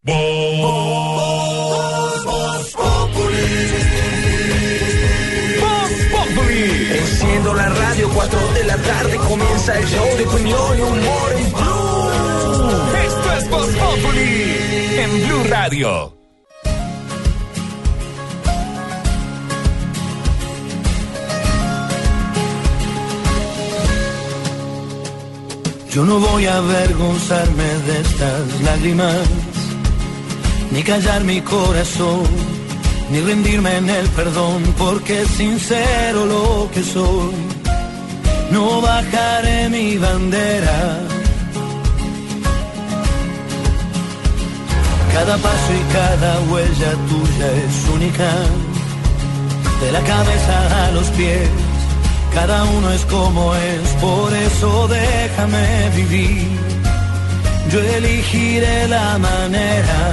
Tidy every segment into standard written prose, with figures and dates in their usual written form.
Enciendo la radio, 4 de la tarde comienza el show de opinión y humor en Blue. Esto es Voz Populi en Blue Radio. Yo no voy a avergonzarme de estas lágrimas, ni callar mi corazón, ni rendirme en el perdón, porque es sincero lo que soy. No bajaré mi bandera. Cada paso y cada huella tuya es única, de la cabeza a los pies. Cada uno es como es, por eso déjame vivir. Yo elegiré la manera.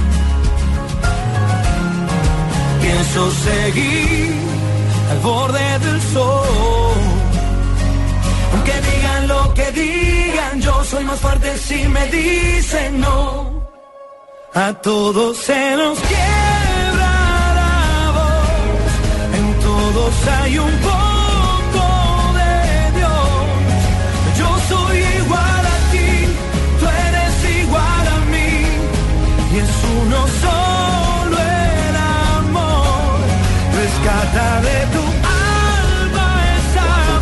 Pienso seguir al borde del sol. Aunque digan lo que digan, yo soy más fuerte si me dicen no. A todos se nos quiebra la voz, en todos hay un poco. Uno solo el amor, rescata de tu alma esa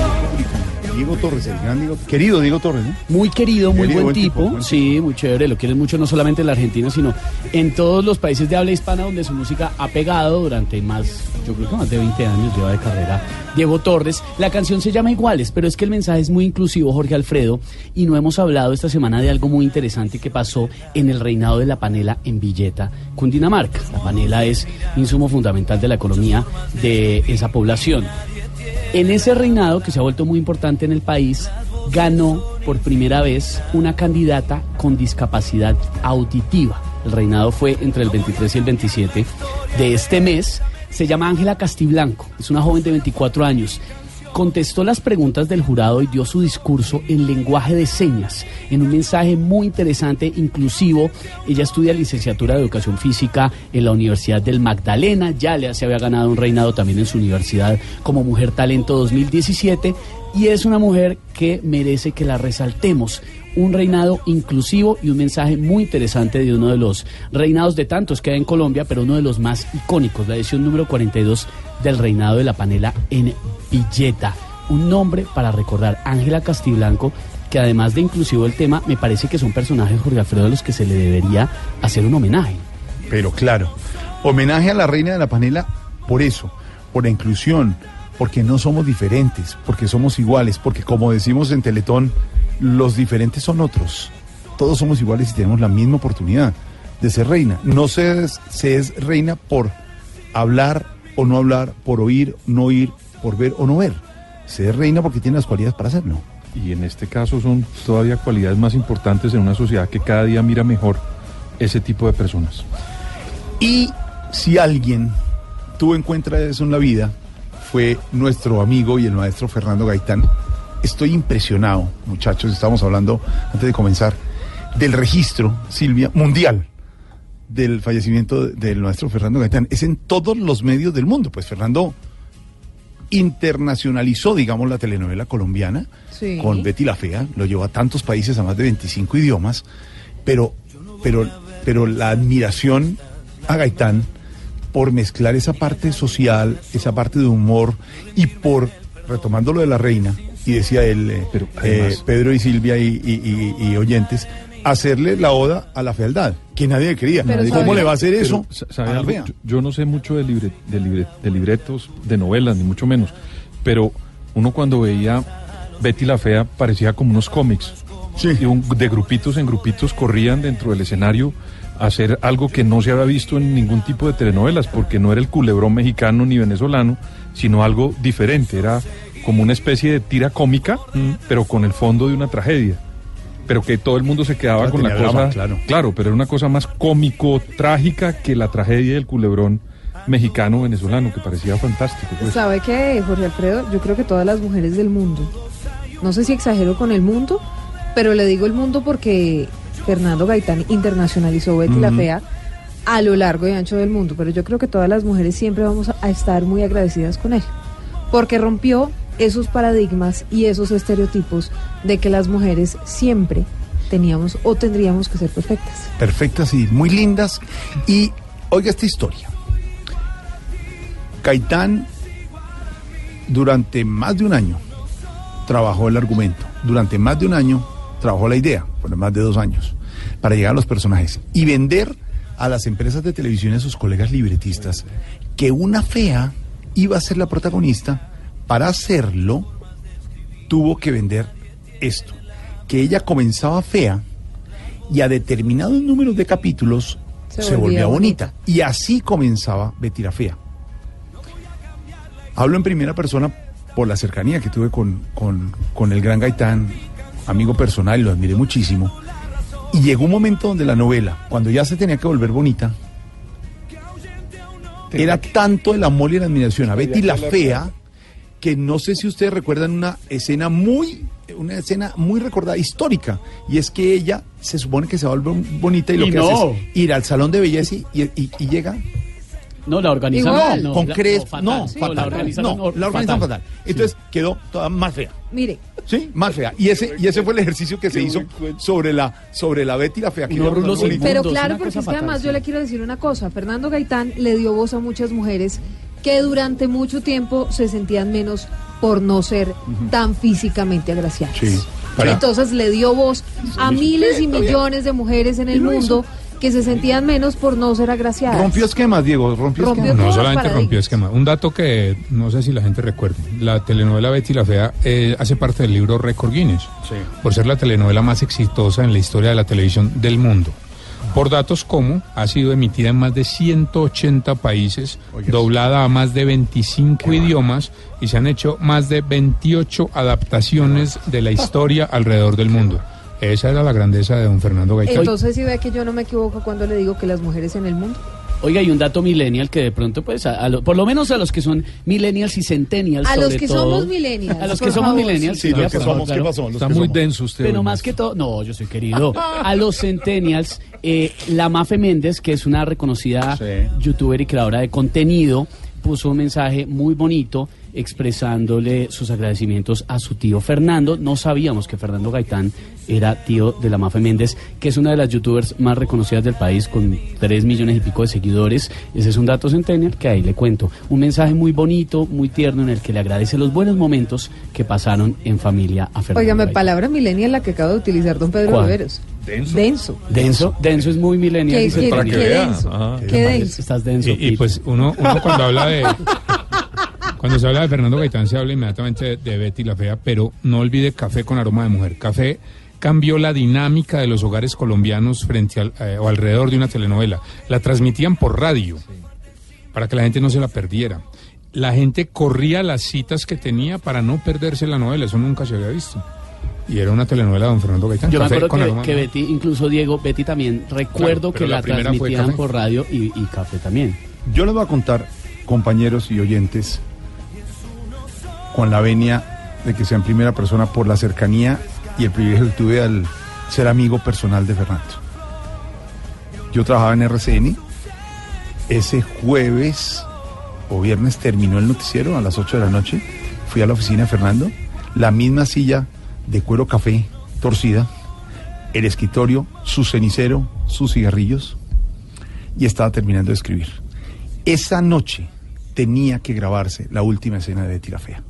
flor. Diego Torres, el gran Diego, querido Diego Torres, ¿no? Muy querido, muy buen tipo. Buen sí, tipo. Muy chévere, lo quieren mucho no solamente en la Argentina, sino en todos los países de habla hispana donde su música ha pegado durante yo creo que más de 20 años lleva de carrera Diego Torres. La canción se llama Iguales, pero es que el mensaje es muy inclusivo, Jorge Alfredo, y no hemos hablado esta semana de algo muy interesante que pasó en el reinado de la panela en Villeta, Cundinamarca. La panela es insumo fundamental de la economía de esa población. En ese reinado, que se ha vuelto muy importante en el país, ganó por primera vez una candidata con discapacidad auditiva. El reinado fue entre el 23 y el 27 de este mes. Se llama Ángela Castiblanco, es una joven de 24 años. Contestó las preguntas del jurado y dio su discurso en lenguaje de señas, en un mensaje muy interesante, inclusivo. Ella estudia licenciatura de Educación Física en la Universidad del Magdalena, ya se había ganado un reinado también en su universidad como Mujer Talento 2017, y es una mujer que merece que la resaltemos. Un reinado inclusivo y un mensaje muy interesante de uno de los reinados de tantos que hay en Colombia, pero uno de los más icónicos, la edición número 42 del reinado de la panela en Villeta. Un nombre para recordar, Ángela Castiblanco, que además de inclusivo el tema, me parece que son personajes, Jorge Alfredo, a los que se le debería hacer un homenaje. Pero claro, homenaje a la reina de la panela por eso, por la inclusión, porque no somos diferentes, porque somos iguales, porque como decimos en Teletón, los diferentes son otros. Todos somos iguales y tenemos la misma oportunidad de ser reina. No se es reina por hablar o no hablar, por oír, no oír, por ver o no ver. Se es reina porque tiene las cualidades para hacerlo. Y en este caso son todavía cualidades más importantes en una sociedad que cada día mira mejor ese tipo de personas. Y si alguien tuvo en cuenta eso en la vida, fue nuestro amigo y el maestro Fernando Gaitán. Estoy impresionado, muchachos, estamos hablando, antes de comenzar, del registro, Silvia, mundial, del fallecimiento del maestro Fernando Gaitán. Es en todos los medios del mundo, pues Fernando internacionalizó, digamos, la telenovela colombiana, sí, con Betty la Fea, lo llevó a tantos países, a más de 25 idiomas, pero la admiración a Gaitán por mezclar esa parte social, esa parte de humor, y por, retomando lo de la reina, y decía él, además, Pedro y Silvia y oyentes, hacerle la oda a la fealdad, que nadie quería. ¿Cómo le va a hacer eso? ¿Sabe algo? Yo no sé mucho de libretos, de novelas, ni mucho menos, pero uno cuando veía Betty la Fea parecía como unos cómics. Sí. Y de grupitos en grupitos corrían dentro del escenario a hacer algo que no se había visto en ningún tipo de telenovelas, porque no era el culebrón mexicano ni venezolano, sino algo diferente, era como una especie de tira cómica, pero con el fondo de una tragedia. Pero que todo el mundo se quedaba con la cosa, drama, claro, pero era una cosa más cómico, trágica que la tragedia del culebrón mexicano venezolano, que parecía fantástico. Pues. ¿Sabe qué, Jorge Alfredo? Yo creo que todas las mujeres del mundo, no sé si exagero con el mundo, pero le digo el mundo porque Fernando Gaitán internacionalizó Betty la Fea a lo largo y ancho del mundo, pero yo creo que todas las mujeres siempre vamos a estar muy agradecidas con él, porque rompió esos paradigmas y esos estereotipos de que las mujeres siempre teníamos o tendríamos que ser perfectas. Perfectas y muy lindas. Y oiga esta historia. Gaitán durante más de un año trabajó el argumento, durante más de un año trabajó la idea, por más de 2 años, para llegar a los personajes y vender a las empresas de televisión y a sus colegas libretistas que una fea iba a ser la protagonista. Para hacerlo tuvo que vender esto, que ella comenzaba fea y a determinados números de capítulos se volvía bonita. Y así comenzaba Betty la Fea. Hablo en primera persona por la cercanía que tuve con el gran Gaitán, amigo personal, y lo admiré muchísimo. Y llegó un momento donde la novela, cuando ya se tenía que volver bonita, era tanto el amor y la admiración a Betty la Fea, que no sé si ustedes recuerdan una escena muy recordada, histórica, y es que ella se supone que se va a volver bonita y lo que hace es ir al salón de belleza y llega... No, la organizaron con Crespo, fatal. La organizaron fatal. Entonces quedó toda más fea. Mire. Sí, más fea. Y ese fue el ejercicio que se hizo sobre la Betty la Fea. Pero claro, porque es que además yo le quiero decir una cosa. Fernando Gaitán le dio voz a muchas mujeres que durante mucho tiempo se sentían menos por no ser tan físicamente agraciadas. Sí. Entonces le dio voz a miles y millones de mujeres en el mundo que se sentían menos por no ser agraciadas. Rompió esquemas, Diego, rompió esquemas. No solamente rompió esquemas. Un dato que no sé si la gente recuerda. La telenovela Betty la Fea hace parte del libro Récord Guinness, por ser la telenovela más exitosa en la historia de la televisión del mundo. Por datos como ha sido emitida en más de 180 países, doblada a más de 25 idiomas y se han hecho más de 28 adaptaciones de la historia alrededor del mundo. Esa era la grandeza de don Fernando Gaitán. Entonces, si ve que yo no me equivoco cuando le digo que las mujeres en el mundo. Oiga, y un dato millennial que de pronto, pues, por lo menos a los que son millennials y centennials, a los que somos millennials. A los que somos millennials. Sí, los que somos, ¿qué pasó? Está muy denso usted. Pero más que todo, no, yo soy querido. A los centennials, la Mafe Méndez, que es una reconocida youtuber y creadora de contenido, puso un mensaje muy bonito expresándole sus agradecimientos a su tío Fernando. No sabíamos que Fernando Gaitán era tío de la Mafe Méndez, que es una de las youtubers más reconocidas del país, con 3 millones y pico de seguidores. Ese es un dato centennial que ahí le cuento. Un mensaje muy bonito, muy tierno, en el que le agradece los buenos momentos que pasaron en familia a Fernando Óigame, Gaitán. Palabra millennial la que acaba de utilizar don Pedro Riveros. Denso es muy millennial. ¿Qué denso? ¿Qué denso? Estás denso. Y pues uno cuando habla de... Cuando se habla de Fernando Gaitán se habla inmediatamente de Betty la Fea, pero no olvide Café con aroma de mujer. Café cambió la dinámica de los hogares colombianos frente o alrededor de una telenovela. La transmitían por radio para que la gente no se la perdiera. La gente corría las citas que tenía para no perderse la novela. Eso nunca se había visto. Y era una telenovela de don Fernando Gaitán. Yo me acuerdo que Betty, incluso Diego, Betty también, recuerdo que la transmitían por radio y Café también. Yo les voy a contar, compañeros y oyentes, con la venia de que sea en primera persona por la cercanía y el privilegio que tuve al ser amigo personal de Fernando. Yo trabajaba en RCN, ese jueves o viernes terminó el noticiero a las 8 de la noche, fui a la oficina de Fernando, la misma silla de cuero café torcida, el escritorio, su cenicero, sus cigarrillos, y estaba terminando de escribir. Esa noche tenía que grabarse la última escena de Betty la Fea.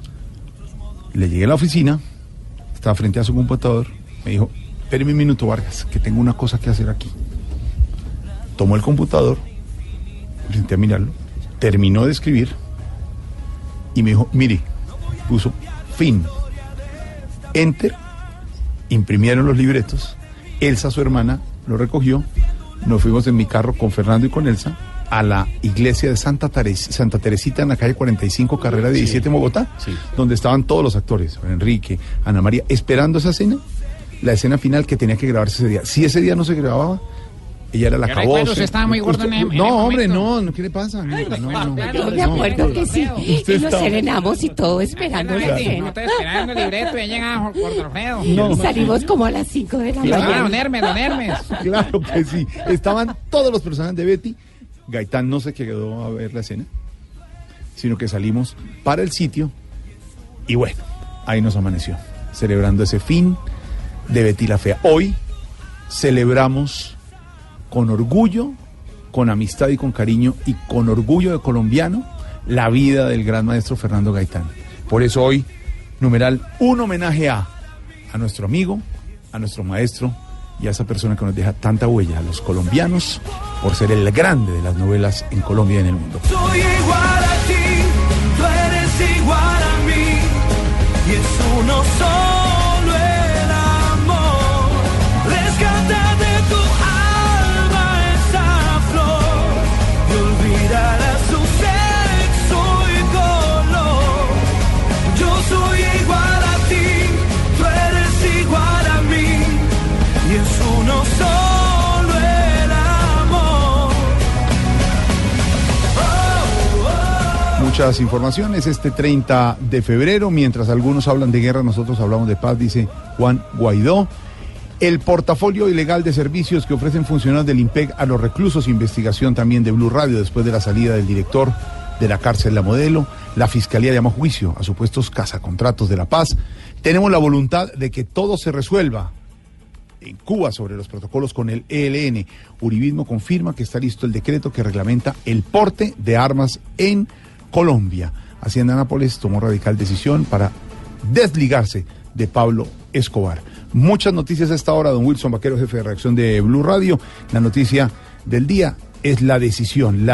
Le llegué a la oficina, estaba frente a su computador, me dijo, espéreme un minuto, Vargas, que tengo una cosa que hacer aquí. Tomó el computador, me senté a mirarlo, terminó de escribir y me dijo, mire, puso fin, enter, imprimieron los libretos, Elsa, su hermana, lo recogió, nos fuimos en mi carro con Fernando y con Elsa a la iglesia de Santa Teresita en la calle 45, carrera 17 en Bogotá, donde estaban todos los actores, Enrique, Ana María, esperando esa escena, la escena final que tenía que grabarse ese día. Si ese día no se grababa, Ella era la cabose. Usted estaba muy gordo en ese hombre, momento. no, ¿qué le pasa? Yo me acuerdo que sí, y nos serenamos y todo esperando la cena. No estoy esperando el libreto, ya llegaba por Alfredo. Y salimos como a las 5 de la mañana. Don Hermes. Claro que sí. Estaban todos los personajes de Betty. Gaitán no se quedó a ver la escena, sino que salimos para el sitio y bueno, ahí nos amaneció, celebrando ese fin de Betty la Fea. Hoy celebramos con orgullo, con amistad y con cariño y con orgullo de colombiano la vida del gran maestro Fernando Gaitán. Por eso hoy, numeral, un homenaje a nuestro amigo, a nuestro maestro y a esa persona que nos deja tanta huella, a los colombianos, por ser el grande de las novelas en Colombia y en el mundo. Soy igual a ti, tú eres igual a mí, y es uno solo el amor. Rescata de tu alma esa flor y olvidarás su sexo y color. Yo soy igual a ti, tú eres igual a mí, y es uno solo el amor. Muchas informaciones este 30 de febrero, mientras algunos hablan de guerra, nosotros hablamos de paz, dice Juan Guaidó. El portafolio ilegal de servicios que ofrecen funcionarios del IMPEC a los reclusos, investigación también de Blue Radio después de la salida del director de la cárcel La Modelo. La Fiscalía llama a juicio a supuestos cazacontratos de La Paz. Tenemos la voluntad de que todo se resuelva en Cuba sobre los protocolos con el ELN. Uribismo confirma que está listo el decreto que reglamenta el porte de armas en Colombia. Hacienda Nápoles tomó radical decisión para desligarse de Pablo Escobar. Muchas noticias a esta hora, don Wilson Vaquero, jefe de redacción de Blue Radio. La noticia del día es la decisión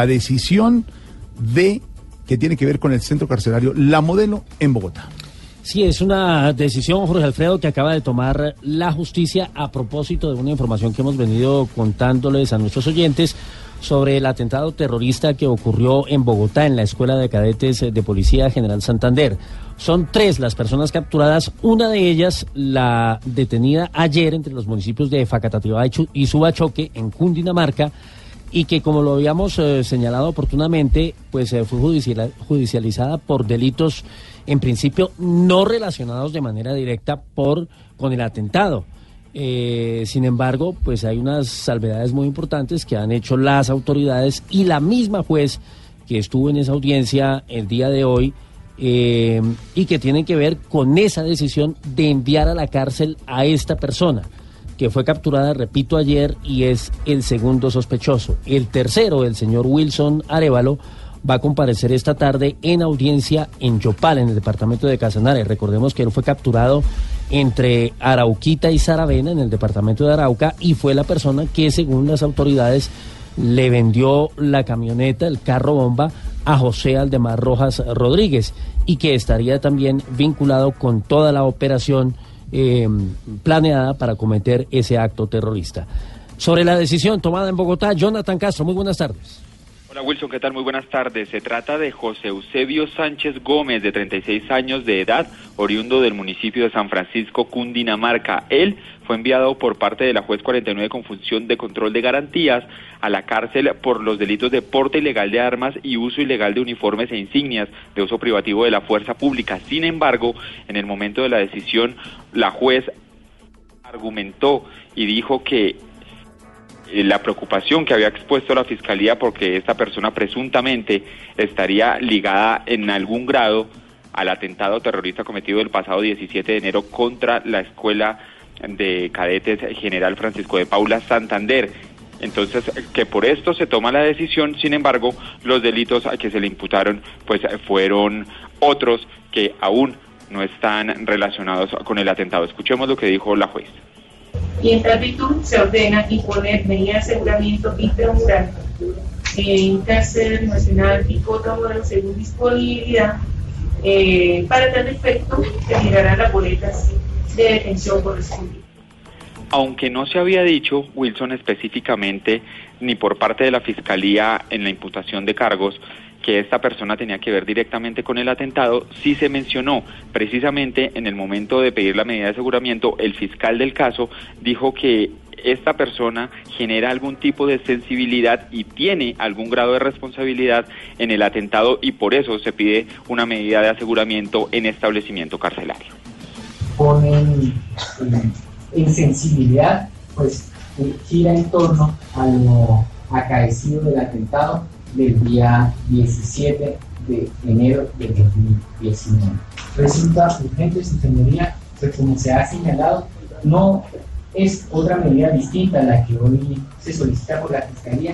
de que tiene que ver con el centro carcelario La Modelo en Bogotá. Sí, es una decisión, Jorge Alfredo, que acaba de tomar la justicia a propósito de una información que hemos venido contándoles a nuestros oyentes sobre el atentado terrorista que ocurrió en Bogotá, en la Escuela de Cadetes de Policía General Santander. Son 3 las personas capturadas, una de ellas la detenida ayer entre los municipios de Facatativá y Subachoque, en Cundinamarca, y que, como lo habíamos señalado oportunamente, pues fue judicializada por delitos, en principio, no relacionados de manera directa con el atentado. Sin embargo, pues hay unas salvedades muy importantes que han hecho las autoridades y la misma juez que estuvo en esa audiencia el día de hoy, y que tienen que ver con esa decisión de enviar a la cárcel a esta persona, que fue capturada, repito, ayer, y es el segundo sospechoso. El tercero, el señor Wilson Arévalo, va a comparecer esta tarde en audiencia en Yopal, en el departamento de Casanare. Recordemos que él fue capturado entre Arauquita y Saravena, en el departamento de Arauca, y fue la persona que, según las autoridades, le vendió la camioneta, el carro bomba, a José Aldemar Rojas Rodríguez, y que estaría también vinculado con toda la operación planeada para cometer ese acto terrorista. Sobre la decisión tomada en Bogotá, Jonathan Castro, muy buenas tardes. Hola Wilson, ¿qué tal? Muy buenas tardes. Se trata de José Eusebio Sánchez Gómez, de 36 años de edad, oriundo del municipio de San Francisco, Cundinamarca. Él fue enviado por parte de la juez 49 con función de control de garantías a la cárcel por los delitos de porte ilegal de armas y uso ilegal de uniformes e insignias de uso privativo de la fuerza pública. Sin embargo, en el momento de la decisión, la juez argumentó y dijo que la preocupación que había expuesto la Fiscalía porque esta persona presuntamente estaría ligada en algún grado al atentado terrorista cometido el pasado 17 de enero contra la Escuela de Cadetes General Francisco de Paula Santander. Entonces, que por esto se toma la decisión. Sin embargo, los delitos a que se le imputaron pues fueron otros que aún no están relacionados con el atentado. Escuchemos lo que dijo la juez. Y en tal virtud se ordena imponer medidas de aseguramiento intramural en cárcel nacional y Cotamauro según disponibilidad. Para tal efecto se girarán las boletas de detención correspondientes. Aunque no se había dicho, Wilson, específicamente, ni por parte de la Fiscalía en la imputación de cargos, que esta persona tenía que ver directamente con el atentado, sí se mencionó. Precisamente en el momento de pedir la medida de aseguramiento, el fiscal del caso dijo que esta persona genera algún tipo de sensibilidad y tiene algún grado de responsabilidad en el atentado, y por eso se pide una medida de aseguramiento en establecimiento carcelario. Ponen en sensibilidad, pues gira en torno a lo acaecido del atentado del día 17 de enero de 2019. Resulta urgente, su señoría, pues como se ha señalado, no es otra medida distinta a la que hoy se solicita por la Fiscalía.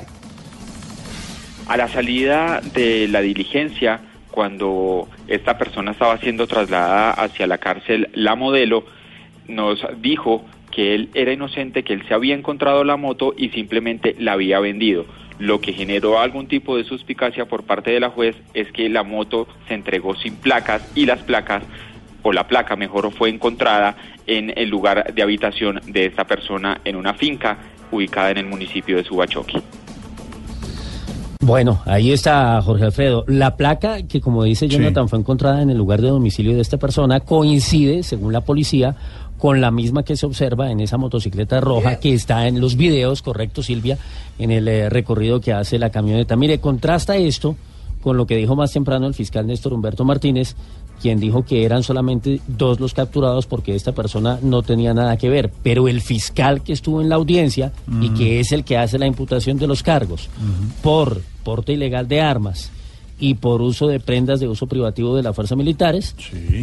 A la salida de la diligencia, cuando esta persona estaba siendo trasladada hacia la cárcel La Modelo, nos dijo que él era inocente, que él se había encontrado la moto y simplemente la había vendido. Lo que generó algún tipo de suspicacia por parte de la juez es que la moto se entregó sin placas y las placas, o la placa mejor, fue encontrada en el lugar de habitación de esta persona en una finca ubicada en el municipio de Subachoqui. Bueno, ahí está Jorge Alfredo. La placa que, como dice Jonathan, fue encontrada en el lugar de domicilio de esta persona coincide, según la policía, con la misma que se observa en esa motocicleta roja que está en los videos, correcto, Silvia, en el recorrido que hace la camioneta. Mire, contrasta esto con lo que dijo más temprano el fiscal Néstor Humberto Martínez, quien dijo que eran solamente 2 los capturados porque esta persona no tenía nada que ver. Pero el fiscal que estuvo en la audiencia y que es el que hace la imputación de los cargos por porte ilegal de armas y por uso de prendas de uso privativo de las fuerzas militares,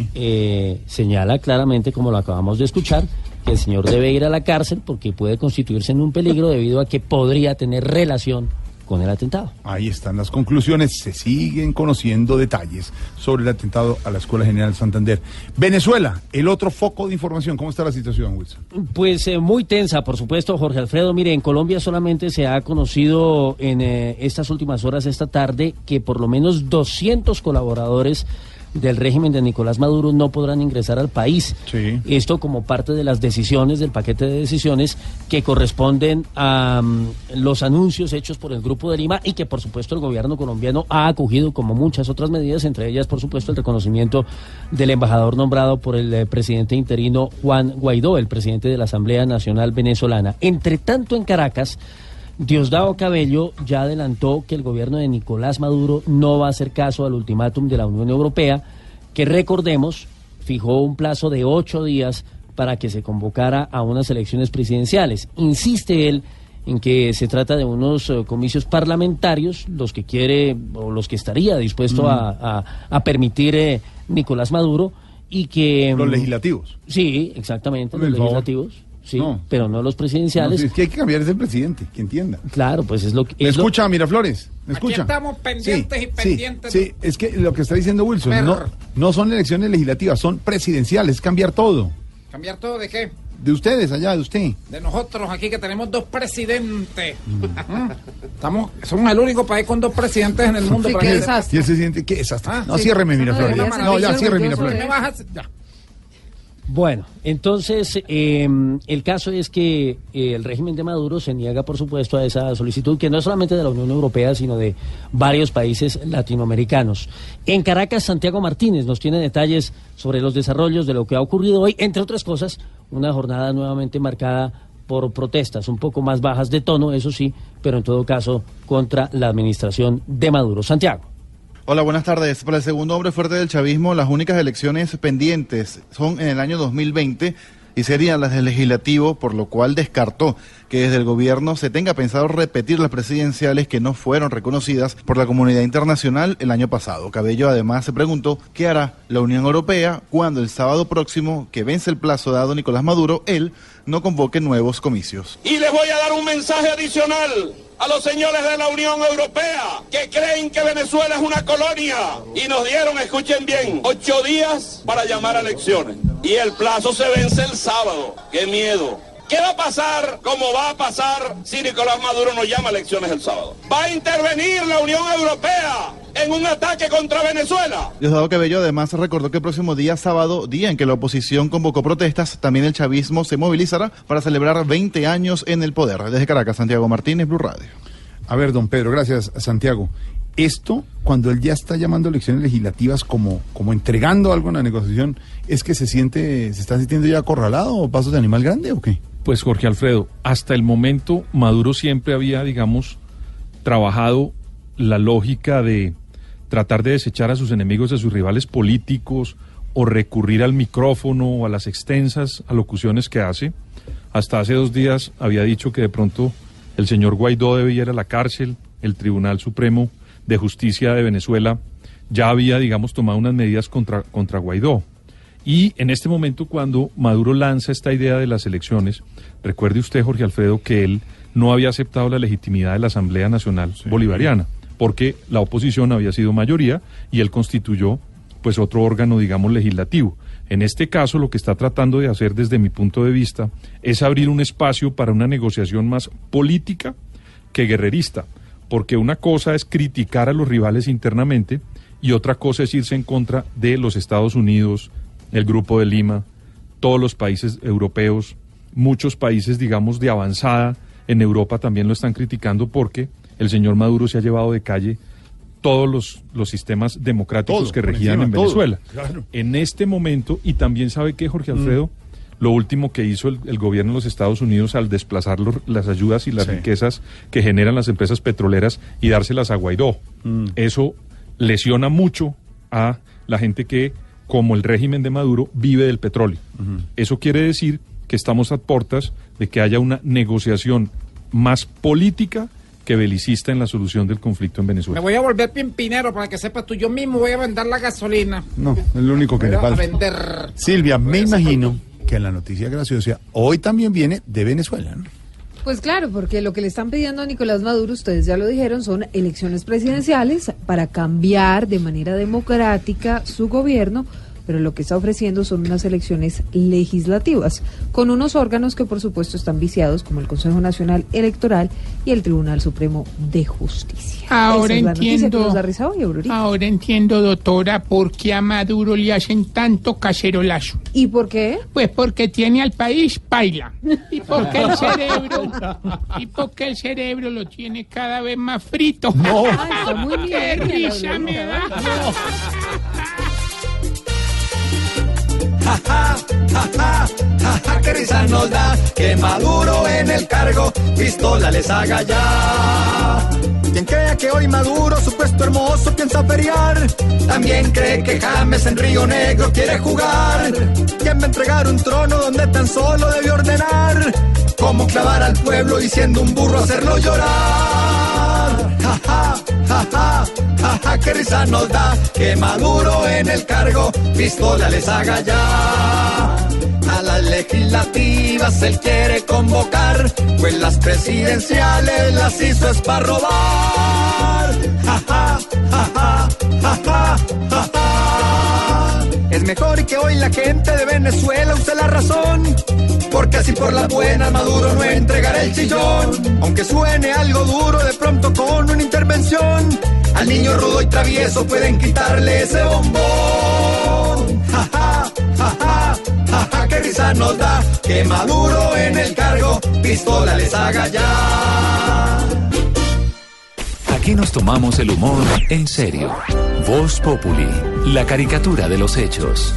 señala claramente, como lo acabamos de escuchar, que el señor debe ir a la cárcel porque puede constituirse en un peligro debido a que podría tener relación con el atentado. Ahí están las conclusiones, se siguen conociendo detalles sobre el atentado a la Escuela General Santander. Venezuela, el otro foco de información, ¿cómo está la situación, Wilson? Pues muy tensa, por supuesto, Jorge Alfredo. Mire, en Colombia solamente se ha conocido en estas últimas horas, esta tarde, que por lo menos 200 colaboradores del régimen de Nicolás Maduro no podrán ingresar al país. Esto como parte de las decisiones, del paquete de decisiones que corresponden a los anuncios hechos por el Grupo de Lima y que por supuesto el gobierno colombiano ha acogido como muchas otras medidas, entre ellas por supuesto el reconocimiento del embajador nombrado por el presidente interino Juan Guaidó, el presidente de la Asamblea Nacional Venezolana. Entre tanto, en Caracas, Diosdado Cabello ya adelantó que el gobierno de Nicolás Maduro no va a hacer caso al ultimátum de la Unión Europea, que recordemos fijó un plazo de 8 días para que se convocara a unas elecciones presidenciales. Insiste él en que se trata de unos comicios parlamentarios, los que quiere o los que estaría dispuesto a permitir Nicolás Maduro, y que... Los legislativos. Sí, exactamente, los legislativos. Sí, no, pero no los presidenciales. No, es que hay que cambiar ese presidente, que entienda. Claro, pues es lo que... ¿Me escucha, Miraflores? ¿Me escucha? Aquí estamos pendientes y pendientes. Sí, es que lo que está diciendo Wilson, no son elecciones legislativas, son presidenciales, es cambiar todo. ¿Cambiar todo de qué? De ustedes, allá, de usted. De nosotros aquí, que tenemos 2 presidentes. Somos el único país con 2 presidentes en el mundo. Sí, qué desastre. ¿Y él se siente qué desastre? No, ciérreme, Miraflores. No, ya, ciérreme, Miraflores. Ya. Bueno, entonces el caso es que el régimen de Maduro se niega, por supuesto, a esa solicitud, que no es solamente de la Unión Europea, sino de varios países latinoamericanos. En Caracas, Santiago Martínez nos tiene detalles sobre los desarrollos de lo que ha ocurrido hoy, entre otras cosas, una jornada nuevamente marcada por protestas un poco más bajas de tono, eso sí, pero en todo caso contra la administración de Maduro. Santiago. Hola, buenas tardes. Para el segundo hombre fuerte del chavismo, las únicas elecciones pendientes son en el año 2020 y serían las del legislativo, por lo cual descartó que desde el gobierno se tenga pensado repetir las presidenciales que no fueron reconocidas por la comunidad internacional el año pasado. Cabello además se preguntó qué hará la Unión Europea cuando el sábado próximo, que vence el plazo dado Nicolás Maduro, él no convoque nuevos comicios. Y les voy a dar un mensaje adicional a los señores de la Unión Europea que creen que Venezuela es una colonia y nos dieron, escuchen bien, 8 días para llamar a elecciones y el plazo se vence el sábado. ¡Qué miedo! ¿Qué va a pasar, como va a pasar, si Nicolás Maduro no llama a elecciones el sábado? ¿Va a intervenir la Unión Europea en un ataque contra Venezuela? Diosdado Cabello además recordó que el próximo día sábado, día en que la oposición convocó protestas, también el chavismo se movilizará para celebrar 20 años en el poder. Desde Caracas, Santiago Martínez, Blue Radio. A ver, don Pedro, gracias, Santiago. Esto, cuando él ya está llamando a elecciones legislativas como entregando algo en la negociación, ¿es que se está sintiendo ya acorralado o pasos de animal grande o qué? Pues Jorge Alfredo, hasta el momento Maduro siempre había, digamos, trabajado la lógica de tratar de desechar a sus enemigos, a sus rivales políticos, o recurrir al micrófono o a las extensas alocuciones que hace. Hasta hace 2 días había dicho que de pronto el señor Guaidó debía ir a la cárcel. El Tribunal Supremo de Justicia de Venezuela ya había, digamos, tomado unas medidas contra Guaidó. Y en este momento, cuando Maduro lanza esta idea de las elecciones, recuerde usted, Jorge Alfredo, que él no había aceptado la legitimidad de la Asamblea Nacional Bolivariana, porque la oposición había sido mayoría y él constituyó pues otro órgano, digamos, legislativo. En este caso, lo que está tratando de hacer, desde mi punto de vista, es abrir un espacio para una negociación más política que guerrerista, porque una cosa es criticar a los rivales internamente y otra cosa es irse en contra de los Estados Unidos, el Grupo de Lima, todos los países europeos, muchos países, digamos, de avanzada en Europa también lo están criticando porque el señor Maduro se ha llevado de calle todos los sistemas democráticos que regían en Venezuela. Claro. En este momento, y también sabe que, Jorge Alfredo, lo último que hizo el gobierno de los Estados Unidos al desplazar las ayudas y las riquezas que generan las empresas petroleras y dárselas a Guaidó. Eso lesiona mucho a la gente que, como el régimen de Maduro, vive del petróleo. Eso quiere decir que estamos a puertas de que haya una negociación más política que belicista en la solución del conflicto en Venezuela. Me voy a volver pimpinero para que sepas tú, yo mismo voy a vender la gasolina. No, es lo único que le falta. Vender. Silvia, me imagino que la noticia graciosa hoy también viene de Venezuela, ¿no? Pues claro, porque lo que le están pidiendo a Nicolás Maduro, ustedes ya lo dijeron, son elecciones presidenciales para cambiar de manera democrática su gobierno, pero lo que está ofreciendo son unas elecciones legislativas, con unos órganos que por supuesto están viciados, como el Consejo Nacional Electoral y el Tribunal Supremo de Justicia. Ahora entiendo, doctora, por qué a Maduro le hacen tanto cacerolazo. ¿Y por qué? Pues porque tiene al país paila. Y porque el cerebro lo tiene cada vez más frito. No. Ay, está muy bien, ¡Qué risa me da! Ja, ja, ja, ja, ja, ja, qué risa nos da que Maduro en el cargo pistola les haga ya. Quien crea que hoy Maduro su puesto hermoso piensa feriar, también cree que James en Río Negro quiere jugar. ¿Quién va a entregar un trono donde tan solo debe ordenar cómo clavar al pueblo y siendo un burro hacerlo llorar? Ja, ja, ja, ja, ja, ja, qué risa nos da que Maduro en el cargo pistola les haga ya. A las legislativas él quiere convocar, pues las presidenciales las hizo es para robar. Ja, ja, ja, ja, ja, ja, ja, ja. Es mejor que hoy la gente de Venezuela use la razón, porque así por las buenas Maduro no entregará el chillón. Aunque suene algo duro, de pronto con una intervención al niño rudo y travieso pueden quitarle ese bombón. Ja, ja, ja, ja, ja, ja, qué risa nos da que Maduro en el cargo pistola les haga ya. Aquí nos tomamos el humor en serio. Voz Populi, la caricatura de los hechos.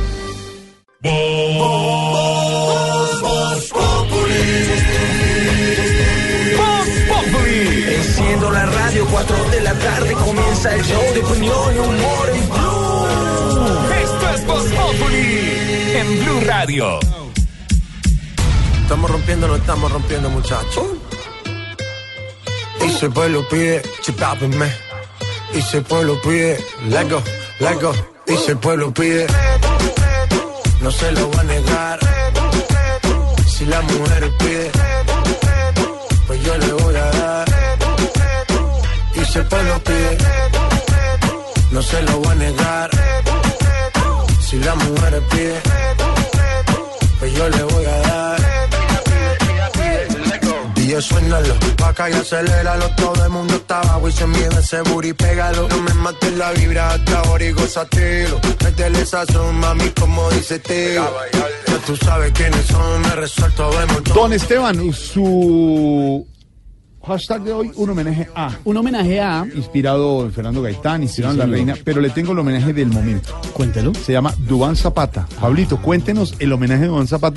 Voz Populi. Voz Populi. Enciendo la radio, 4 de la tarde comienza el show de opinión y humor en Blue. Esto es Voz Populi en Blue Radio. Estamos rompiendo, muchachos. Y si el pueblo pide, chipápenme. Y si el pueblo pide, let go. Y si el pueblo pide, no se lo va a negar. Si la mujer pide, pues yo le voy a dar. Y si el pueblo pide, no se lo va a negar. Si la mujer pide, pues yo le voy a dar. Y suénalo, pa' acá y aceléralo. Todo el mundo está abajo y se mide ese booty, pégalo. No me mates la vibra hasta ahora y gozatelo. Métele sazón, mami, como dice Teo. Ya tú sabes quiénes son, me resuelto de montón. Don Esteban, su hashtag de hoy, un homenaje a. Un homenaje a. Inspirado en Fernando Gaitán, inspirado en La Reina, pero le tengo el homenaje del momento. Cuéntelo. Se llama Duván Zapata. Pablito, cuéntenos el homenaje de Duván Zapata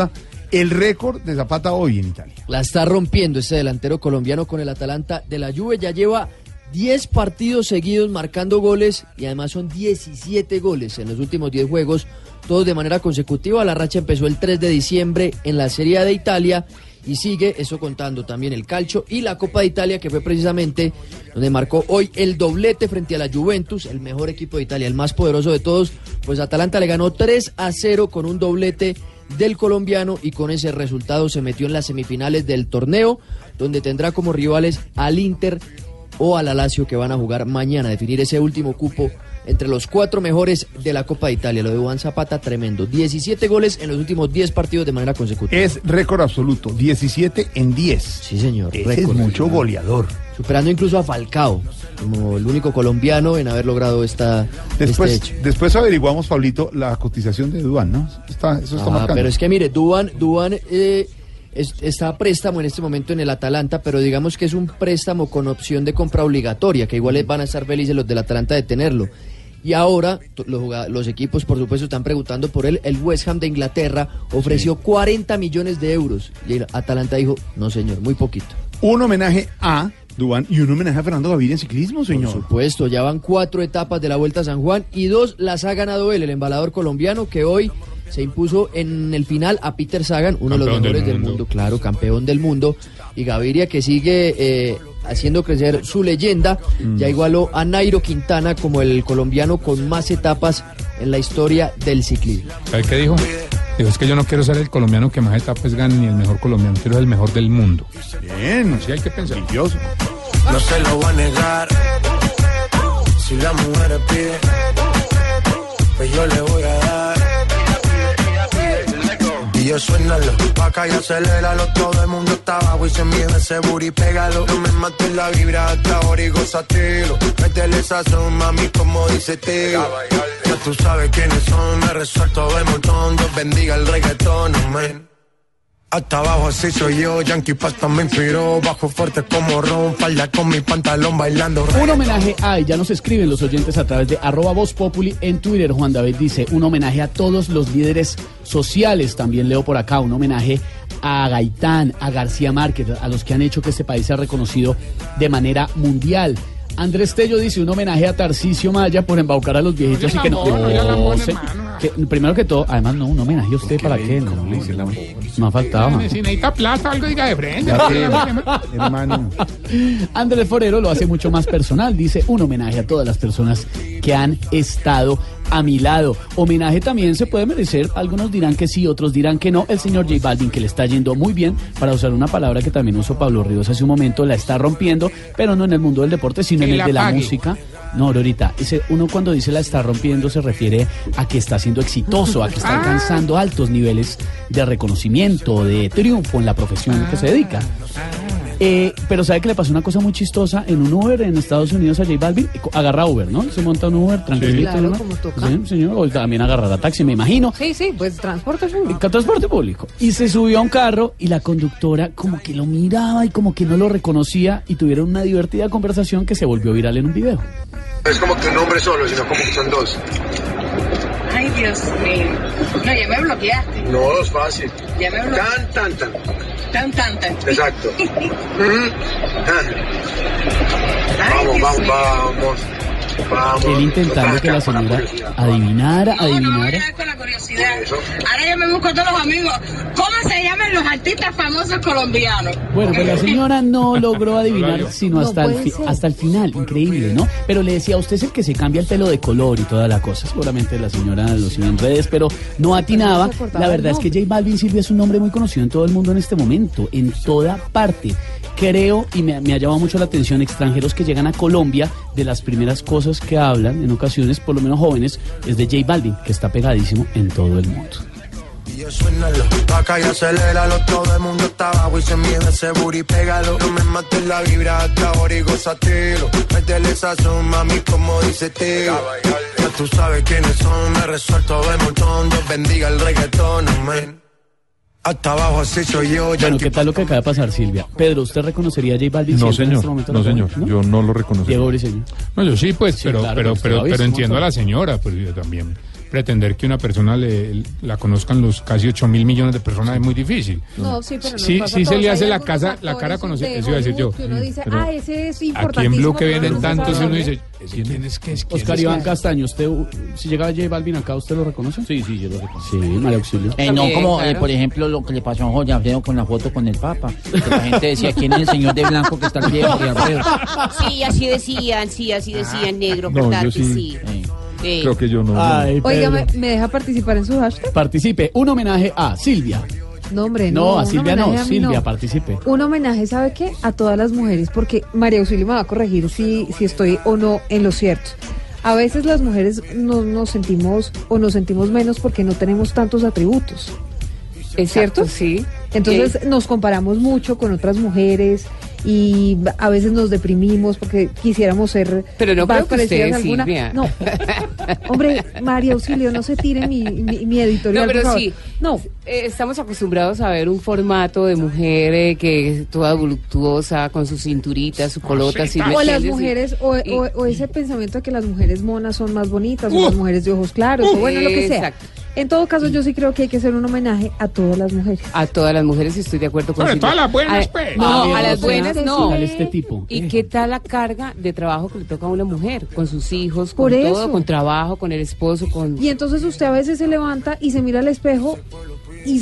el récord de Zapata hoy en Italia. La está rompiendo ese delantero colombiano con el Atalanta de la Juve. Ya lleva 10 partidos seguidos marcando goles y además son 17 goles en los últimos 10 juegos, todos de manera consecutiva. La racha empezó el 3 de diciembre en la Serie A de Italia y sigue, eso contando también el Calcio y la Copa de Italia, que fue precisamente donde marcó hoy el doblete frente a la Juventus, el mejor equipo de Italia, el más poderoso de todos. Pues Atalanta le ganó 3-0 con un doblete del colombiano y con ese resultado se metió en las semifinales del torneo, donde tendrá como rivales al Inter o a la Lazio, que van a jugar mañana, definir ese último cupo entre los 4 mejores de la Copa de Italia. Lo de Juan Zapata, tremendo. 17 goles en los últimos 10 partidos de manera consecutiva. Es récord absoluto, 17 en 10. Sí, señor. Es mucho goleador. Superando incluso a Falcao, como el único colombiano en haber logrado este hecho. Después averiguamos, Pablito, la cotización de Duván, ¿no? Eso está marcando. Pero es que mire, Duván está a préstamo en este momento en el Atalanta, pero digamos que es un préstamo con opción de compra obligatoria, que igual van a estar felices los del Atalanta de tenerlo. Y ahora los equipos, por supuesto, están preguntando por él. El West Ham de Inglaterra ofreció 40 millones de euros y el Atalanta dijo, no señor, muy poquito. Un homenaje a Duván y un homenaje a Fernando Gaviria en ciclismo, señor. Por supuesto, ya van 4 etapas de la Vuelta a San Juan y 2 las ha ganado él, el embalador colombiano, que hoy se impuso en el final a Peter Sagan, uno de los mejores del mundo, claro, campeón del mundo, y Gaviria, que sigue haciendo crecer su leyenda, ya igualó a Nairo Quintana como el colombiano con más etapas en la historia del ciclismo. ¿Sabes qué dijo? Digo, es que yo no quiero ser el colombiano que más etapas gane ni el mejor colombiano, quiero ser el mejor del mundo. Bien, así hay que pensar. Dios. No se lo voy a negar, si la mujer pide, pues yo le voy a dar. Y yo suénalo, pa' acá y aceléralo. Todo el mundo está abajo y se mide ese booty, pégalo. No me mates la vibra hasta ahora y gózatelo. Métele sazón, mami, como dice Teo. Ya tú sabes quiénes son, me resuelto de montón. Dios bendiga el reggaetón, amén. Hasta abajo así soy yo, Yankee Pasta me inspiró. Bajo fuerte como Ron, falda con mi pantalón bailando. Un homenaje a, y ya nos escriben los oyentes a través de @Voz Populi en Twitter. Juan David dice, un homenaje a todos los líderes sociales. También leo por acá, un homenaje a Gaitán, a García Márquez, a los que han hecho que este país sea reconocido de manera mundial. Andrés Tello dice, un homenaje a Tarcisio Maya por embaucar a los viejitos y que no... primero que todo, además no, un homenaje a usted, ¿para qué? No, me ha faltado. Si necesita plata, algo diga de frente. Hermano. Andrés Forero lo hace mucho más personal, dice, un homenaje a todas las personas que han estado a mi lado. Homenaje también se puede merecer, algunos dirán que sí, otros dirán que no, el señor J Balvin, que le está yendo muy bien, para usar una palabra que también usó Pablo Ríos hace un momento, la está rompiendo, pero no en el mundo del deporte, sino en el de la música. No, Lorita, uno cuando dice la está rompiendo se refiere a que está siendo exitoso, a que está alcanzando altos niveles de reconocimiento, de triunfo en la profesión que se dedica. Pero ¿sabe que le pasó una cosa muy chistosa? En un Uber en Estados Unidos a J Balvin, agarra Uber, ¿no? Se monta un Uber tranquilito. Claro, como toca. Sí, señor, o también agarrará taxi, me imagino. Sí, pues transporte público. Transporte público. Y se subió a un carro y la conductora como que lo miraba y como que no lo reconocía y tuvieron una divertida conversación que se volvió viral en un video. Es como que un hombre solo, sino como que son dos. Ay, Dios mío. No, ya me bloqueaste. No, es fácil. Ya me bloqueaste. Tan. Exacto. Vamos. Él intentando que la señora adivinara. Con la curiosidad. Ahora yo me busco a todos los amigos. ¿Cómo se llaman los artistas famosos colombianos? Bueno, pues la señora no logró adivinar, sino hasta el final. Increíble, ¿no? Pero le decía, usted es el que se cambia el pelo de color y toda la cosa. Seguramente la señora lo sigue en redes, pero no atinaba. La verdad es que J Balvin, Silvia, es un nombre muy conocido en todo el mundo en este momento, en toda parte. Creo, y me ha llamado mucho la atención, extranjeros que llegan a Colombia, de las primeras cosas que hablan, en ocasiones, por lo menos jóvenes, es de J Balvin, que está pegadísimo en todo el mundo. Y yo suénalo, pa' acá y aceléralo. Todo el mundo está abajo y se mide ese booty, pégalo. No me mates la vibra hasta ahora y gózatelo. Métele sazón, mami, como dice Teo. Ya tú sabes quiénes son, me resuelto de montón. Dios bendiga el reggaetón, amén. Hasta abajo así soy yo. Bueno, ¿qué tal lo que acaba de pasar, Silvia? Pedro, ¿usted reconocería a J Balvin? No, señor. En este momento, no, señor. ¿No? Yo no lo reconocería. Diego Briceño. No, yo sí, pues, sí, pero entiendo a la señora, pues yo también. pretender que una persona la conozcan los casi 8.000 millones de personas es muy difícil. No, sí, pero no sí, pasa sí se todos. le hace Hay la algunos cara conocida, de eso iba a decir yo. Que uno dice, Pero ese es aquí importantísimo. en Blue que pero vienen no se tantos y sabe uno dónde. dice, ¿quién es que es? Oscar Iván Castaño, ¿usted, si llega J Balvin acá, usted lo reconoce? Sí, yo lo reconozco. Sí, María Auxilio. No como, por ejemplo, lo que le pasó a Jorge Alfredo con la foto con el Papa. Que la gente decía, ¿quién es el señor de blanco que está al pie de Jorge Alfredo? Sí, así decían, negro, ¿verdad que sí? Creo que yo no. Ay, Oiga, ¿me deja participar en su hashtag? Participe. Un homenaje a Silvia. No, hombre, No, a un Silvia no. homenaje a mí Silvia, no. participe. Un homenaje, ¿sabe qué? A todas las mujeres, porque María Auxilio me va a corregir si estoy o no en lo cierto. A veces las mujeres no nos sentimos o nos sentimos menos porque no tenemos tantos atributos. ¿Es cierto? Sí. Entonces nos comparamos mucho con otras mujeres y a veces nos deprimimos porque quisiéramos ser Pero no más creo que parecidas usted, a alguna. Silvia. No, hombre, María Auxilio, no se tire mi editorial. No, pero por favor. sí. No. Estamos acostumbrados a ver un formato de mujer que es toda voluptuosa, con su cinturita, su colota. Sí, o las mujeres, o ese pensamiento de que las mujeres monas son más bonitas, o las mujeres de ojos claros, o bueno, lo que sea. Exacto. En todo caso, yo sí creo que hay que hacer un homenaje a todas las mujeres. A todas las mujeres estoy de acuerdo con Sobre Silvia. todo a las buenas, A- pues. No, a las sí, buenas sí, no. sí. Este tipo. ¿Y qué tal la carga de trabajo que le toca a una mujer? Con sus hijos, Por con eso. todo, con trabajo, con el esposo, con... Y entonces usted a veces se levanta y se mira al espejo y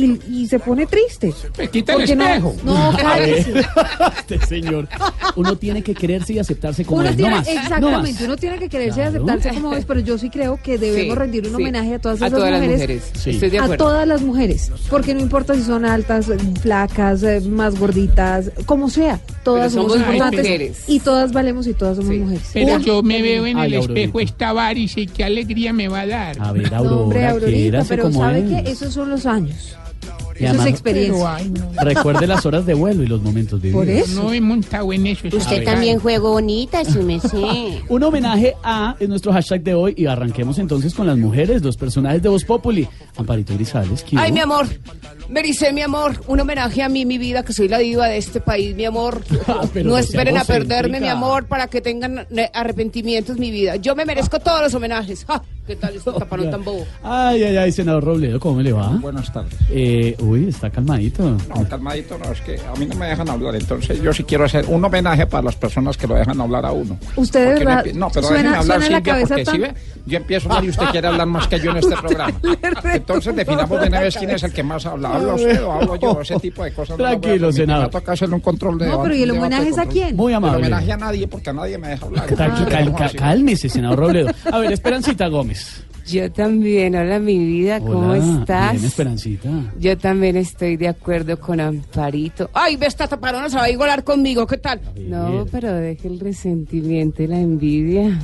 se pone triste. Me quita el Porque espejo. No, cállese. Este señor. Uno tiene que quererse y aceptarse como Uno es. tiene, No más. exactamente, No más. uno tiene que quererse y Claro. aceptarse como es, pero yo sí creo que debemos Sí, rendir un sí. homenaje a todas A esas todas las mujeres. mujeres. Sí. Estoy de A acuerdo. todas las mujeres, porque no importa si son altas, flacas, más gorditas, como sea, todas Pero somos somos importantes mujeres. y todas valemos y todas somos mujeres. Pero yo me veo en Ay, el Aurorita. espejo esta varicela y qué alegría me va a dar. A ver, No, hombre, Aurora, Aurorita, quiérase pero como ¿sabe es. qué? Esos son los años. Y Eso es además, experiencia. Pero, ay, no. recuerde las horas de vuelo y los momentos vividos. Por eso. No he montado en eso. Usted también juega bonita, su mesé. Un homenaje a es nuestro hashtag de hoy y arranquemos entonces con las mujeres, los personajes de Voz Populi. Amparito Grisales. ¿quién? Ay, mi amor, Mericé, mi amor, un homenaje a mí, mi vida, que soy la diva de este país, mi amor. Pero No no esperen sea a perderme, egocéntrica. mi amor, para que tengan arrepentimientos, mi vida. Yo me merezco todos los homenajes. ¡Ja! ¿Qué tal este taparón tan bobo? Ay, senador Robledo, ¿cómo me le va? Buenas tardes. Uy, está calmadito. No, calmadito no, es que a mí no me dejan hablar, entonces yo sí quiero hacer un homenaje para las personas que lo dejan hablar a uno. Usted de Porque verdad no, pero suena- déjeme hablar, suena en la Silvia, cabeza porque tan- si ve, yo empiezo a hablar y usted quiere hablar más que yo en este programa. Entonces definamos de una vez quién es el que más habla. ¿Habla usted o hablo yo? Ese tipo de cosas. Tranquilo, senador. Me toca hacerle un control de No, pero ¿y el homenaje es a quién? Muy El amable. homenaje a nadie porque a nadie me deja hablar. Cálmese, senador Robledo. A ver, Esperancita Gómez. Yo también, hola mi vida, ¿cómo Hola, estás? bien, Esperancita. Yo también estoy de acuerdo con Amparito. Ay, ve, esta taparona se va a igualar conmigo, ¿qué tal? No, pero deje el resentimiento y la envidia.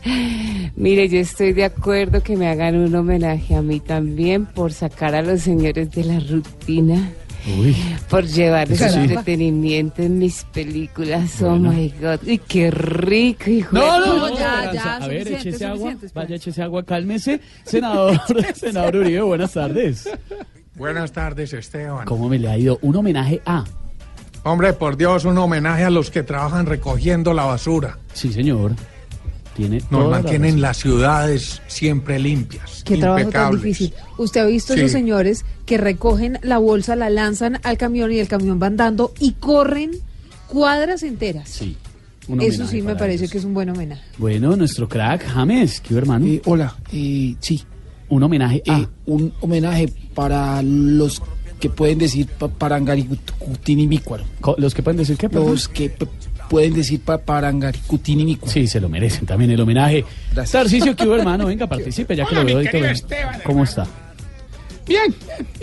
Mire, yo estoy de acuerdo que me hagan un homenaje a mí también por sacar a los señores de la rutina. Uy. Por llevarles Eso sí. entretenimiento en mis películas. Bueno. Oh my God. Y qué rico, hijo. No, de- no, no, ya, Esperanza. A ver, suficiente, échese agua. suficiente, Vaya, échese agua, cálmese. Senador Uribe, buenas tardes. Buenas tardes, Esteban. ¿Cómo me le ha ido? Un homenaje a. Hombre, por Dios, un homenaje a los que trabajan recogiendo la basura. Sí, señor. Tiene Nos toda la mantienen razón. las ciudades siempre limpias, Qué trabajo tan impecables. difícil. Usted ha visto Sí. esos señores que recogen la bolsa, la lanzan al camión y el camión va andando y corren cuadras enteras. Sí. un Eso homenaje sí me para parece ellos. que es un buen homenaje. Bueno, nuestro crack, James, ¿qué hermano? Hola, sí. Un homenaje a. Un homenaje para los que pueden decir Parangaricutinímicuaro. ¿Los que pueden decir qué? perdón? Los que pueden decir Parangaricutinímicuaro. Sí, se lo merecen también el homenaje. Gracias. Tarcisio, ¿qué hubo, hermano? Venga, participe, ya que Hola, lo veo mi ahí. querido todo. Esteban, ¿Cómo está? Bien.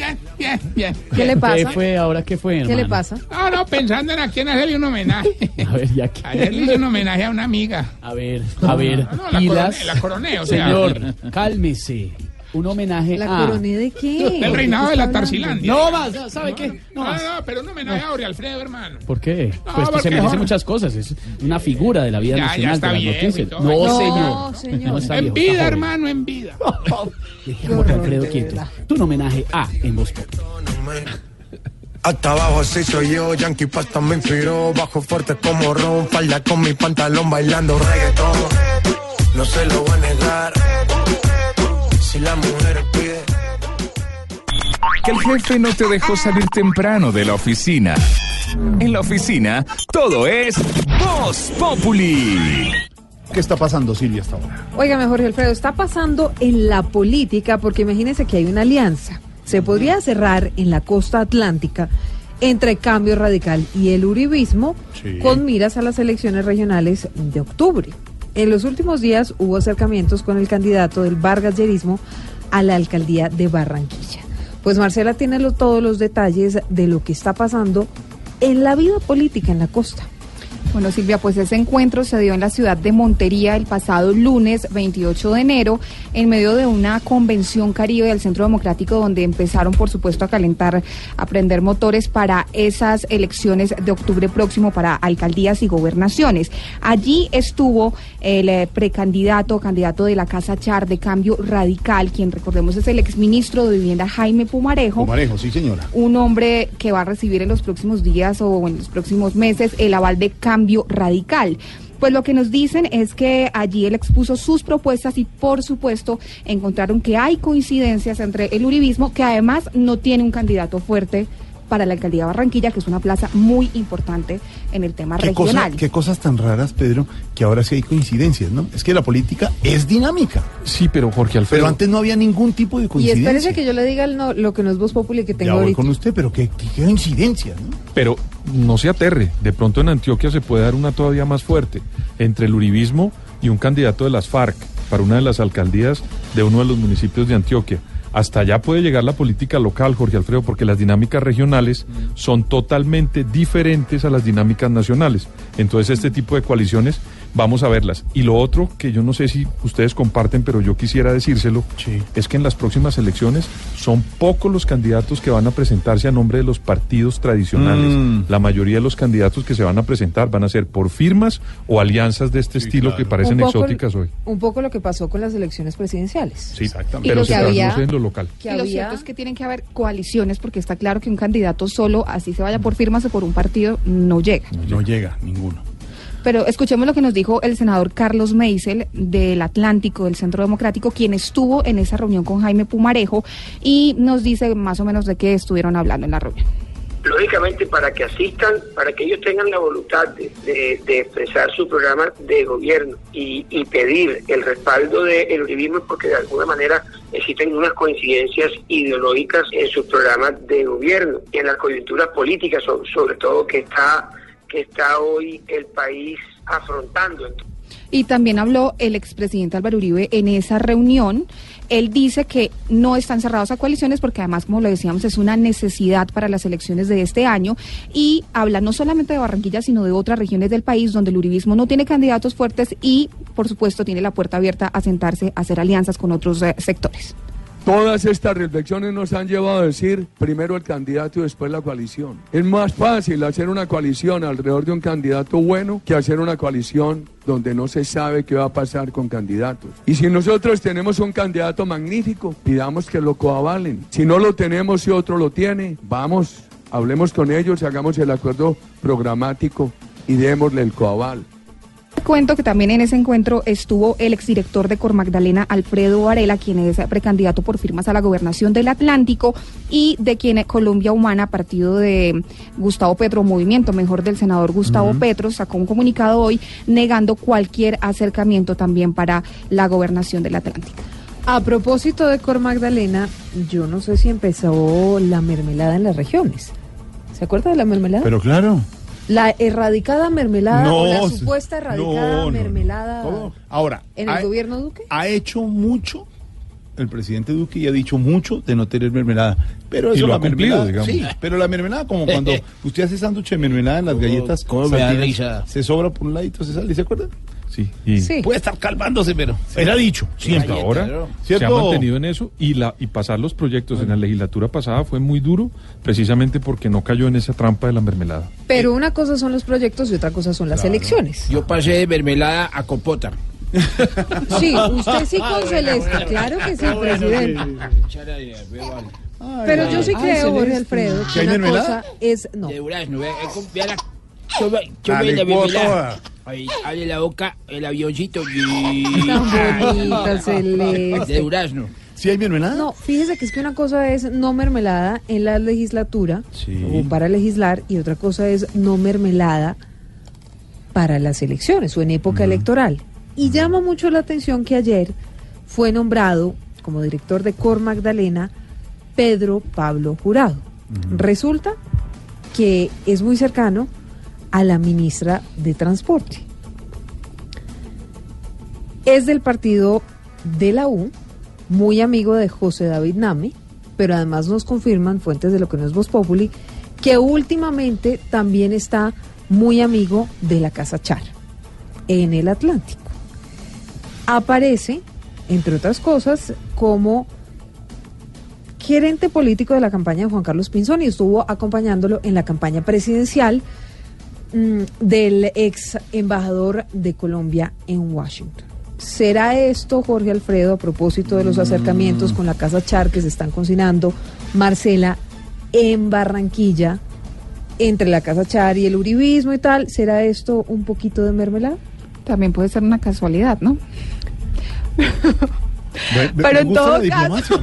¿Qué le pasa? ¿Qué fue ahora? ¿Qué fue, hermano? ¿Qué le pasa? No, pensando en a quién hacerle un homenaje. A ver, ya que. Ayer le hice un homenaje a una amiga. A ver, No, pilas. la coroné, o sea. Señor, cálmese. Un homenaje ¿La a. coroné de qué? Del reinado de la Tarsilandia. No más, ¿sabe qué? No, pero un homenaje a Jorge Alfredo, hermano. ¿Por qué? No, Pues que porque se merece Jorge- muchas cosas. Es una figura de la vida Ya nacional, está de las viejo y noticias. todo. No, No, señor. señor. No está En viejo, vida, está joven. hermano, en vida. Deje a Jorge Alfredo quieto. Tú un homenaje a en Voz Populi. Hasta abajo así soy yo, Yankee Pasta me inspiró. Bajo fuerte como Ron, falda con mi pantalón bailando reggaetón. No se lo voy a negar. Si la mujer pide. Que el jefe no te dejó salir temprano de la oficina. En la oficina, todo es Voz Populi. ¿Qué está pasando, Silvia, hasta ahora? Óigame, Jorge Alfredo, está pasando en la política porque imagínense que hay una alianza. Se podría cerrar en la costa atlántica entre Cambio Radical y el uribismo, sí, con miras a las elecciones regionales de octubre. En los últimos días hubo acercamientos con el candidato del Vargas Llerismo a la alcaldía de Barranquilla. Pues Marcela tiene todos los detalles de lo que está pasando en la vida política en la costa. Bueno, Silvia, pues ese encuentro se dio en la ciudad de Montería el pasado lunes 28 de enero, en medio de una convención caribe del Centro Democrático, donde empezaron, por supuesto, a prender motores para esas elecciones de octubre próximo para alcaldías y gobernaciones. Allí estuvo el candidato de la Casa Char de Cambio Radical, quien, recordemos, es el exministro de Vivienda Jaime Pumarejo. Pumarejo, sí, señora. Un hombre que va a recibir en los próximos días o en los próximos meses el aval de Cambio Radical. Pues lo que nos dicen es que allí él expuso sus propuestas y, por supuesto, encontraron que hay coincidencias entre el uribismo, que además no tiene un candidato fuerte para la alcaldía de Barranquilla, que es una plaza muy importante en el tema regional. Qué cosas tan raras, Pedro, que ahora sí hay coincidencias, ¿no? Es que la política es dinámica. Sí, pero Jorge Alfredo... Pero antes no había ningún tipo de coincidencia. Y espérese que yo le diga lo que no es Voz Populi que tengo ya voy ahorita. con usted, pero qué coincidencias, ¿no? Pero no se aterre, de pronto en Antioquia se puede dar una todavía más fuerte, entre el uribismo y un candidato de las FARC para una de las alcaldías de uno de los municipios de Antioquia. Hasta allá puede llegar la política local, Jorge Alfredo, porque las dinámicas regionales son totalmente diferentes a las dinámicas nacionales. Entonces este tipo de coaliciones vamos a verlas. Y lo otro que yo no sé si ustedes comparten, pero yo quisiera decírselo, sí, es que en las próximas elecciones son pocos los candidatos que van a presentarse a nombre de los partidos tradicionales. La mayoría de los candidatos que se van a presentar van a ser por firmas o alianzas de este estilo, claro, que parecen exóticas hoy. Un poco lo que pasó con las elecciones presidenciales. Sí, exactamente. Pero se traduce en lo local. Y lo cierto es que tienen que haber coaliciones, porque está claro que un candidato solo, así se vaya por firmas o por un partido, no llega. No llega ninguno. Pero escuchemos lo que nos dijo el senador Carlos Meisel del Atlántico, del Centro Democrático, quien estuvo en esa reunión con Jaime Pumarejo, y nos dice más o menos de qué estuvieron hablando en la reunión. Lógicamente, para que asistan, para que ellos tengan la voluntad de expresar su programa de gobierno y pedir el respaldo del uribismo, porque de alguna manera existen unas coincidencias ideológicas en sus programas de gobierno y en las coyunturas políticas, sobre todo que está hoy el país afrontando. Y también habló el expresidente Álvaro Uribe en esa reunión. Él dice que no están cerrados a coaliciones porque además, como lo decíamos, es una necesidad para las elecciones de este año, y habla no solamente de Barranquilla, sino de otras regiones del país donde el uribismo no tiene candidatos fuertes y, por supuesto, tiene la puerta abierta a sentarse a hacer alianzas con otros sectores. Todas estas reflexiones nos han llevado a decir primero el candidato y después la coalición. Es más fácil hacer una coalición alrededor de un candidato bueno que hacer una coalición donde no se sabe qué va a pasar con candidatos. Y si nosotros tenemos un candidato magnífico, pidamos que lo coavalen. Si no lo tenemos y otro lo tiene, vamos, hablemos con ellos, hagamos el acuerdo programático y démosle el coaval. Cuento que también en ese encuentro estuvo el exdirector de Cor Magdalena, Alfredo Varela, quien es precandidato por firmas a la gobernación del Atlántico, y de quien Colombia Humana, partido de Gustavo Petro, movimiento mejor del senador Gustavo Petro, sacó un comunicado hoy negando cualquier acercamiento también para la gobernación del Atlántico. A propósito de Cor Magdalena, yo no sé si empezó la mermelada en las regiones. ¿Se acuerda de la mermelada? Pero claro. La erradicada mermelada o la supuesta erradicada mermelada. ¿Cómo? Ahora, ¿en el gobierno Duque? Ha hecho mucho el presidente Duque y ha dicho mucho de no tener mermelada. Pero eso lo ha cumplido, digamos. Sí, pero la mermelada, como cuando usted hace sándwich de mermelada en las galletas, se sobra por un ladito, se sale, ¿se acuerdan? Sí, puede estar calmándose, pero era dicho siempre. Ahora se ha mantenido en eso, y pasar los proyectos en la legislatura pasada fue muy duro, precisamente porque no cayó en esa trampa de la mermelada. Pero una cosa son los proyectos y otra cosa son las elecciones. Yo pasé de mermelada a compota. Sí, usted sí con Celeste, claro que sí, presidente. Pero yo sí creo, Jorge Alfredo, que una cosa es no. De durazno, vea la... Chome la mermelada. Abre la boca, el avioncito. Tan bonita, Celeste. De durazno. ¿Sí hay mermelada? No, fíjese que es que una cosa es no mermelada en la legislatura o para legislar y otra cosa es no mermelada para las elecciones o en época electoral. Y llama mucho la atención que ayer fue nombrado como director de Cor Magdalena Pedro Pablo Jurado. Resulta que es muy cercano a la ministra de Transporte. Es del partido de la U, muy amigo de José David Name, pero además nos confirman fuentes de lo que no es Voz Populi, que últimamente también está muy amigo de la Casa Char, en el Atlántico. Aparece, entre otras cosas, como gerente político de la campaña de Juan Carlos Pinzón y estuvo acompañándolo en la campaña presidencial del ex embajador de Colombia en Washington. ¿Será esto, Jorge Alfredo, a propósito de los acercamientos con la Casa Char que se están cocinando, Marcela, en Barranquilla, entre la Casa Char y el uribismo y tal? ¿Será esto un poquito de mermelada? También puede ser una casualidad, ¿no? Pero en todo caso,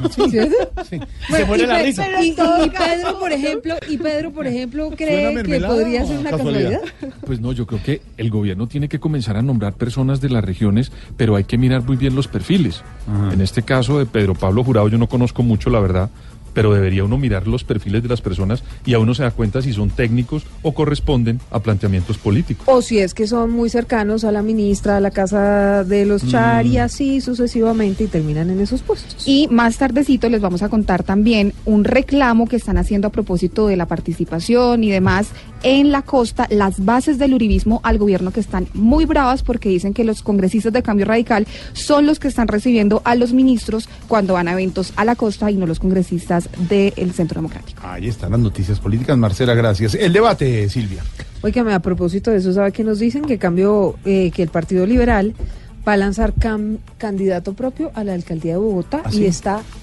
y Pedro, por ejemplo, cree que podría ser una casualidad. Pues no, yo creo que el gobierno tiene que comenzar a nombrar personas de las regiones, pero hay que mirar muy bien los perfiles. En este caso de Pedro Pablo Jurado yo no conozco mucho, la verdad, pero debería uno mirar los perfiles de las personas y a uno se da cuenta si son técnicos o corresponden a planteamientos políticos. O si es que son muy cercanos a la ministra, a la Casa de los Char y así sucesivamente y terminan en esos puestos. Y más tardecito les vamos a contar también un reclamo que están haciendo a propósito de la participación y demás en la costa, las bases del uribismo al gobierno, que están muy bravas porque dicen que los congresistas de Cambio Radical son los que están recibiendo a los ministros cuando van a eventos a la costa y no los congresistas del Centro Democrático. Ahí están las noticias políticas, Marcela, gracias. El debate, Silvia. Oígame, a propósito de eso, ¿sabe qué nos dicen? Que que el Partido Liberal va a lanzar candidato propio a la alcaldía de Bogotá. ¿Ah, sí? Y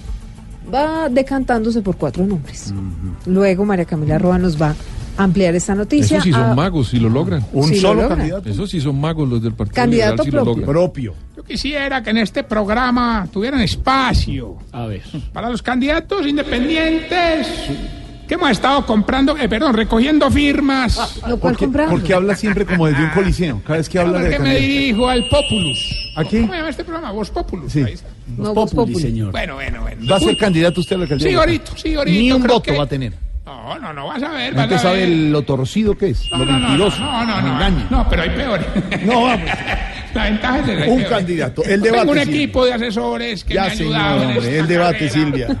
va decantándose por 4 nombres. Luego María Camila Roa nos va a ampliar esta noticia. Eso sí son magos, si lo logran. Un solo candidato. Eso sí son magos los del Partido Candidato Liberal, si propio. Yo quisiera que en este programa tuvieran espacio para los candidatos independientes que hemos estado recogiendo firmas. Porque habla siempre como desde un coliseo. Cada vez que habla de me dirijo al Populus. ¿A qué? ¿Cómo se llama este programa? Voz Populus. Sí. No, Voz Populi, señor. Bueno. ¿Va a ser candidato usted a la alcaldía? Sí, ahorita. Ni un voto va a tener. No, vas a ver. ¿No te sabe lo torcido que es? Lo mentiroso. No, pero hay peores. No, vamos. La ventaja es de un candidato. El debate. Tengo un equipo de asesores que me ha ayudado. El debate, Silvia.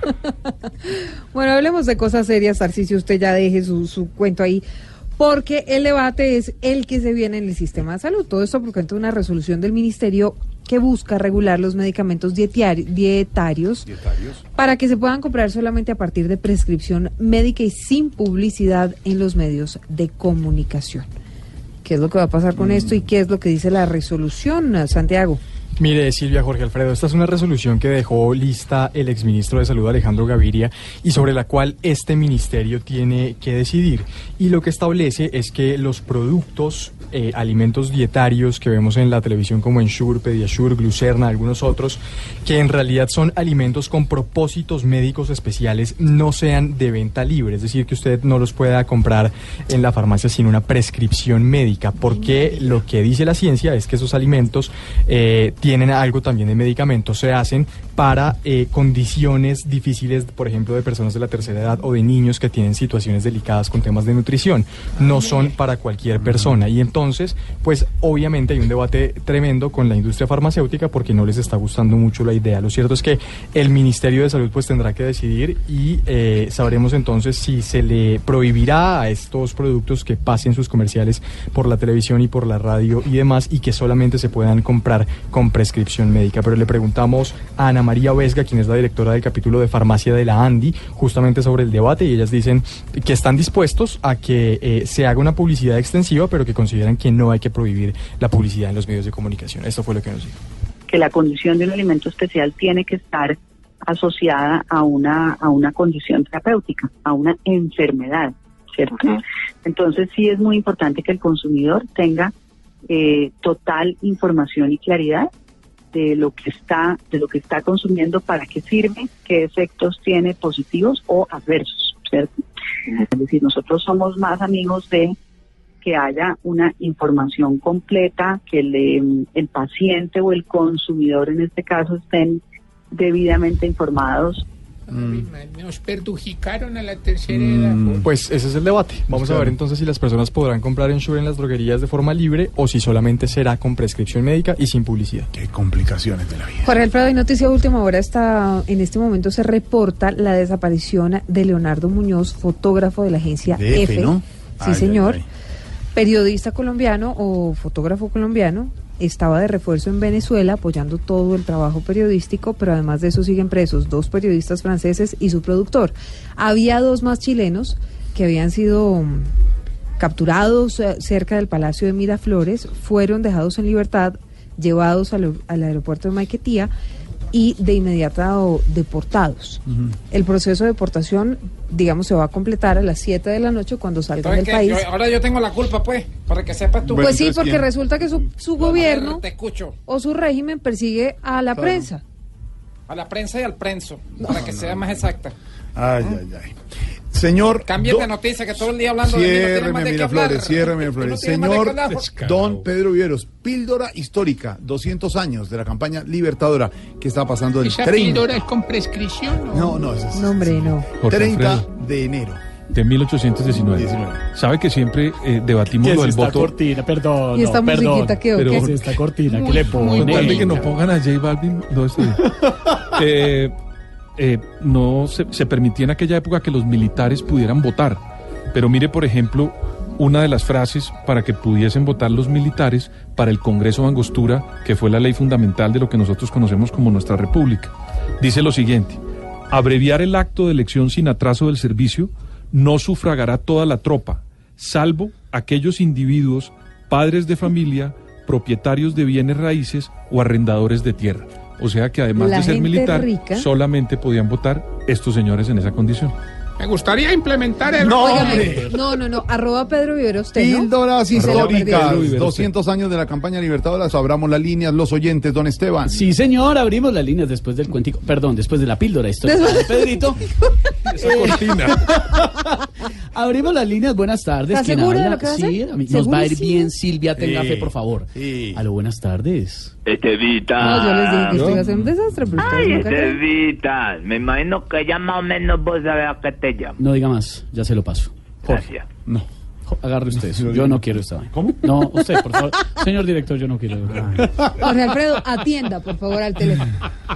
Bueno, hablemos de cosas serias, Tarcisio. Usted ya deje su cuento ahí. Porque el debate es el que se viene en el sistema de salud. Todo esto porque hay una resolución del ministerio que busca regular los medicamentos dietarios para que se puedan comprar solamente a partir de prescripción médica y sin publicidad en los medios de comunicación. ¿Qué es lo que va a pasar con esto y qué es lo que dice la resolución, Santiago? Mire, Silvia, Jorge Alfredo, esta es una resolución que dejó lista el exministro de Salud, Alejandro Gaviria, y sobre la cual este ministerio tiene que decidir. Y lo que establece es que los productos, alimentos dietarios que vemos en la televisión como Ensure, Pediasure, Glucerna, algunos otros, que en realidad son alimentos con propósitos médicos especiales, no sean de venta libre. Es decir, que usted no los pueda comprar en la farmacia sin una prescripción médica, porque lo que dice la ciencia es que esos alimentos tienen algo también de medicamentos, se hacen para condiciones difíciles, por ejemplo, de personas de la tercera edad o de niños que tienen situaciones delicadas con temas de nutrición. No son para cualquier persona. Y entonces, pues obviamente hay un debate tremendo con la industria farmacéutica porque no les está gustando mucho la idea. Lo cierto es que el Ministerio de Salud pues tendrá que decidir y sabremos entonces si se le prohibirá a estos productos que pasen sus comerciales por la televisión y por la radio y demás, y que solamente se puedan comprar con prescripción médica. Pero le preguntamos a Ana María Vesga, quien es la directora del capítulo de farmacia de la ANDI, justamente sobre el debate, y ellas dicen que están dispuestos a que se haga una publicidad extensiva, pero que consideran que no hay que prohibir la publicidad en los medios de comunicación. Esto fue lo que nos dijo. Que la condición de un alimento especial tiene que estar asociada a una condición terapéutica, a una enfermedad, ¿cierto? Entonces sí es muy importante que el consumidor tenga total información y claridad de lo que está consumiendo, para qué sirve, qué efectos tiene, positivos o adversos, ¿cierto? Es decir, nosotros somos más amigos de que haya una información completa, que el paciente o el consumidor en este caso estén debidamente informados. Nos perjudicaron a la tercera edad. Pues ese es el debate. Vamos a ver entonces si las personas podrán comprar Ensure en las droguerías de forma libre o si solamente será con prescripción médica y sin publicidad. Qué complicaciones de la vida. Jorge Alfredo, hay noticia de última hora. En este momento se reporta la desaparición de Leonardo Muñoz, fotógrafo de la agencia EFE, ¿no? Sí, señor. Periodista colombiano o fotógrafo colombiano. Estaba de refuerzo en Venezuela apoyando todo el trabajo periodístico, pero además de eso siguen presos 2 periodistas franceses y su productor. Había 2 más chilenos que habían sido capturados cerca del Palacio de Miraflores, fueron dejados en libertad, llevados al aeropuerto de Maiquetía y de inmediato deportados. El proceso de deportación, digamos, se va a completar a las 7 de la noche cuando salgan del país. Ahora yo tengo la culpa, pues, para que sepas tú. Bueno, pues sí, porque resulta que su gobierno o su régimen persigue a la prensa. A la prensa y al prenso, para que sea más exacta. Ay. Señor... Cambien de noticia, que todo el día hablando de mí, no tiene más de qué hablar. Ciérreme, Flores. Señor Don Pedro Viveros, píldora histórica, 200 años de la campaña libertadora, que está pasando el 30... ¿Esa píldora es con prescripción? No, es no, hombre, no. 30 de enero. De 1819. ¿Sabe que siempre debatimos lo del voto? Cortina, perdón. ¿Y esta musiquita qué o qué? Es esta cortina que le pongo. Con tal de que no pongan a J Balvin, no estoy. No se permitía en aquella época que los militares pudieran votar. Pero mire, por ejemplo, una de las frases para que pudiesen votar los militares para el Congreso de Angostura, que fue la ley fundamental de lo que nosotros conocemos como nuestra república. Dice lo siguiente: abreviar el acto de elección sin atraso del servicio, no sufragará toda la tropa, salvo aquellos individuos, padres de familia, propietarios de bienes raíces o arrendadores de tierra. O sea que además de ser militar, solamente podían votar estos señores en esa condición. Me gustaría implementar el... No, @ Pedro Viveros, píldoras históricas, 200 años de la campaña libertadora. Abramos las líneas, los oyentes, don Esteban. Sí, señor, abrimos las líneas después del cuentico. Perdón, después de la píldora histórica de Pedrito. Esa cortina. Abrimos las líneas, buenas tardes. ¿Estás seguro de lo que va a hacer? Sí, nos va a ir bien, Silvia, tenga fe, por favor. Sí. Aló, buenas tardes. Estevita. No, yo les dije que esto iba a ser un desastre, pero ay, Estevita, me imagino que ya más o menos vos sabés a qué te llamo. No diga más, ya se lo paso. Gracias. No. Agarre usted eso. Yo no quiero esta vaina. ¿Cómo? No, usted, por favor. Señor director, yo no quiero. Jorge Alfredo, atienda, por favor, al teléfono.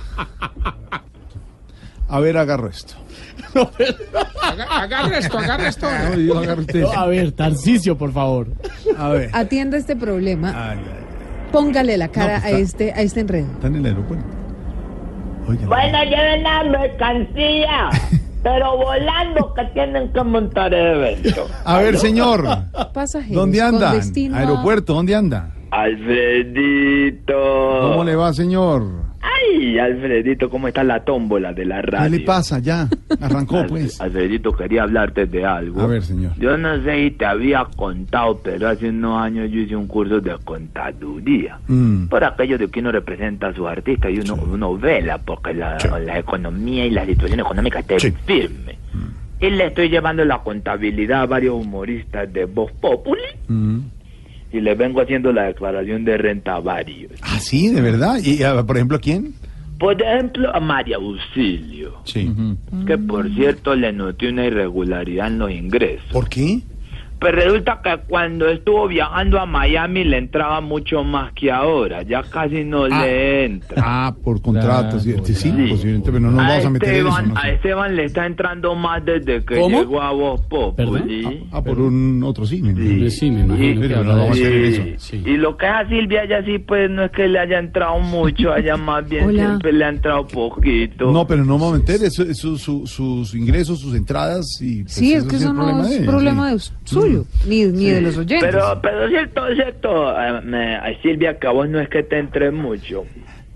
A ver, agarro esto. Agarra esto. No, a ver, Tarcisio, por favor. A ver. Atienda este problema. Póngale la cara a este enredo. Está en el aeropuerto. Oigan. Bueno, lleven la mercancía, pero volando, que tienen que montar el evento. A ver, señor. Pasajeros. ¿Dónde anda? Aeropuerto, ¿dónde anda? Alfredito. ¿Cómo le va, señor? Ay, Alfredito, ¿cómo está la tómbola de la radio? ¿Qué le pasa? Ya, arrancó pues. Alfredito, quería hablarte de algo. A ver, señor. Yo no sé si te había contado, pero hace unos años yo hice un curso de contaduría. Por aquello de que uno representa a sus artistas y uno vela porque la economía y la situación económica esté firme. Y le estoy llevando la contabilidad a varios humoristas de Voz Populi. Y le vengo haciendo la declaración de renta a varios. Ah, sí, de verdad. ¿Y por ejemplo a quién? Por ejemplo a María Auxilio. Sí. Que por cierto le noté una irregularidad en los ingresos. ¿Por qué? Pues resulta que cuando estuvo viajando a Miami le entraba mucho más que ahora. Ya casi no le entra. Por contratos. Sí, posiblemente, pero no nos vamos a meter en eso. No sé. A Esteban le está entrando más desde que llegó a Voz Populi. Por un otro cine. Sí, me imagino. Pero no vamos a meter en eso. Sí. Y lo que es a Silvia, ya sí, pues no es que le haya entrado mucho, allá más bien siempre le ha entrado poquito. No, pero no vamos a meter eso, sus ingresos, sus entradas. Y, pues, sí, es que eso no es problema de suyo. Ni de los oyentes. Pero cierto, a Silvia, que a vos no es que te entre mucho. No,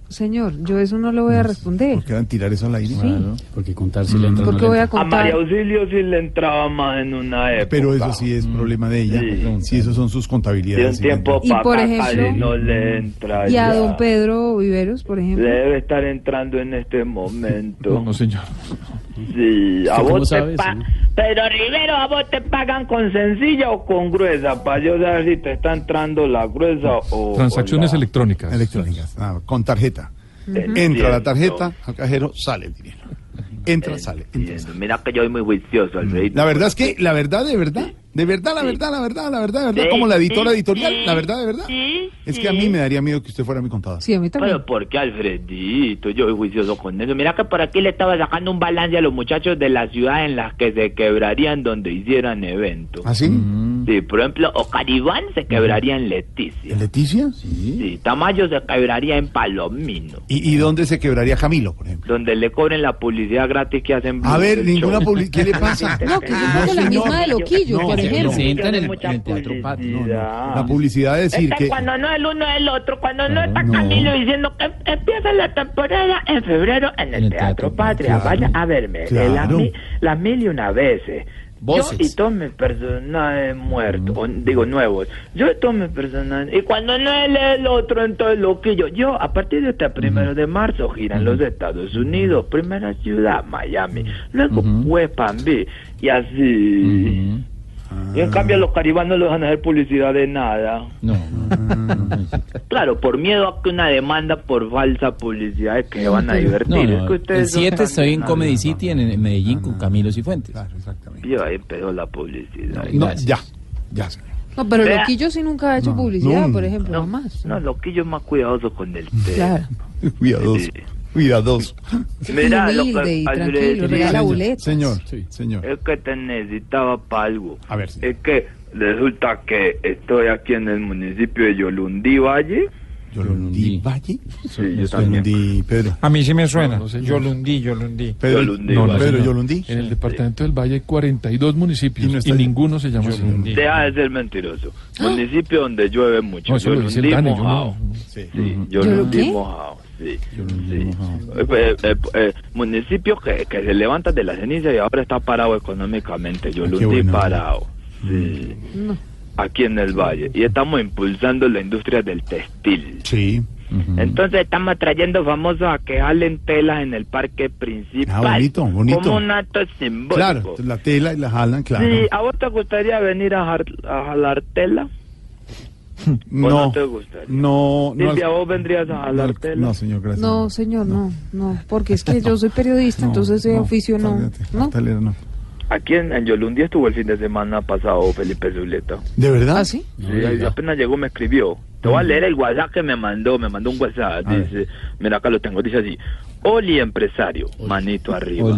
señor, yo eso no le voy a responder. ¿Por qué van a tirar eso al aire? Sí. Claro. Porque contar si le entra. ¿Por qué voy a contar? A María Auxilio sí le entraba más en una época. Pero eso sí es problema de ella. Sí, esos son sus contabilidades. De un tiempo y para por acá ejemplo, casi no le entra. Y a ya. don Pedro Viveros, por ejemplo. Le debe estar entrando en este momento. No, señor. Sí, a ¿Cómo vos te sabes, no? Pero Rivero, ¿a vos te pagan con sencilla o con gruesa? Para yo saber si te está entrando la gruesa o... Transacciones o la... electrónicas. Electrónicas, con tarjeta. Entra la tarjeta al cajero, sale el dinero. Entra, sale. Mira que yo soy muy juicioso, Alfredito. La verdad es que, la verdad, de verdad, como la editora editorial, la verdad, es que a mí me daría miedo que usted fuera mi contador. Sí, a mí también. Pero ¿por qué, Alfredito? Yo soy juicioso con eso. Mira que por aquí le estaba sacando un balance a los muchachos de la ciudad en las que se quebrarían donde hicieran eventos. ¿Ah, sí? Sí, por ejemplo, Ocaribán se quebraría en Leticia. ¿En Leticia? Sí, Tamayo se quebraría en Palomino. ¿Y dónde se quebraría Camilo, por ejemplo? Donde le cobren la publicidad gratis que hacen. A ver, ninguna publicidad. ¿Qué le pasa? No, que yo pongo la misma de Loquillo, por ejemplo. Se entra en el Teatro Patio. La publicidad es decir que... Cuando no el uno el otro, cuando no está Camilo diciendo que empieza la temporada en febrero en el Teatro Patria. Claro, Vaya a verme. claro. Las mil y una veces. Voces. Yo y todos mis personajes muertos, digo nuevos. Yo y todos mis personajes. Y cuando no él es el otro, entonces Loquillo. Yo, a partir de este 1 de marzo, gira en los Estados Unidos. Primera ciudad, Miami. Luego, West Palm Beach. Y así. Y en cambio, a los caribanos no les van a hacer publicidad de nada. No. Claro, por miedo a que una demanda por falsa publicidad es que se van a divertir. No, Es que ustedes el 7 son estoy en tan- Comedy City en Medellín con Camilo Cifuentes. Claro, exactamente. Yo ahí empezó la publicidad. No, ya, señor. No, pero Vea. Loquillo sí nunca ha hecho publicidad, por ejemplo, No, jamás. no, Loquillo es más cuidadoso con el tema. Claro. Cuidadoso. Mira, lo Humilde que y tranquilo, Alfredito, regala boletas. Señor. es que te necesitaba para algo. A ver, señor. Es que resulta que estoy aquí en el municipio de Yolundí Valle. ¿Yolundí Valle? Sí, yo también. Yolundí, Pedro. A mí sí me suena. No, señor. Yolundí. Pedro, Yolundí, no, Valle. Pedro señor. Yolundí. En el departamento del Valle hay 42 municipios Y no está y allí. ninguno se llama así. Deja de ser mentiroso. Municipio donde llueve mucho. No, eso lo dice el Yolundí Dani, yo mojado. no. Sí. Sí, ¿Yo Yolundí qué? mojado. Sí. Yolundí mojado. Municipio que se levanta de la ceniza y ahora está parado económicamente. Yolundí bueno. parado. Sí. No. Aquí en el Valle. Y estamos impulsando la industria del textil. Sí. Entonces estamos trayendo famosos a que jalen telas en el parque principal. Ah, bonito. Como un acto simbólico. Claro, la tela y la jalan, claro. Sí, ¿a vos te gustaría venir a jalar tela? No, te gustaría? no. Silvia, ¿vos vendrías a jalar no, tela? no, señor, gracias. No, señor, no, porque es que yo soy periodista, entonces ese oficio no. Talera, no. Aquí en Yolundí estuvo el fin de semana pasado Felipe Zuleta. ¿De verdad? ¿Ah, sí? Sí, apenas llegó me escribió. Te voy a leer el WhatsApp que me mandó un WhatsApp. Dice, mira acá lo tengo, dice así: Oli empresario, manito arriba.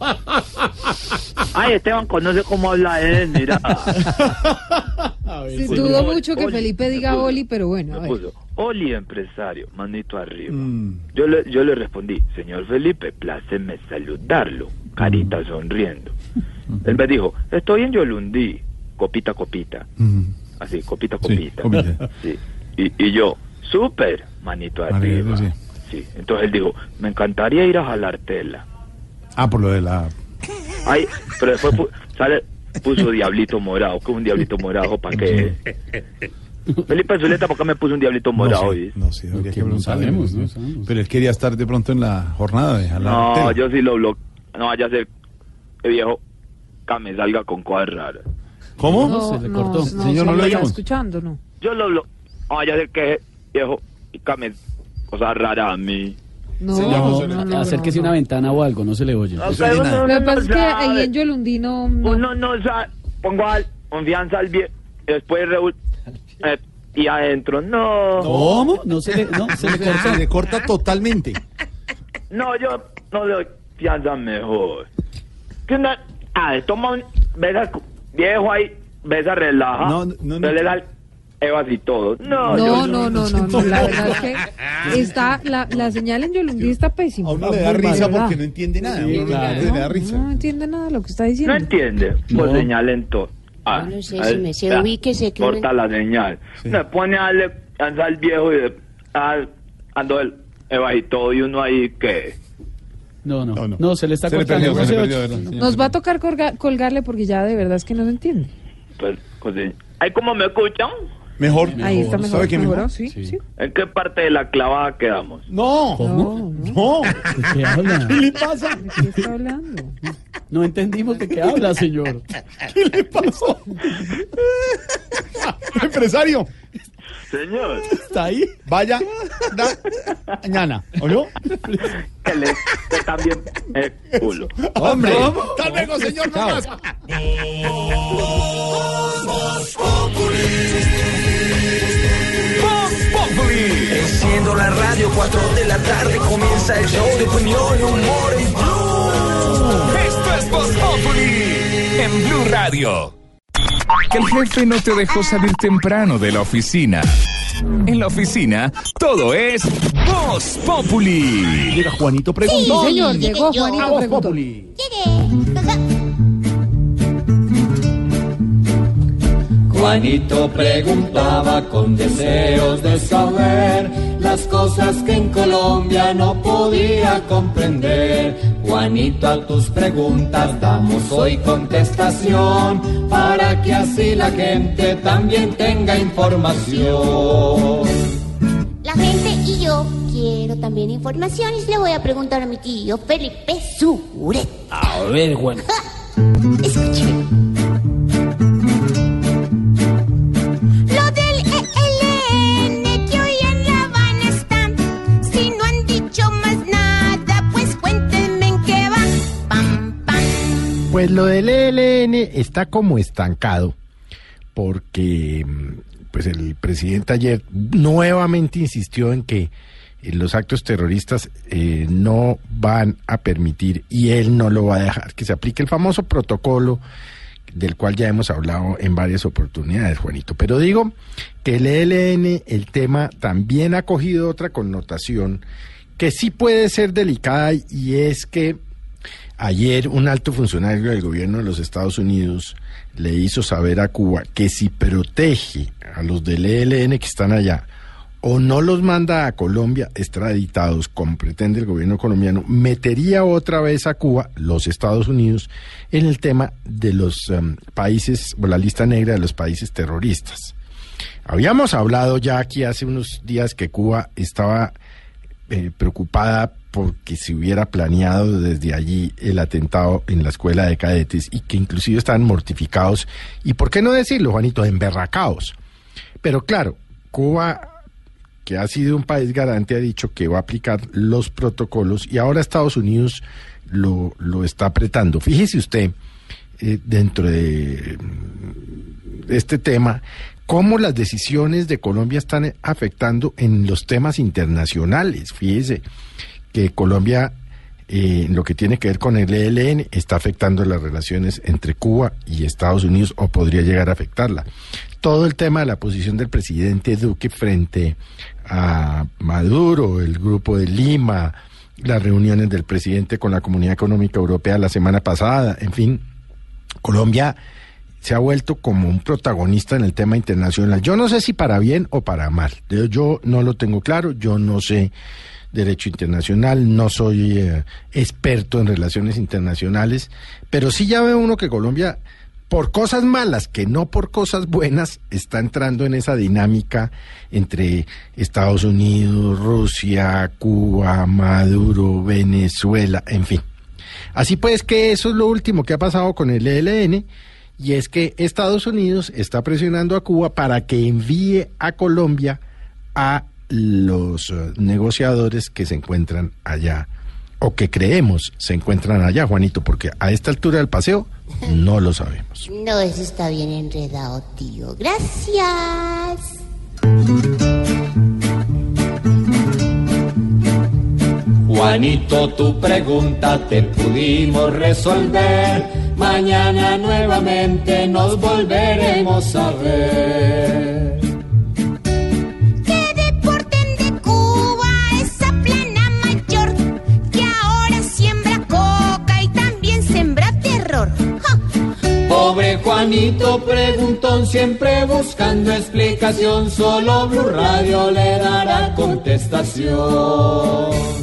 Ay, Esteban conoce cómo habla él, mira. Sí, dudo mucho que Felipe diga Oli, pero bueno, a ver. Puso, Oli empresario, manito arriba. Yo le respondí: señor Felipe, pláceme saludarlo, carita sonriendo. Él me dijo: estoy en Yolundí, copita. Así, copita. Sí. Y yo, súper, manito arriba. Sí. Entonces él dijo: me encantaría ir a jalar tela. Ah, por lo de la... Ay, pero después puso diablito morado. ¿Qué es un diablito morado? ¿Para qué? Felipe Zuleta, ¿por qué me puso un diablito morado? No sé, habría que preguntarle. No sabemos. Pero él quería estar de pronto en la jornada de jalar No, tela. yo sí lo bloqueo. No vaya a ser que viejo que me salga con cosas raras. ¿Cómo? No, Se le cortó. no, Señor, no lo lo está oímos. escuchando, ¿no? Yo lo bloqueo. No vaya a ser que viejo que me cosas raras a mí. No, acérquese una ventana o algo, no se le oye. Lo que pasa es que ahí en Yolundí no... Uno no sabe, pongo confianza al viejo, después y adentro, no. ¿Cómo? No se le corta. Se le corta totalmente. No, yo no le doy confianza mejor. ¿Qué onda? Toma un... Besa, viejo ahí, besa, relaja. No. Le da Evas y todo. No, la verdad es que está la señal en Yolundí está pésima. A uno le da risa porque no entiende nada. Sí, claro. Le da risa. No entiende nada de lo que está diciendo. No entiende. Pues señalen todo. No sé si me se ubíquese que corta la señal. Me pone a darle al viejo y ando y todo y uno ahí, ¿qué? No, se le está cortando. Nos va a tocar colgarle porque ya de verdad es que no se entiende. Pues, ¿ahí cómo me escuchan? Mejor. Ahí está mejor. ¿Sabe qué mejor? Sí. ¿En qué parte de la clavada quedamos? No. ¿De qué habla? ¿Qué le pasa? ¿De qué está hablando? No entendimos de qué habla, señor. ¿Qué le pasó? Empresario. Señor. ¿Está ahí? Vaya mañana, ¿oyó? Que le también culo. ¡Hombre! ¡Hasta luego, señor! ¡No más! Enciendo la radio, 4 de la tarde comienza el show de opinión y humor en Blue. Esto es Voz Populi en Blue Radio. Que el jefe no te dejó salir temprano de la oficina. En la oficina, todo es Voz Populi. Llega Juanito Preguntón. Sí, señor, llegó Juanito Preguntón. Juanito preguntaba con deseos de saber las cosas que en Colombia no podía comprender. Juanito, a tus preguntas damos hoy contestación, para que así la gente también tenga información. La gente y yo quiero también información y le voy a preguntar a mi tío Felipe Suret. A ver, Juan. Escúcheme. Lo del ELN que hoy en La Habana está. Si no han dicho más nada, pues cuéntenme en qué va. Pam, pam. Pues lo del ELN está como estancado, porque pues el presidente ayer nuevamente insistió en que los actos terroristas no van a permitir, y él no lo va a dejar, que se aplique el famoso protocolo del cual ya hemos hablado en varias oportunidades, Juanito. Pero digo que el ELN, el tema también ha cogido otra connotación que sí puede ser delicada, y es que ayer un alto funcionario del gobierno de los Estados Unidos le hizo saber a Cuba que si protege a los del ELN que están allá o no los manda a Colombia extraditados, como pretende el gobierno colombiano, metería otra vez a Cuba, los Estados Unidos, en el tema de los países, o la lista negra de los países terroristas. Habíamos hablado ya aquí hace unos días que Cuba estaba preocupada porque se hubiera planeado desde allí el atentado en la escuela de cadetes, y que inclusive estaban mortificados, y por qué no decirlo, Juanito, emberracados. Pero claro, Cuba, que ha sido un país garante, ha dicho que va a aplicar los protocolos, y ahora Estados Unidos lo está apretando. Fíjese usted, dentro de este tema, cómo las decisiones de Colombia están afectando en los temas internacionales. Fíjese que Colombia, en lo que tiene que ver con el ELN, está afectando las relaciones entre Cuba y Estados Unidos, o podría llegar a afectarla. Todo el tema de la posición del presidente Duque frente a Maduro, el Grupo de Lima, las reuniones del presidente con la Comunidad Económica Europea la semana pasada, en fin, Colombia se ha vuelto como un protagonista en el tema internacional. Yo no sé si para bien o para mal, yo no lo tengo claro, yo no sé derecho internacional, no soy experto en relaciones internacionales, pero sí ya ve uno que Colombia, por cosas malas, que no por cosas buenas, está entrando en esa dinámica entre Estados Unidos, Rusia, Cuba, Maduro, Venezuela, en fin. Así pues, que eso es lo último que ha pasado con el ELN, y es que Estados Unidos está presionando a Cuba para que envíe a Colombia a los negociadores que se encuentran allá, o que creemos se encuentran allá, Juanito, porque a esta altura del paseo no lo sabemos. No, eso está bien enredado, tío. Gracias. Juanito, tu pregunta te pudimos resolver. Mañana nuevamente nos volveremos a ver. Que deporten de Cuba esa plana mayor, que ahora siembra coca y también sembra terror. ¡Ja! Pobre Juanito preguntón, siempre buscando explicación, solo Blue Radio le dará la contestación.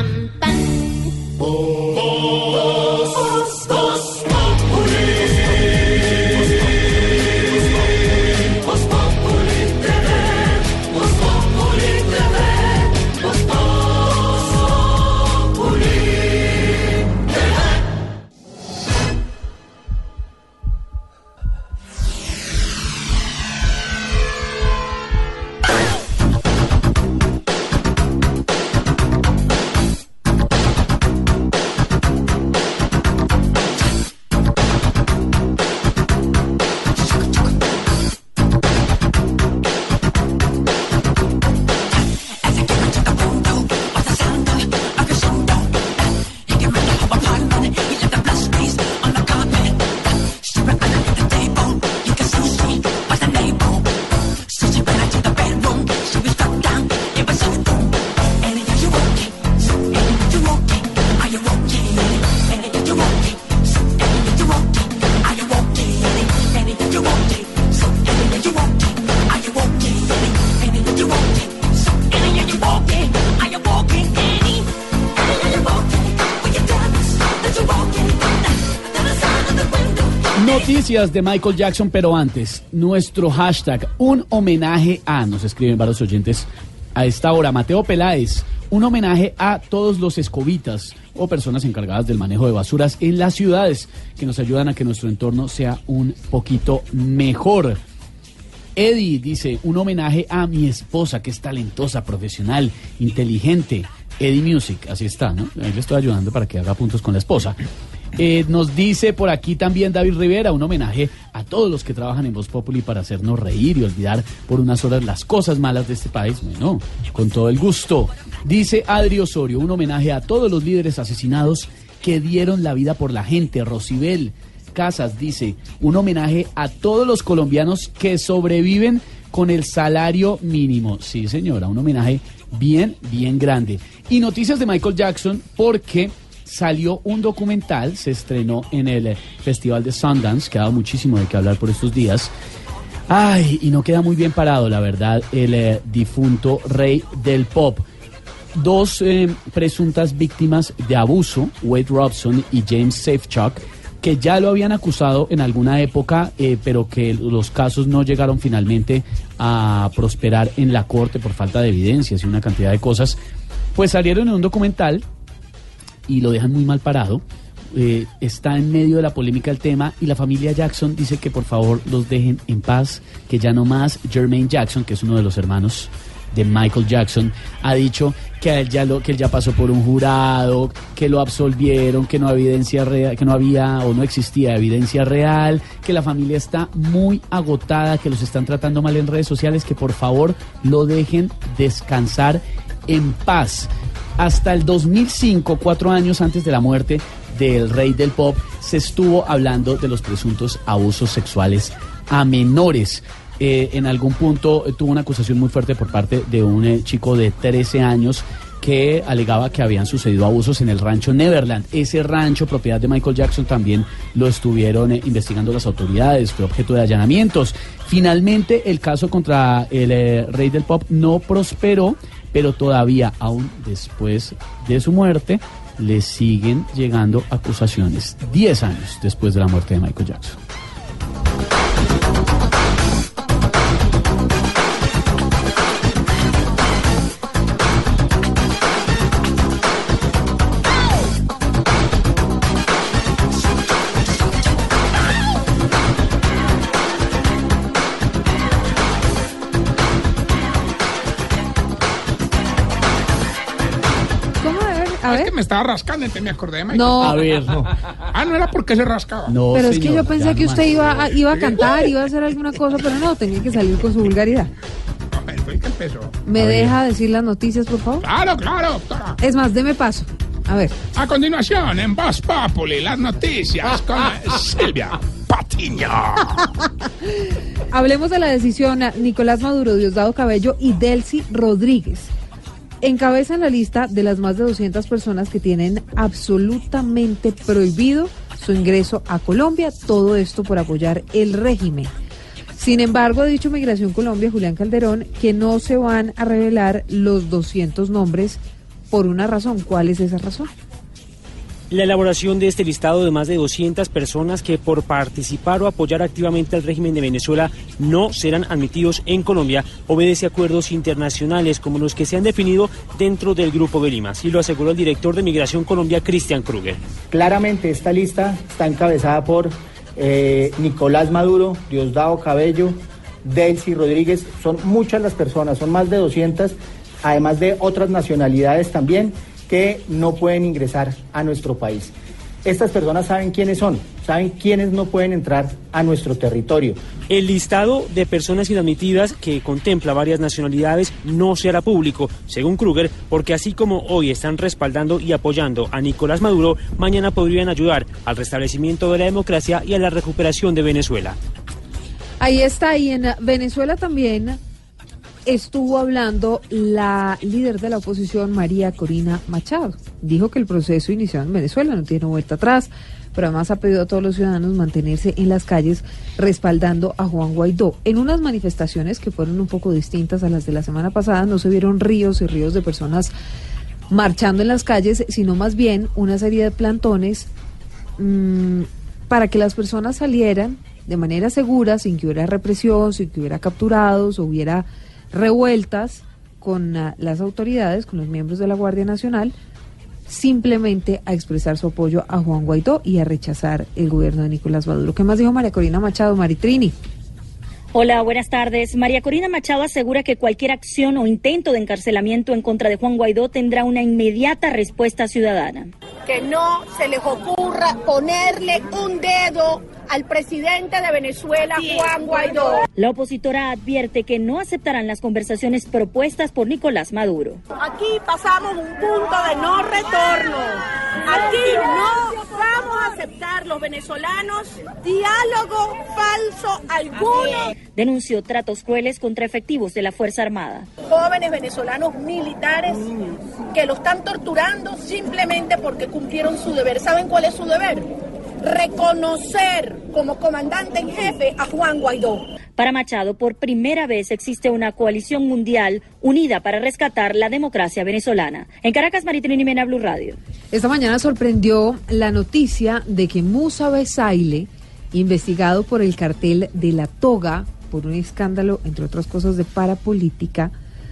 Noticias de Michael Jackson, pero antes, nuestro hashtag, un homenaje a, nos escriben varios oyentes a esta hora, Mateo Peláez, un homenaje a todos los escobitas o personas encargadas del manejo de basuras en las ciudades que nos ayudan a que nuestro entorno sea un poquito mejor. Eddie dice, un homenaje a mi esposa, que es talentosa, profesional, inteligente. Eddie Music, así está, ¿no? Ahí le estoy ayudando para que haga puntos con la esposa. Nos dice por aquí también David Rivera, un homenaje a todos los que trabajan en Voz Populi para hacernos reír y olvidar por unas horas las cosas malas de este país. Bueno, con todo el gusto. Dice Adri Osorio, un homenaje a todos los líderes asesinados que dieron la vida por la gente. Rosibel Casas dice, un homenaje a todos los colombianos que sobreviven con el salario mínimo. Sí, señora, un homenaje bien, bien grande. Y noticias de Michael Jackson porque salió un documental, se estrenó en el Festival de Sundance, que ha dado muchísimo de qué hablar por estos días. Ay, y no queda muy bien parado, la verdad, el difunto rey del pop. Dos presuntas víctimas de abuso, Wade Robson y James Safechuck, que ya lo habían acusado en alguna época, pero que los casos no llegaron finalmente a prosperar en la corte por falta de evidencias y una cantidad de cosas, pues salieron en un documental y lo dejan muy mal parado. Está en medio de la polémica el tema y la familia Jackson dice que por favor los dejen en paz, que ya no más. Jermaine Jackson, que es uno de los hermanos de Michael Jackson, ha dicho que él ya pasó por un jurado, que lo absolvieron, que no había evidencia real, que no había o no existía evidencia real, que la familia está muy agotada, que los están tratando mal en redes sociales, que por favor lo dejen descansar en paz. Hasta el 2005, 4 años antes de la muerte del rey del pop, se estuvo hablando de los presuntos abusos sexuales a menores. En algún punto tuvo una acusación muy fuerte por parte de un chico de 13 años que alegaba que habían sucedido abusos en el rancho Neverland. Ese rancho, propiedad de Michael Jackson, también lo estuvieron investigando las autoridades, fue objeto de allanamientos. Finalmente, el caso contra el rey del pop no prosperó, pero todavía, aún después de su muerte, le siguen llegando acusaciones 10 años después de la muerte de Michael Jackson. Es que me estaba rascando, entonces me acordé de Michael. No. A ver, no. Ah, no era porque se rascaba. No, pero es señor, que yo pensé que usted iba a cantar, iba a hacer alguna cosa, pero no, tenía que salir con su vulgaridad. No, fue el que empezó. ¿Me deja decir las noticias, por favor? Claro, doctora. Es más, deme paso. A ver. A continuación, en Voz Populi, las noticias con Silvia Patiño. Hablemos de la decisión. Nicolás Maduro, Diosdado Cabello y Delcy Rodríguez encabezan la lista de las más de 200 personas que tienen absolutamente prohibido su ingreso a Colombia, todo esto por apoyar el régimen. Sin embargo, ha dicho Migración Colombia, Julián Calderón, que no se van a revelar los 200 nombres por una razón. ¿Cuál es esa razón? La elaboración de este listado de más de 200 personas que por participar o apoyar activamente al régimen de Venezuela no serán admitidos en Colombia obedece a acuerdos internacionales como los que se han definido dentro del Grupo de Lima. Así lo aseguró el director de Migración Colombia, Christian Kruger. Claramente esta lista está encabezada por Nicolás Maduro, Diosdado Cabello, Delcy Rodríguez. Son muchas las personas, son más de 200, además de otras nacionalidades también, que no pueden ingresar a nuestro país. Estas personas saben quiénes son, saben quiénes no pueden entrar a nuestro territorio. El listado de personas inadmitidas, que contempla varias nacionalidades, no se hará público, según Kruger, porque así como hoy están respaldando y apoyando a Nicolás Maduro, mañana podrían ayudar al restablecimiento de la democracia y a la recuperación de Venezuela. Ahí está, y en Venezuela también estuvo hablando la líder de la oposición, María Corina Machado. Dijo que el proceso iniciado en Venezuela no tiene vuelta atrás, pero además ha pedido a todos los ciudadanos mantenerse en las calles respaldando a Juan Guaidó. En unas manifestaciones que fueron un poco distintas a las de la semana pasada, no se vieron ríos y ríos de personas marchando en las calles, sino más bien una serie de plantones para que las personas salieran de manera segura, sin que hubiera represión, sin que hubiera capturados o hubiera revueltas con las autoridades, con los miembros de la Guardia Nacional, simplemente a expresar su apoyo a Juan Guaidó y a rechazar el gobierno de Nicolás Maduro. ¿Qué más dijo María Corina Machado? Maritrini. Hola, buenas tardes. María Corina Machado asegura que cualquier acción o intento de encarcelamiento en contra de Juan Guaidó tendrá una inmediata respuesta ciudadana. Que no se les ocurra ponerle un dedo al presidente de Venezuela, Juan Guaidó. La opositora advierte que no aceptarán las conversaciones propuestas por Nicolás Maduro. Aquí pasamos un punto de no retorno. Aquí no vamos a aceptar los venezolanos diálogo falso alguno. Denunció tratos crueles contra efectivos de la Fuerza Armada. Jóvenes venezolanos militares que lo están torturando simplemente porque cumplieron su deber. ¿Saben cuál es su deber? Reconocer como comandante en jefe a Juan Guaidó. Para Machado, por primera vez existe una coalición mundial unida para rescatar la democracia venezolana. En Caracas, Maritrini Mena, Blue Radio. Esta mañana sorprendió la noticia de que Musa Besaile, investigado por el cartel de La Toga, por un escándalo, entre otras cosas, de parapolítica,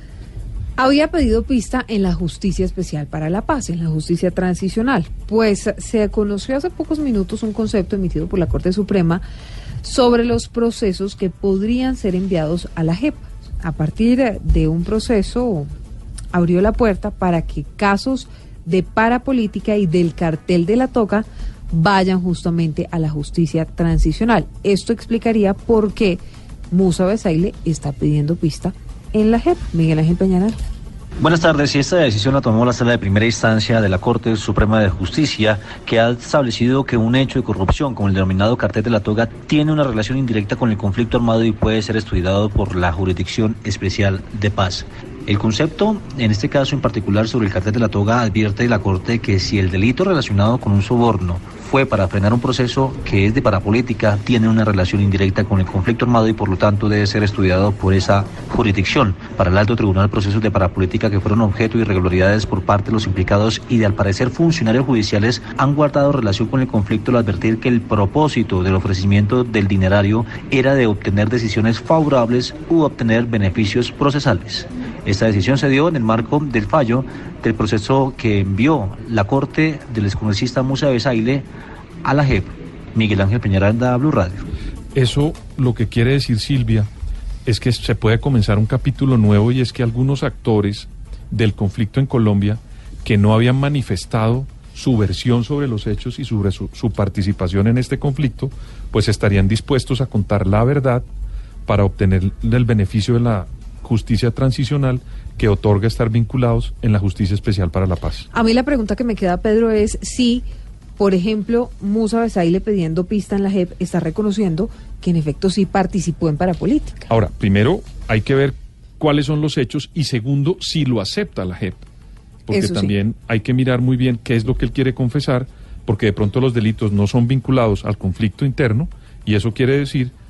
había pedido pista en la Justicia Especial para la Paz, en la Justicia Transicional. Pues se conoció hace pocos minutos un concepto emitido por la Corte Suprema sobre los procesos que podrían ser enviados a la JEP. A partir de un proceso abrió la puerta para que casos de parapolítica y del cartel de La Toga vayan justamente a la Justicia Transicional. Esto explicaría por qué Musa Besaile está pidiendo pista en la JEP. Miguel Ángel Peñanal. Buenas tardes. Y esta decisión la tomó la Sala de Primera Instancia de la Corte Suprema de Justicia, que ha establecido que un hecho de corrupción como el denominado cartel de La Toga tiene una relación indirecta con el conflicto armado y puede ser estudiado por la Jurisdicción Especial de Paz. El concepto, en este caso en particular sobre el cartel de La Toga, advierte la Corte que si el delito relacionado con un soborno fue para frenar un proceso que es de parapolítica, tiene una relación indirecta con el conflicto armado y por lo tanto debe ser estudiado por esa jurisdicción. Para el Alto Tribunal, procesos de parapolítica que fueron objeto de irregularidades por parte de los implicados y de al parecer funcionarios judiciales han guardado relación con el conflicto al advertir que el propósito del ofrecimiento del dinerario era de obtener decisiones favorables u obtener beneficios procesales. Esta decisión se dio en el marco del fallo del proceso que envió la Corte del excongresista Musa Besaile a la JEP. Miguel Ángel Peñaranda, Blue Radio. Eso lo que quiere decir, Silvia, es que se puede comenzar un capítulo nuevo, y es que algunos actores del conflicto en Colombia que no habían manifestado su versión sobre los hechos y sobre su participación en este conflicto, pues estarían dispuestos a contar la verdad para obtener el beneficio de la justicia transicional que otorga estar vinculados en la Justicia Especial para la Paz. A mí la pregunta que me queda, Pedro, es si, por ejemplo, Musa Besaile pidiendo pista en la JEP está reconociendo que en efecto sí participó en parapolítica. Ahora, primero hay que ver cuáles son los hechos y segundo, si lo acepta la JEP. Porque Eso también hay que mirar muy bien qué es lo que él quiere confesar, porque de pronto los delitos no son vinculados al conflicto interno y eso quiere decir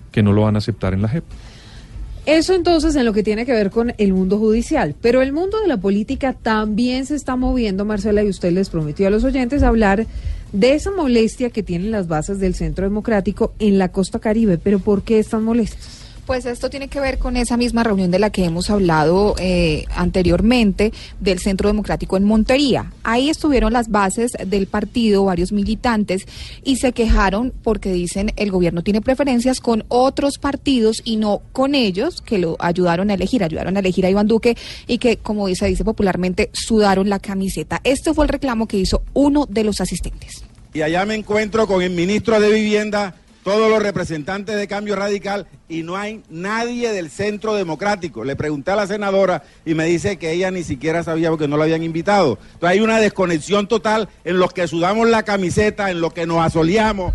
que no lo van a aceptar en la JEP. Eso entonces en lo que tiene que ver con el mundo judicial, pero el mundo de la política también se está moviendo, Marcela, y usted les prometió a los oyentes hablar de esa molestia que tienen las bases del Centro Democrático en la costa Caribe. ¿Pero por qué están molestas? Pues esto tiene que ver con esa misma reunión de la que hemos hablado anteriormente del Centro Democrático en Montería. Ahí estuvieron las bases del partido, varios militantes, y se quejaron porque dicen el gobierno tiene preferencias con otros partidos y no con ellos, que lo ayudaron a elegir a Iván Duque y que, como se dice popularmente, sudaron la camiseta. Este fue el reclamo que hizo uno de los asistentes. Y allá me encuentro con el ministro de Vivienda, todos los representantes de Cambio Radical, y no hay nadie del Centro Democrático. Le pregunté a la senadora y me dice que ella ni siquiera sabía porque no la habían invitado. Entonces hay una desconexión total en los que sudamos la camiseta, en los que nos asoleamos.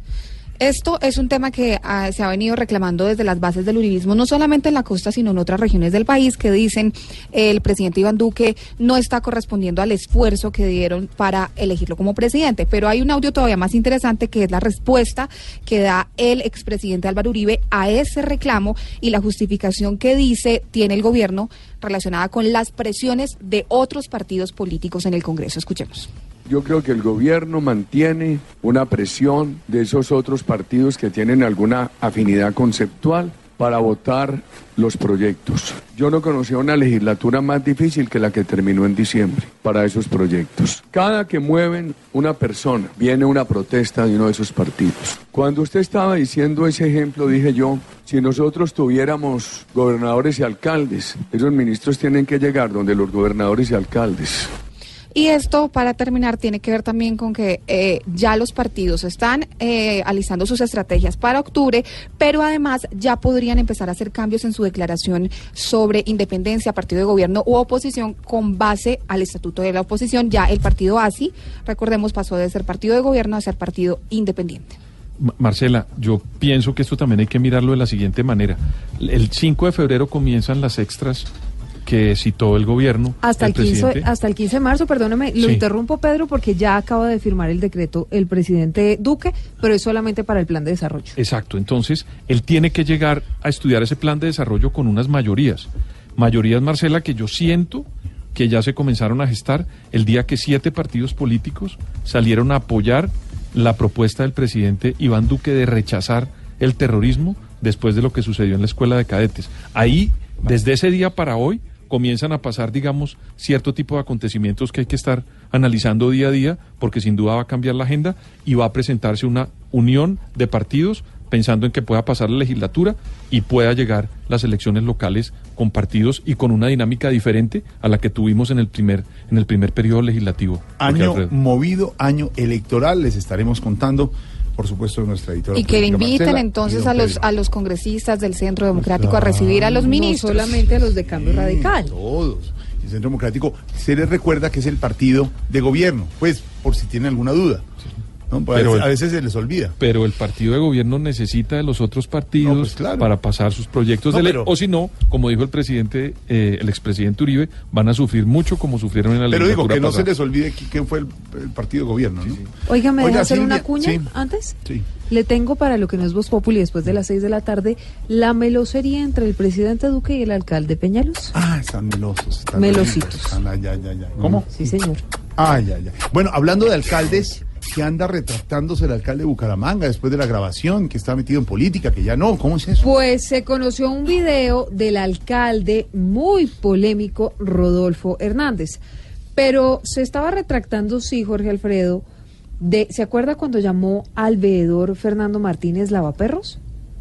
Esto es un tema que se ha venido reclamando desde las bases del uribismo, no solamente en la costa, sino en otras regiones del país, que dicen el presidente Iván Duque no está correspondiendo al esfuerzo que dieron para elegirlo como presidente. Pero hay un audio todavía más interesante, que es la respuesta que da el expresidente Álvaro Uribe a ese reclamo y la justificación que dice tiene el gobierno relacionada con las presiones de otros partidos políticos en el Congreso. Escuchemos. Yo creo que el gobierno mantiene una presión de esos otros partidos que tienen alguna afinidad conceptual para votar los proyectos. Yo no conocía una legislatura más difícil que la que terminó en diciembre para esos proyectos. Cada que mueven una persona, viene una protesta de uno de esos partidos. Cuando usted estaba diciendo ese ejemplo, dije yo, si nosotros tuviéramos gobernadores y alcaldes, esos ministros tienen que llegar donde los gobernadores y alcaldes. Y esto, para terminar, tiene que ver también con que ya los partidos están alistando sus estrategias para octubre, pero además ya podrían empezar a hacer cambios en su declaración sobre independencia, partido de gobierno u oposición con base al estatuto de la oposición. Ya el partido ASI, recordemos, pasó de ser partido de gobierno a ser partido independiente. Marcela, yo pienso que esto también hay que mirarlo de la siguiente manera. El 5 de febrero comienzan las extras que citó el gobierno. Hasta el 15 de marzo, perdóneme, lo interrumpo, Pedro, porque ya acaba de firmar el decreto el presidente Duque, pero es solamente para el plan de desarrollo. Exacto, entonces él tiene que llegar a estudiar ese plan de desarrollo con unas mayorías, Marcela, que yo siento que ya se comenzaron a gestar el día que 7 partidos políticos salieron a apoyar la propuesta del presidente Iván Duque de rechazar el terrorismo después de lo que sucedió en la escuela de cadetes. Ahí, desde ese día para hoy, comienzan a pasar, digamos, cierto tipo de acontecimientos que hay que estar analizando día a día, porque sin duda va a cambiar la agenda y va a presentarse una unión de partidos pensando en que pueda pasar la legislatura y pueda llegar las elecciones locales con partidos y con una dinámica diferente a la que tuvimos en el primer periodo legislativo. Año movido, año electoral, les estaremos contando, por supuesto, de nuestra editora. Y que inviten Marcela, entonces a los congresistas del Centro Democrático a recibir a los ministros. No solamente a los de Cambio Radical. Todos. El Centro Democrático, se les recuerda que es el partido de gobierno, pues, por si tienen alguna duda. ¿No? Pero a veces se les olvida. Pero el partido de gobierno necesita de los otros partidos para pasar sus proyectos de ley. O si no, como dijo el presidente, el expresidente Uribe, van a sufrir mucho como sufrieron en la legislatura pasada. Pero digo, que pasada. no se les olvide quién fue el partido de gobierno, ¿no? Oiga, ¿me deja hacer una cuña antes? Sí. Le tengo para lo que no es Voz Populi después de las 6 de la tarde la melosería entre el presidente Duque y el alcalde Peñalosa. Ah, están melosos. Están melositos. Ya. ¿Cómo? Sí, señor. Ya. Bueno, hablando de alcaldes, que anda retractándose el alcalde de Bucaramanga después de la grabación, que está metido en política, que ya no, ¿cómo es eso? Pues se conoció un video del alcalde muy polémico, Rodolfo Hernández, pero se estaba retractando, sí, Jorge Alfredo, ¿se acuerda cuando llamó al veedor Fernando Martínez lavaperros?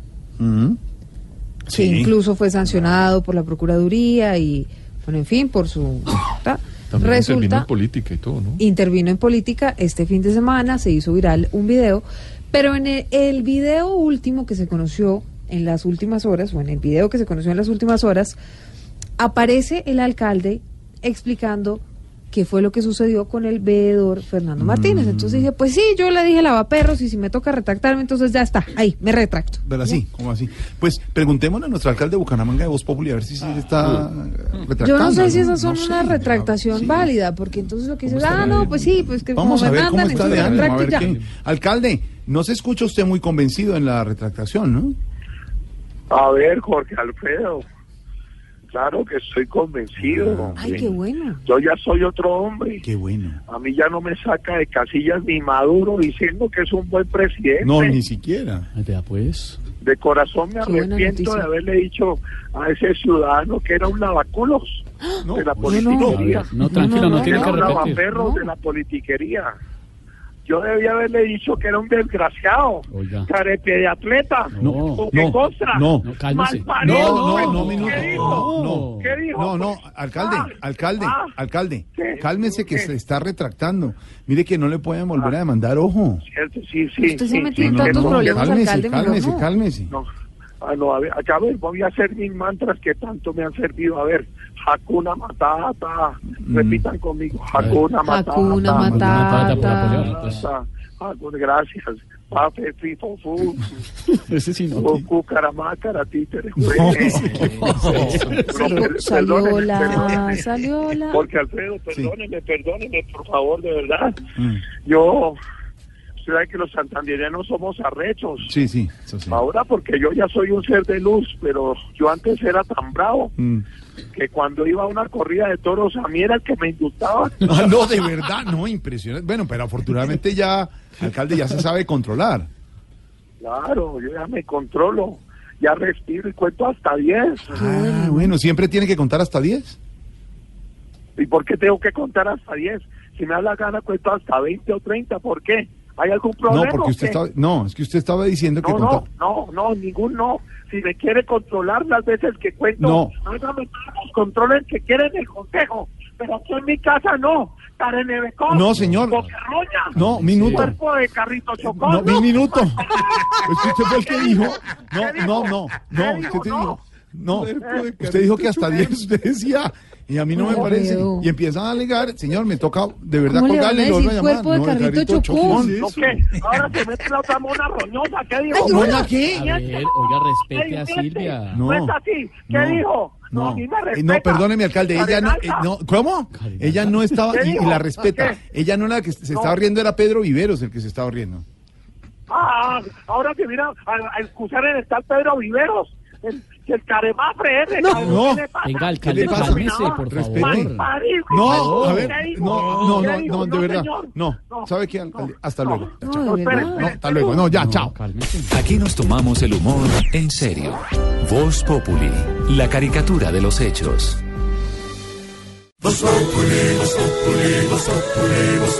Sí. Que incluso fue sancionado por la Procuraduría y, bueno, en fin, por su... También intervino en política y todo, ¿no? Intervino en política. Este fin de semana se hizo viral un video, pero en el video último que se conoció en las últimas horas, o en el video que se conoció en las últimas horas, aparece el alcalde explicando qué fue lo que sucedió con el veedor Fernando Martínez. Entonces dije, pues sí, yo le dije lavaperros y si me toca retractarme, entonces ya está, ahí, me retracto. ¿Verdad? Sí, ¿cómo así? Pues preguntémosle a nuestro alcalde de Bucaramanga de Voz Populi a ver si se está retractando. Yo no sé si esas son una retractación válida, porque entonces lo que dice, no, pues sí, pues que vamos como a ver me mandan, cómo está de ánimo, a ver ya. Alcalde, no se escucha usted muy convencido en la retractación, ¿no? A ver, Jorge Alfredo, claro que estoy convencido. Ay, qué bueno. Yo ya soy otro hombre. Qué bueno. A mí ya no me saca de casillas ni Maduro diciendo que es un buen presidente. No, ni siquiera. Ya pues. De corazón me arrepiento de haberle dicho a ese ciudadano que era un lavaculos de la politiquería. No, tranquilo, no tiene que Era un repetir. lavaperros de la politiquería. Yo debía haberle dicho que era un desgraciado, carepe de atleta, cálmese. ¿Qué dijo? No, alcalde, cálmese que se está retractando. Mire que no le pueden volver a demandar, ojo. Cierto, sí. Usted se metió en tantos problemas, alcalde. Cálmese. No, a ver, acá voy a hacer mis mantras que tanto me han servido. A ver, Hakuna Matata, repitan conmigo, Hakuna Matata. Hakuna Matata. Gracias. Pape, Fifo, Fu. Ese sí no. Cucaramácara, títere, Salió la. Porque Alfredo, perdóneme, por favor, de verdad. Yo... Usted sabe que los santandereanos somos arrechos. Sí, eso sí. Ahora porque yo ya soy un ser de luz, pero yo antes era tan bravo que cuando iba a una corrida de toros a mí era el que me indultaba. No, de verdad, no, impresionante. Bueno, pero afortunadamente ya, alcalde, ya se sabe controlar. Claro, yo ya me controlo, ya respiro y cuento hasta 10. Ah, bueno, ¿siempre tiene que contar hasta 10? ¿Y por qué tengo que contar hasta 10? Si me da la gana cuento hasta 20 o 30, ¿por qué? ¿Hay algún problema? No, porque usted es que usted estaba diciendo que no. Si me quiere controlar las veces que cuento, hágame los controles que quieren el consejo. Pero aquí en mi casa no. Tarenebecón. No, señor. Boquerroña. No, minuto. Cuerpo de carrito chocón. No, minuto. Usted fue el que dijo. No. Usted dijo. No, usted dijo que hasta 10 usted decía. Y a mí no me parece. Y empiezan a alegar, señor, me toca de verdad colgarle y lo voy a llamar. Cuerpo de carrito chocón. ¿Qué? Ahora se mete la otra mona roñosa. ¿Qué dijo? ¿Mona qué? A ver, oiga, respete a Silvia. No es así. ¿Qué dijo? No, a mí me respeta. No, perdóneme, alcalde, ella no, ¿cómo? Ella no estaba, y la respeta. Ella no era la que se estaba riendo, era Pedro Viveros el que se estaba riendo. Ahora que mira, a excusar en estar Pedro Viveros. El caremafre ese. Venga, alcalde, cálmese, por favor. No, a ver, no, de verdad. No, ¿sabe qué, alcalde? Hasta luego. Hasta luego. No, ya, chao. Aquí nos tomamos el humor en serio. Voz Populi, la caricatura de los hechos. Voz Populi, Voz Populi, Voz Populi, Voz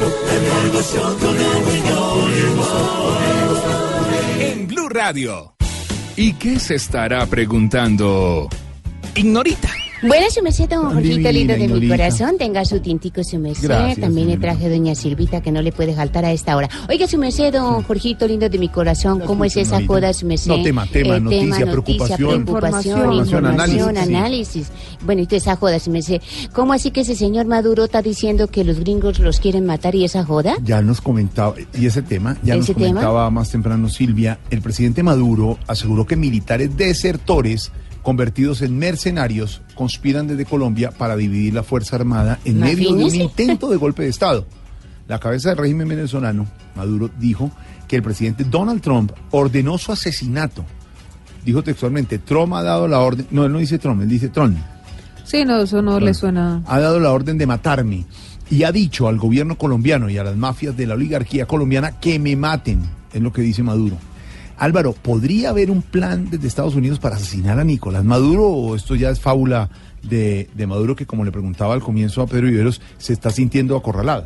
Populi. En Blue Radio. ¿Y qué se estará preguntando Ignorita? Bueno, su merced, don Jorgito lindo de mi corazón, tenga su tintico, su merced. Gracias, también le traje doña Silvita, que no le puede faltar a esta hora. Oiga, su merced, don Jorgito lindo de mi corazón, ¿cómo es esa joda, su merced? No, tema, noticia, preocupación, información, análisis. Bueno, y toda esa joda, su merced. ¿Cómo así que ese señor Maduro está diciendo que los gringos los quieren matar y esa joda? Ya nos comentaba, y ese tema, ya nos comentaba más temprano Silvia, el presidente Maduro aseguró que militares desertores convertidos en mercenarios, conspiran desde Colombia para dividir la Fuerza Armada en medio de un intento de golpe de Estado. La cabeza del régimen venezolano, Maduro, dijo que el presidente Donald Trump ordenó su asesinato. Dijo textualmente, Trump ha dado la orden... No, él no dice Trump, él dice Trump. Sí, no, eso no Trump le suena... Ha dado la orden de matarme y ha dicho al gobierno colombiano y a las mafias de la oligarquía colombiana que me maten, es lo que dice Maduro. Álvaro, ¿podría haber un plan desde Estados Unidos para asesinar a Nicolás Maduro o esto ya es fábula de Maduro que, como le preguntaba al comienzo a Pedro Viveros, se está sintiendo acorralado?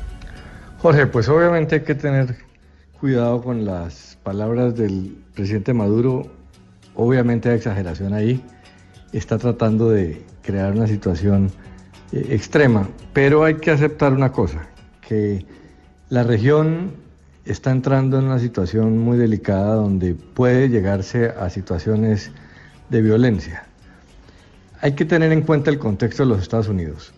Jorge, pues obviamente hay que tener cuidado con las palabras del presidente Maduro. Obviamente hay exageración ahí. Está tratando de crear una situación extrema, pero hay que aceptar una cosa, que la región está entrando en una situación muy delicada donde puede llegarse a situaciones de violencia. Hay que tener en cuenta el contexto de los Estados Unidos.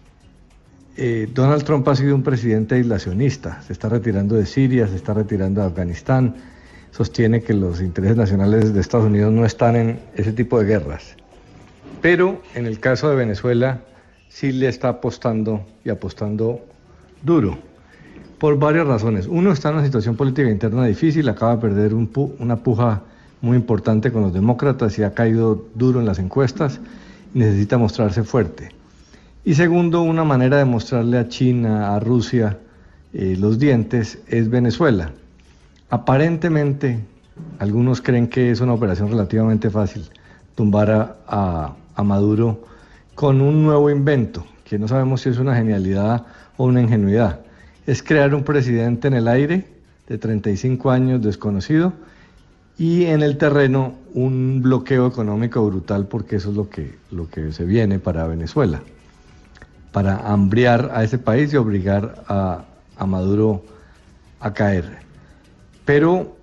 Donald Trump ha sido un presidente aislacionista, se está retirando de Siria, se está retirando de Afganistán, sostiene que los intereses nacionales de Estados Unidos no están en ese tipo de guerras. Pero en el caso de Venezuela sí le está apostando y apostando duro. Por varias razones. Uno, está en una situación política interna difícil, acaba de perder una puja muy importante con los demócratas y ha caído duro en las encuestas y necesita mostrarse fuerte. Y segundo, una manera de mostrarle a China, a Rusia, los dientes es Venezuela. Aparentemente, algunos creen que es una operación relativamente fácil tumbar a Maduro con un nuevo invento, que no sabemos si es una genialidad o una ingenuidad. Es crear un presidente en el aire de 35 años desconocido y en el terreno un bloqueo económico brutal, porque eso es lo que se viene para Venezuela, para hambriar a ese país y obligar a Maduro a caer. Pero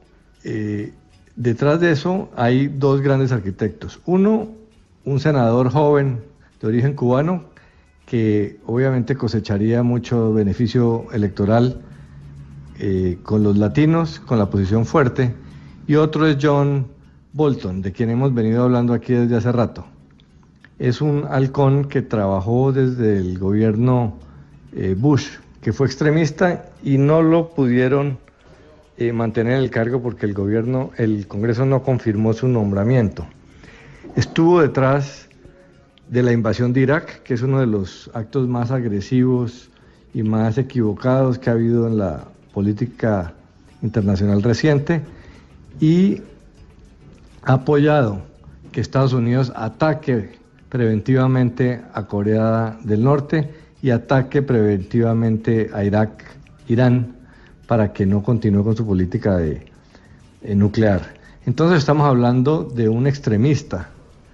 detrás de eso hay dos grandes arquitectos. Uno, un senador joven de origen cubano que obviamente cosecharía mucho beneficio electoral con los latinos, con la posición fuerte. Y otro es John Bolton, de quien hemos venido hablando aquí desde hace rato. Es un halcón que trabajó desde el gobierno Bush, que fue extremista y no lo pudieron mantener en el cargo porque el Congreso no confirmó su nombramiento. Estuvo detrás de la invasión de Irak, que es uno de los actos más agresivos y más equivocados que ha habido en la política internacional reciente, y ha apoyado que Estados Unidos ataque preventivamente a Corea del Norte y ataque preventivamente a Irán, para que no continúe con su política nuclear. Entonces estamos hablando de un extremista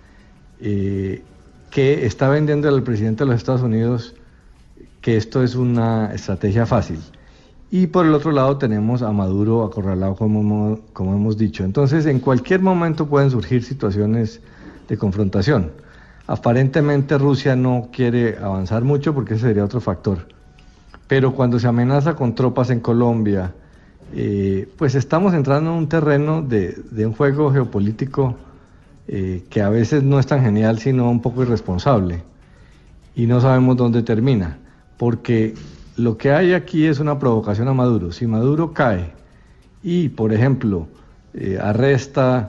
que está vendiendo al presidente de los Estados Unidos que esto es una estrategia fácil. Y por el otro lado tenemos a Maduro acorralado, como hemos dicho. Entonces, en cualquier momento pueden surgir situaciones de confrontación. Aparentemente Rusia no quiere avanzar mucho porque ese sería otro factor. Pero cuando se amenaza con tropas en Colombia, pues estamos entrando en un terreno de un juego geopolítico que a veces no es tan genial, sino un poco irresponsable. Y no sabemos dónde termina, porque lo que hay aquí es una provocación a Maduro. Si Maduro cae y, por ejemplo, arresta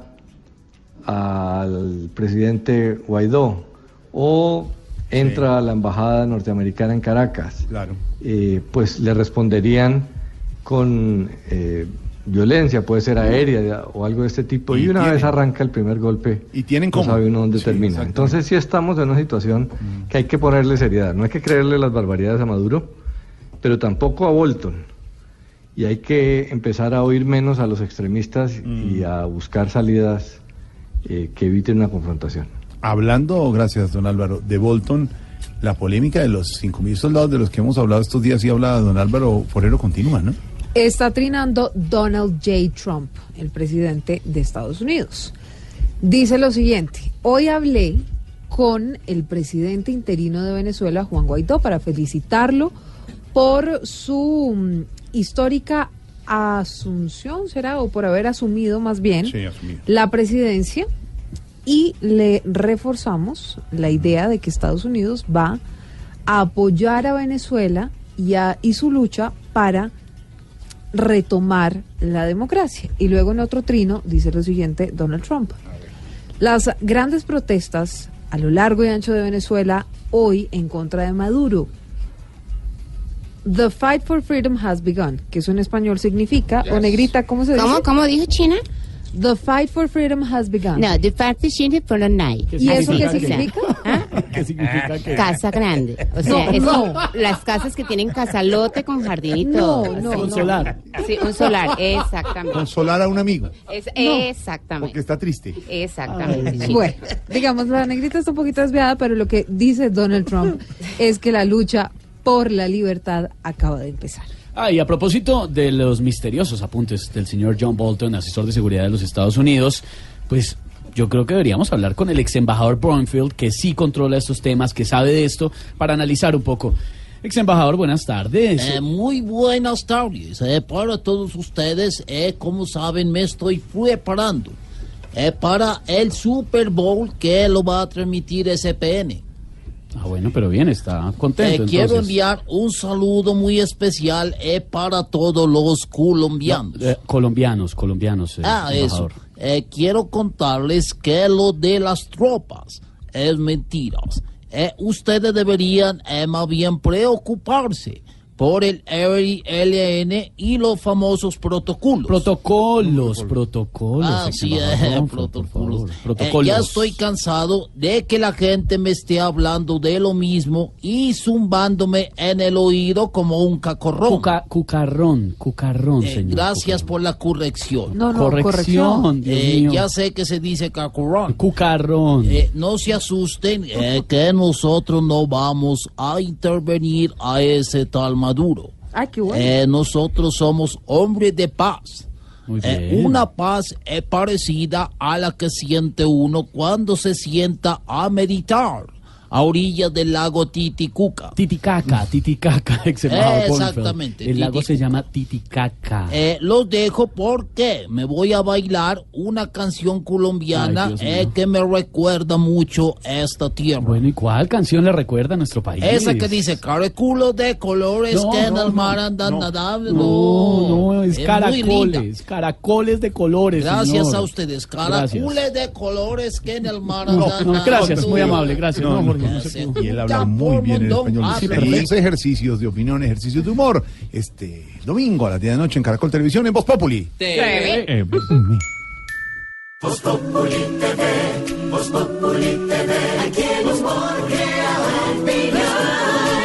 al presidente Guaidó o entra a la embajada norteamericana en Caracas, claro, pues le responderían con violencia, puede ser aérea o algo de este tipo, y una vez arranca el primer golpe, y tienen no sabe uno dónde termina. Entonces sí estamos en una situación que hay que ponerle seriedad. No hay que creerle las barbaridades a Maduro, pero tampoco a Bolton, y hay que empezar a oír menos a los extremistas y a buscar salidas que eviten una confrontación. Hablando, gracias don Álvaro, de Bolton, la polémica de los 5.000 soldados de los que hemos hablado estos días y habla don Álvaro Forero continúa, ¿no? Está trinando Donald J. Trump, el presidente de Estados Unidos. Dice lo siguiente: hoy hablé con el presidente interino de Venezuela, Juan Guaidó, para felicitarlo por su histórica asunción, ¿será? O por haber asumido más bien la presidencia, y le reforzamos la idea de que Estados Unidos va a apoyar a Venezuela y su lucha para retomar la democracia. Y luego en otro trino dice lo siguiente Donald Trump: las grandes protestas a lo largo y ancho de Venezuela hoy en contra de Maduro. The fight for freedom has begun, que eso en español significa, o negrita, ¿cómo se dice? ¿Cómo dijo China? The fight for freedom has begun. No, the fight for freedom for the night. ¿Y eso qué significa? ¿Ah? ¿Qué significa qué? Casa grande. O sea, eso, las casas que tienen casalote con jardín y todo. Un solar. Sí, un solar, exactamente. Consolar a un amigo. Exactamente. Porque está triste. Exactamente. Sí. Bueno, digamos, la negrita está un poquito desviada, pero lo que dice Donald Trump es que la lucha por la libertad acaba de empezar. Y a propósito de los misteriosos apuntes del señor John Bolton, asesor de seguridad de los Estados Unidos, pues yo creo que deberíamos hablar con el ex embajador Bromfield, que sí controla estos temas, que sabe de esto, para analizar un poco. Ex embajador, buenas tardes. Muy buenas tardes. Para todos ustedes, como saben, me estoy preparando para el Super Bowl que lo va a transmitir SPN. Bueno, pero bien, está contento. Quiero enviar un saludo muy especial para todos los colombianos. Colombianos. Eso. Quiero contarles que lo de las tropas es mentiras. Ustedes deberían más bien preocuparse por el ELN y los famosos protocolos. Protocolos. Sí, protocolos. Ya estoy cansado de que la gente me esté hablando de lo mismo y zumbándome en el oído como un cacorrón. Cucarrón, señor. Gracias por la corrección. No, corrección. Ya sé que se dice cacorrón. Cucarrón. No se asusten que nosotros no vamos a intervenir a ese tal Maduro. Qué bueno. Nosotros somos hombres de paz. Una paz parecida a la que siente uno cuando se sienta a meditar a orillas del lago Titicaca. Titicaca, exactamente. El lago se llama Titicaca. Los dejo porque me voy a bailar una canción colombiana que me recuerda mucho esta tierra. Bueno, ¿y cuál canción le recuerda a nuestro país? Esa que dice, caraculos de colores que en el mar andan nadando. No, es caracoles de colores. Gracias señor. A ustedes, caracoles de colores que en el mar andan nadando. Gracias, muy amable, gracias. Y él habla muy bien el español. Y ejercicios de opinión, ejercicios de humor. Este domingo a las 10 de la noche en Caracol Televisión en Voz Populi. Voz Populi TV, Voz Populi TV, aquí el humor crea opinión.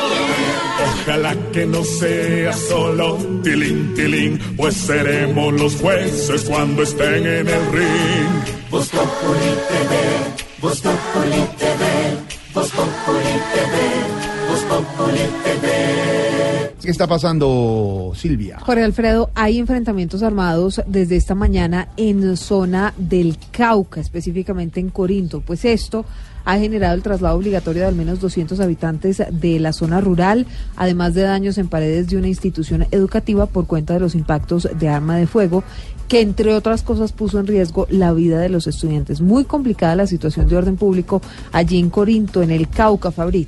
Ojalá que no sea solo tilín, tilín, pues seremos los jueces cuando estén en el ring. Voz Populi TV, Voz Populi TV. Voz Populi TV, Voz Populi TV. ¿Qué está pasando, Silvia? Jorge Alfredo, hay enfrentamientos armados desde esta mañana en zona del Cauca, específicamente en Corinto. Pues esto ha generado el traslado obligatorio de al menos 200 habitantes de la zona rural, además de daños en paredes de una institución educativa por cuenta de los impactos de arma de fuego, que entre otras cosas puso en riesgo la vida de los estudiantes. Muy complicada la situación de orden público allí en Corinto, en el Cauca, Fabrit.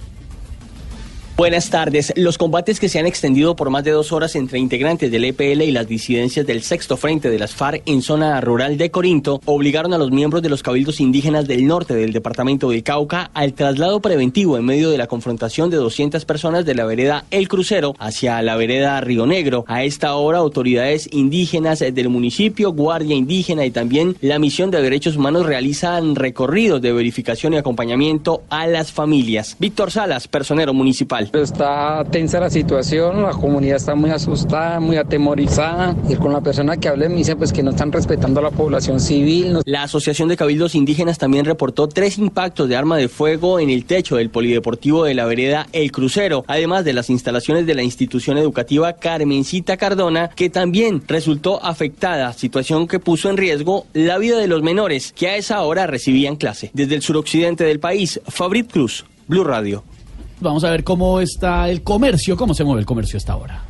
Buenas tardes. Los combates que se han extendido por más de 2 horas entre integrantes del EPL y las disidencias del Sexto Frente de las FARC en zona rural de Corinto obligaron a los miembros de los cabildos indígenas del norte del departamento del Cauca al traslado preventivo en medio de la confrontación de 200 personas de la vereda El Crucero hacia la vereda Río Negro. A esta hora, autoridades indígenas del municipio, Guardia Indígena y también la Misión de Derechos Humanos realizan recorridos de verificación y acompañamiento a las familias. Víctor Salas, personero municipal. Está tensa la situación, la comunidad está muy asustada, muy atemorizada, y con la persona que hablé me dice pues que no están respetando a la población civil. La Asociación de Cabildos Indígenas también reportó 3 impactos de arma de fuego en el techo del polideportivo de la vereda El Crucero, además de las instalaciones de la institución educativa Carmencita Cardona, que también resultó afectada, situación que puso en riesgo la vida de los menores que a esa hora recibían clase. Desde el suroccidente del país, Fabrit Cruz, Blue Radio. Vamos a ver cómo está el comercio, cómo se mueve el comercio hasta ahora.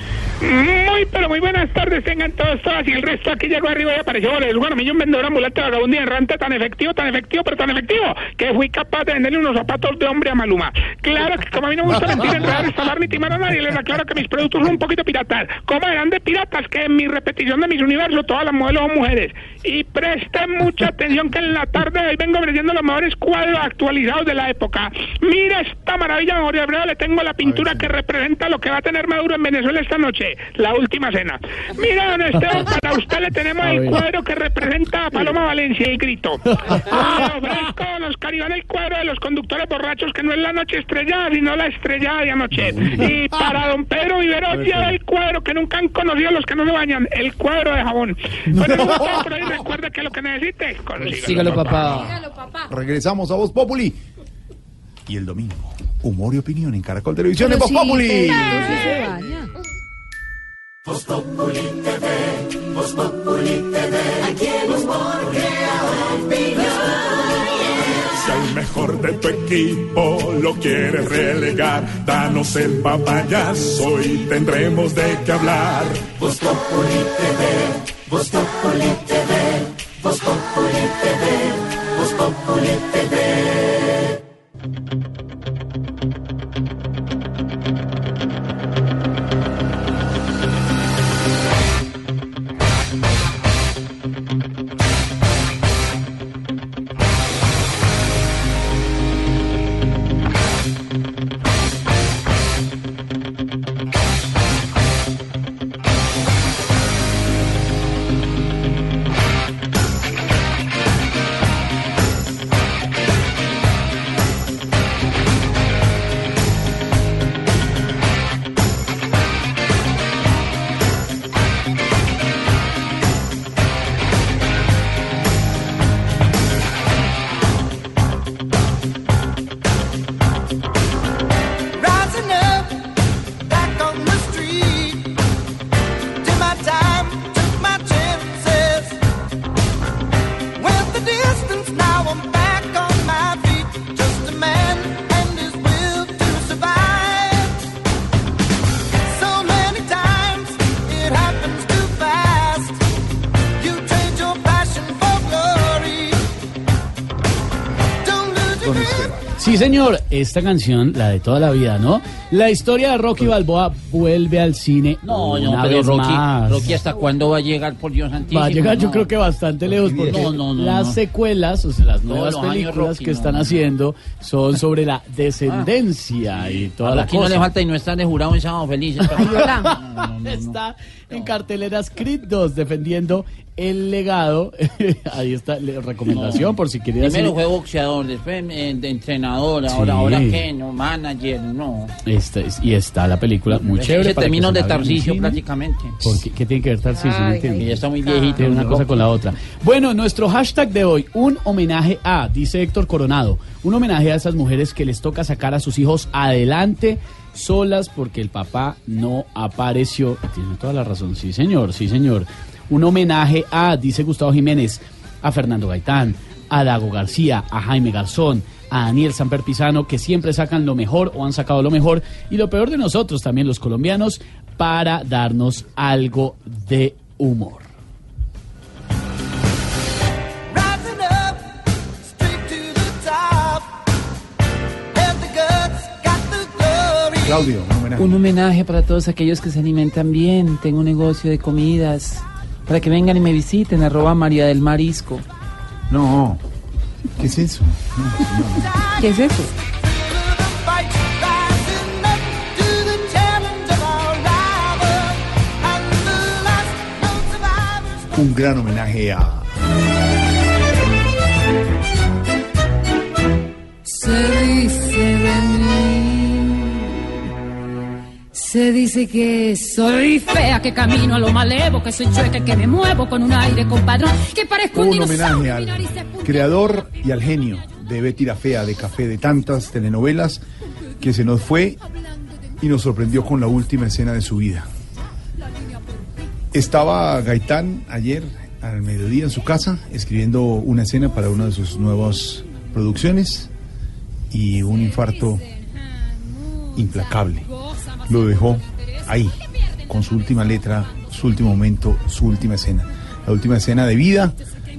Muy buenas tardes, tengan todas y el resto aquí llegó arriba y apareció Bueno, un vendedor ambulante vagabundo y errante tan efectivo, pero tan efectivo, que fui capaz de venderle unos zapatos de hombre a Maluma. Claro que como a mí no me gusta mentir, enredar, estafar ni timar a nadie, les aclaro que mis productos son un poquito piratas. ¿Cómo eran de piratas? Que en mi repetición de mis universos todas las modelos son mujeres. Y presten mucha atención que en la tarde de hoy vengo ofreciendo los mejores cuadros actualizados de la época. Mira esta maravilla, Jorge Alfredo, le tengo la pintura que representa lo que va a tener Maduro en Venezuela esta noche. La última cena. Mira, don Esteban, para usted le tenemos el cuadro que representa a Paloma Valencia, el grito. Ofrezco, los Caribán, el cuadro de los conductores borrachos, que no es la noche estrellada, sino la estrellada de anoche. Y para don Pedro Vivero lleva el cuadro que nunca han conocido los que no se bañan, el cuadro de jabón. Bueno, por ahí recuerde que lo que necesite, sígalo, papá. Sígalo, papá. Regresamos a Voz Populi. Y el domingo, humor y opinión en Caracol Televisión en Voz Populi. Voz Populi TV, Voz Populi TV, aquí el humor crea opinión. Si al mejor de tu equipo lo quieres relegar, danos el papayazo y tendremos de qué hablar. Voz Populi TV, Voz Populi TV, Voz Populi TV, Voz Populi TV. señor, esta canción, la de toda la vida, ¿no? La historia de Rocky Balboa vuelve al cine una vez más. Rocky, ¿hasta cuándo va a llegar, por Dios santísimo? Va a llegar, yo creo que bastante lejos, porque las secuelas, o sea, las nuevas películas Rocky, que están haciendo son sobre la descendencia y toda la cosa. Aquí no le falta y no está de jurado en Sábado Feliz. Está en carteleras Creed 2 defendiendo el legado. Ahí está la recomendación por si querías. Primero fue boxeador, después de entrenador, ahora qué, no, manager, no. Y está la película muy chévere. Se terminó de Tarcisio prácticamente. ¿Qué tiene que ver Tarcisio? No entiendo. Ya está muy viejito. Tiene una cosa con la otra. Bueno, nuestro hashtag de hoy, un homenaje a, dice Héctor Coronado, un homenaje a esas mujeres que les toca sacar a sus hijos adelante solas porque el papá no apareció. Tiene toda la razón, sí señor. Un homenaje a, dice Gustavo Jiménez, a Fernando Gaitán, a Dago García, a Jaime Garzón, a Daniel Samper Pizano, que siempre sacan lo mejor o han sacado lo mejor y lo peor de nosotros también los colombianos para darnos algo de humor. Claudio, un homenaje para todos aquellos que se alimentan bien. Tengo un negocio de comidas para que vengan y me visiten, @María del Marisco. No, ¿qué es eso? No. ¿Qué es eso? Un gran homenaje a... Se dice que soy fea, que camino a lo malevo, que soy chueca, que me muevo con un aire compadrón, que parezco un homenaje al creador y al genio de Betty la Fea, de Café, de tantas telenovelas, que se nos fue y nos sorprendió con la última escena de su vida. Estaba Gaitán ayer al mediodía en su casa escribiendo una escena para una de sus nuevas producciones y un infarto implacable lo dejó ahí, con su última letra, su último momento, su última escena. La última escena de vida.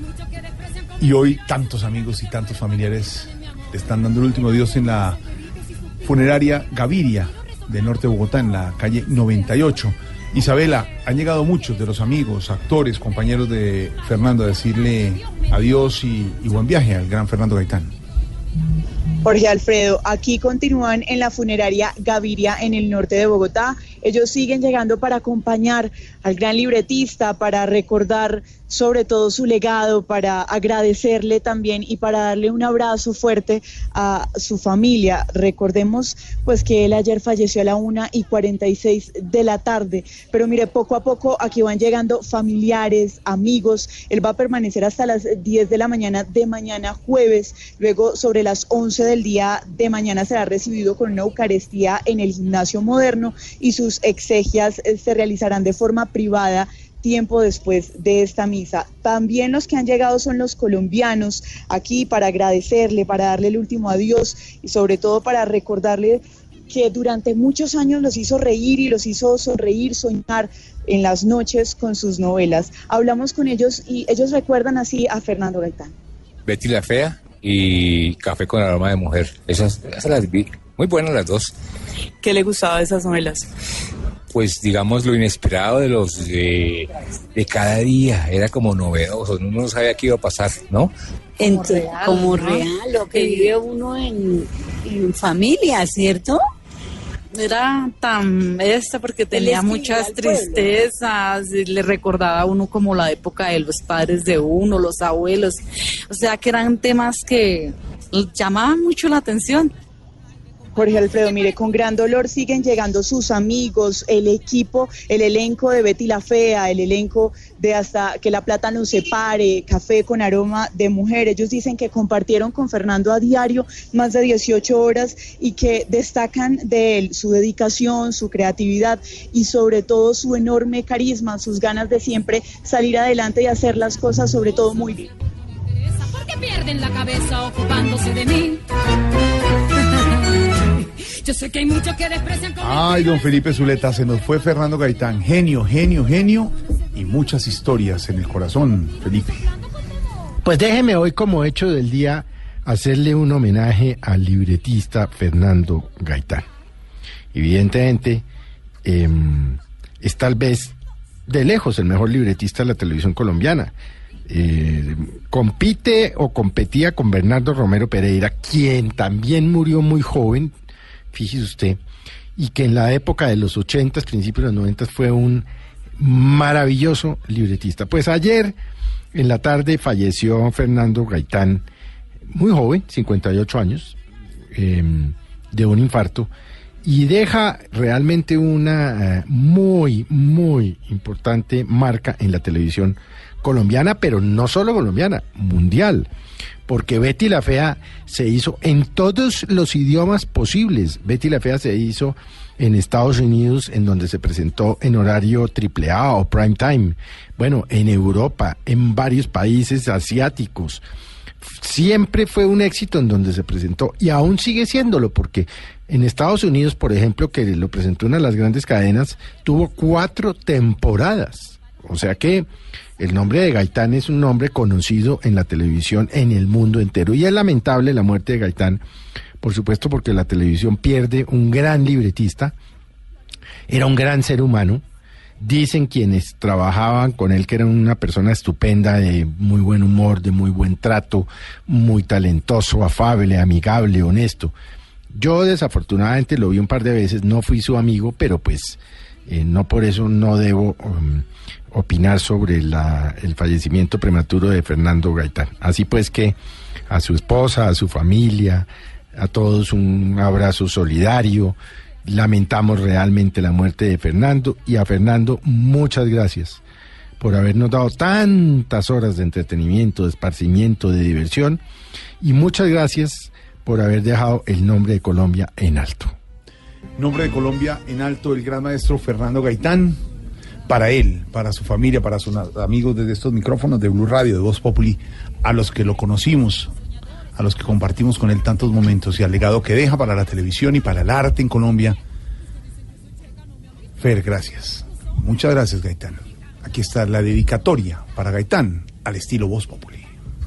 Y hoy tantos amigos y tantos familiares le están dando el último adiós en la funeraria Gaviria del norte de Bogotá, en la calle 98. Isabela, han llegado muchos de los amigos, actores, compañeros de Fernando a decirle adiós y buen viaje al gran Fernando Gaitán. Jorge Alfredo, aquí continúan en la funeraria Gaviria en el norte de Bogotá. Ellos siguen llegando para acompañar al gran libretista, para recordar sobre todo su legado, para agradecerle también y para darle un abrazo fuerte a su familia. Recordemos pues que él ayer falleció a la 1:46 de la tarde, pero mire, poco a poco aquí van llegando familiares, amigos. Él va a permanecer hasta las 10 de la mañana de mañana jueves, luego sobre las 11 del día de mañana será recibido con una Eucaristía en el Gimnasio Moderno y sus exegias se realizarán de forma privada tiempo después de esta misa. También los que han llegado son los colombianos aquí para agradecerle, para darle el último adiós y sobre todo para recordarle que durante muchos años los hizo reír y los hizo sonreír, soñar en las noches con sus novelas. Hablamos con ellos y ellos recuerdan así a Fernando Gaitán. Betty la Fea y Café con aroma de mujer. Esas las vi. Muy buenas las dos. ¿Qué le gustaba de esas novelas? Pues digamos lo inesperado de cada día, era como novedoso, uno no sabía qué iba a pasar, ¿no? Como real, lo que vive uno en familia, ¿cierto? Era tan porque tenía muchas tristezas, le recordaba a uno como la época de los padres de uno, los abuelos, o sea que eran temas que llamaban mucho la atención. Jorge Alfredo, mire, con gran dolor siguen llegando sus amigos, el equipo, el elenco de Betty la Fea, el elenco de Hasta que la plata nos separe, Café con aroma de mujer. Ellos dicen que compartieron con Fernando a diario más de 18 horas y que destacan de él su dedicación, su creatividad y sobre todo su enorme carisma, sus ganas de siempre salir adelante y hacer las cosas sobre todo muy bien. Porque pierden la cabeza ocupándose de mí. Yo sé que hay muchos que desprecian. Ay, don Felipe Zuleta, se nos fue Fernando Gaitán. Genio, genio, genio y muchas historias en el corazón, Felipe. Pues déjeme hoy como hecho del día hacerle un homenaje al libretista Fernando Gaitán. Evidentemente, es tal vez de lejos el mejor libretista de la televisión colombiana. Compite o competía con Bernardo Romero Pereira, quien también murió muy joven, fíjese usted, y que en la época de los 80s, principios de los 90s, fue un maravilloso libretista. Pues ayer en la tarde falleció Fernando Gaitán, muy joven, 58 años, de un infarto, y deja realmente una muy, muy importante marca en la televisión colombiana, pero no solo colombiana, mundial, porque Betty la Fea se hizo en todos los idiomas posibles. Betty la Fea se hizo en Estados Unidos, en donde se presentó en horario AAA o prime time, bueno, en Europa, en varios países asiáticos. Siempre fue un éxito en donde se presentó, y aún sigue siéndolo, porque en Estados Unidos, por ejemplo, que lo presentó una de las grandes cadenas, tuvo 4 temporadas. O sea que el nombre de Gaitán es un nombre conocido en la televisión en el mundo entero, y es lamentable la muerte de Gaitán, por supuesto, porque la televisión pierde un gran libretista, era un gran ser humano. Dicen quienes trabajaban con él que era una persona estupenda, de muy buen humor, de muy buen trato, muy talentoso, afable, amigable, honesto. Yo desafortunadamente lo vi un par de veces, no fui su amigo, pero pues no por eso no debo opinar sobre el fallecimiento prematuro de Fernando Gaitán. Así pues que a su esposa, a su familia, a todos un abrazo solidario. Lamentamos realmente la muerte de Fernando, y a Fernando muchas gracias por habernos dado tantas horas de entretenimiento, de esparcimiento, de diversión, y muchas gracias por haber dejado el nombre de Colombia en alto. Nombre de Colombia en alto, el gran maestro Fernando Gaitán. Para él, para su familia, para sus amigos desde estos micrófonos de Blue Radio, de Voz Populi, a los que lo conocimos, a los que compartimos con él tantos momentos, y al legado que deja para la televisión y para el arte en Colombia. Fer, gracias. Muchas gracias, Gaitán. Aquí está la dedicatoria para Gaitán, al estilo Voz Populi.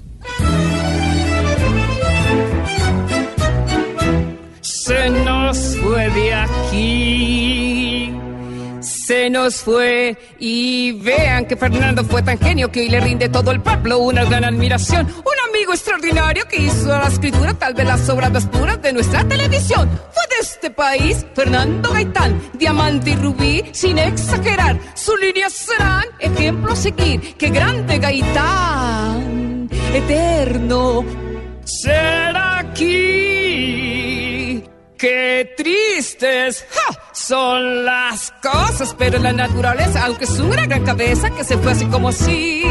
Se nos fue de aquí, se nos fue, y vean que Fernando fue tan genio que hoy le rinde todo el pueblo una gran admiración. Un amigo extraordinario que hizo a la escritura tal vez las obras más puras de nuestra televisión. Fue de este país Fernando Gaitán, diamante y rubí, sin exagerar. Sus líneas serán ejemplo a seguir. ¡Qué grande Gaitán! Eterno será aquí. ¡Qué tristes son las cosas! Pero la naturaleza, aunque es una gran cabeza que se fue así como así.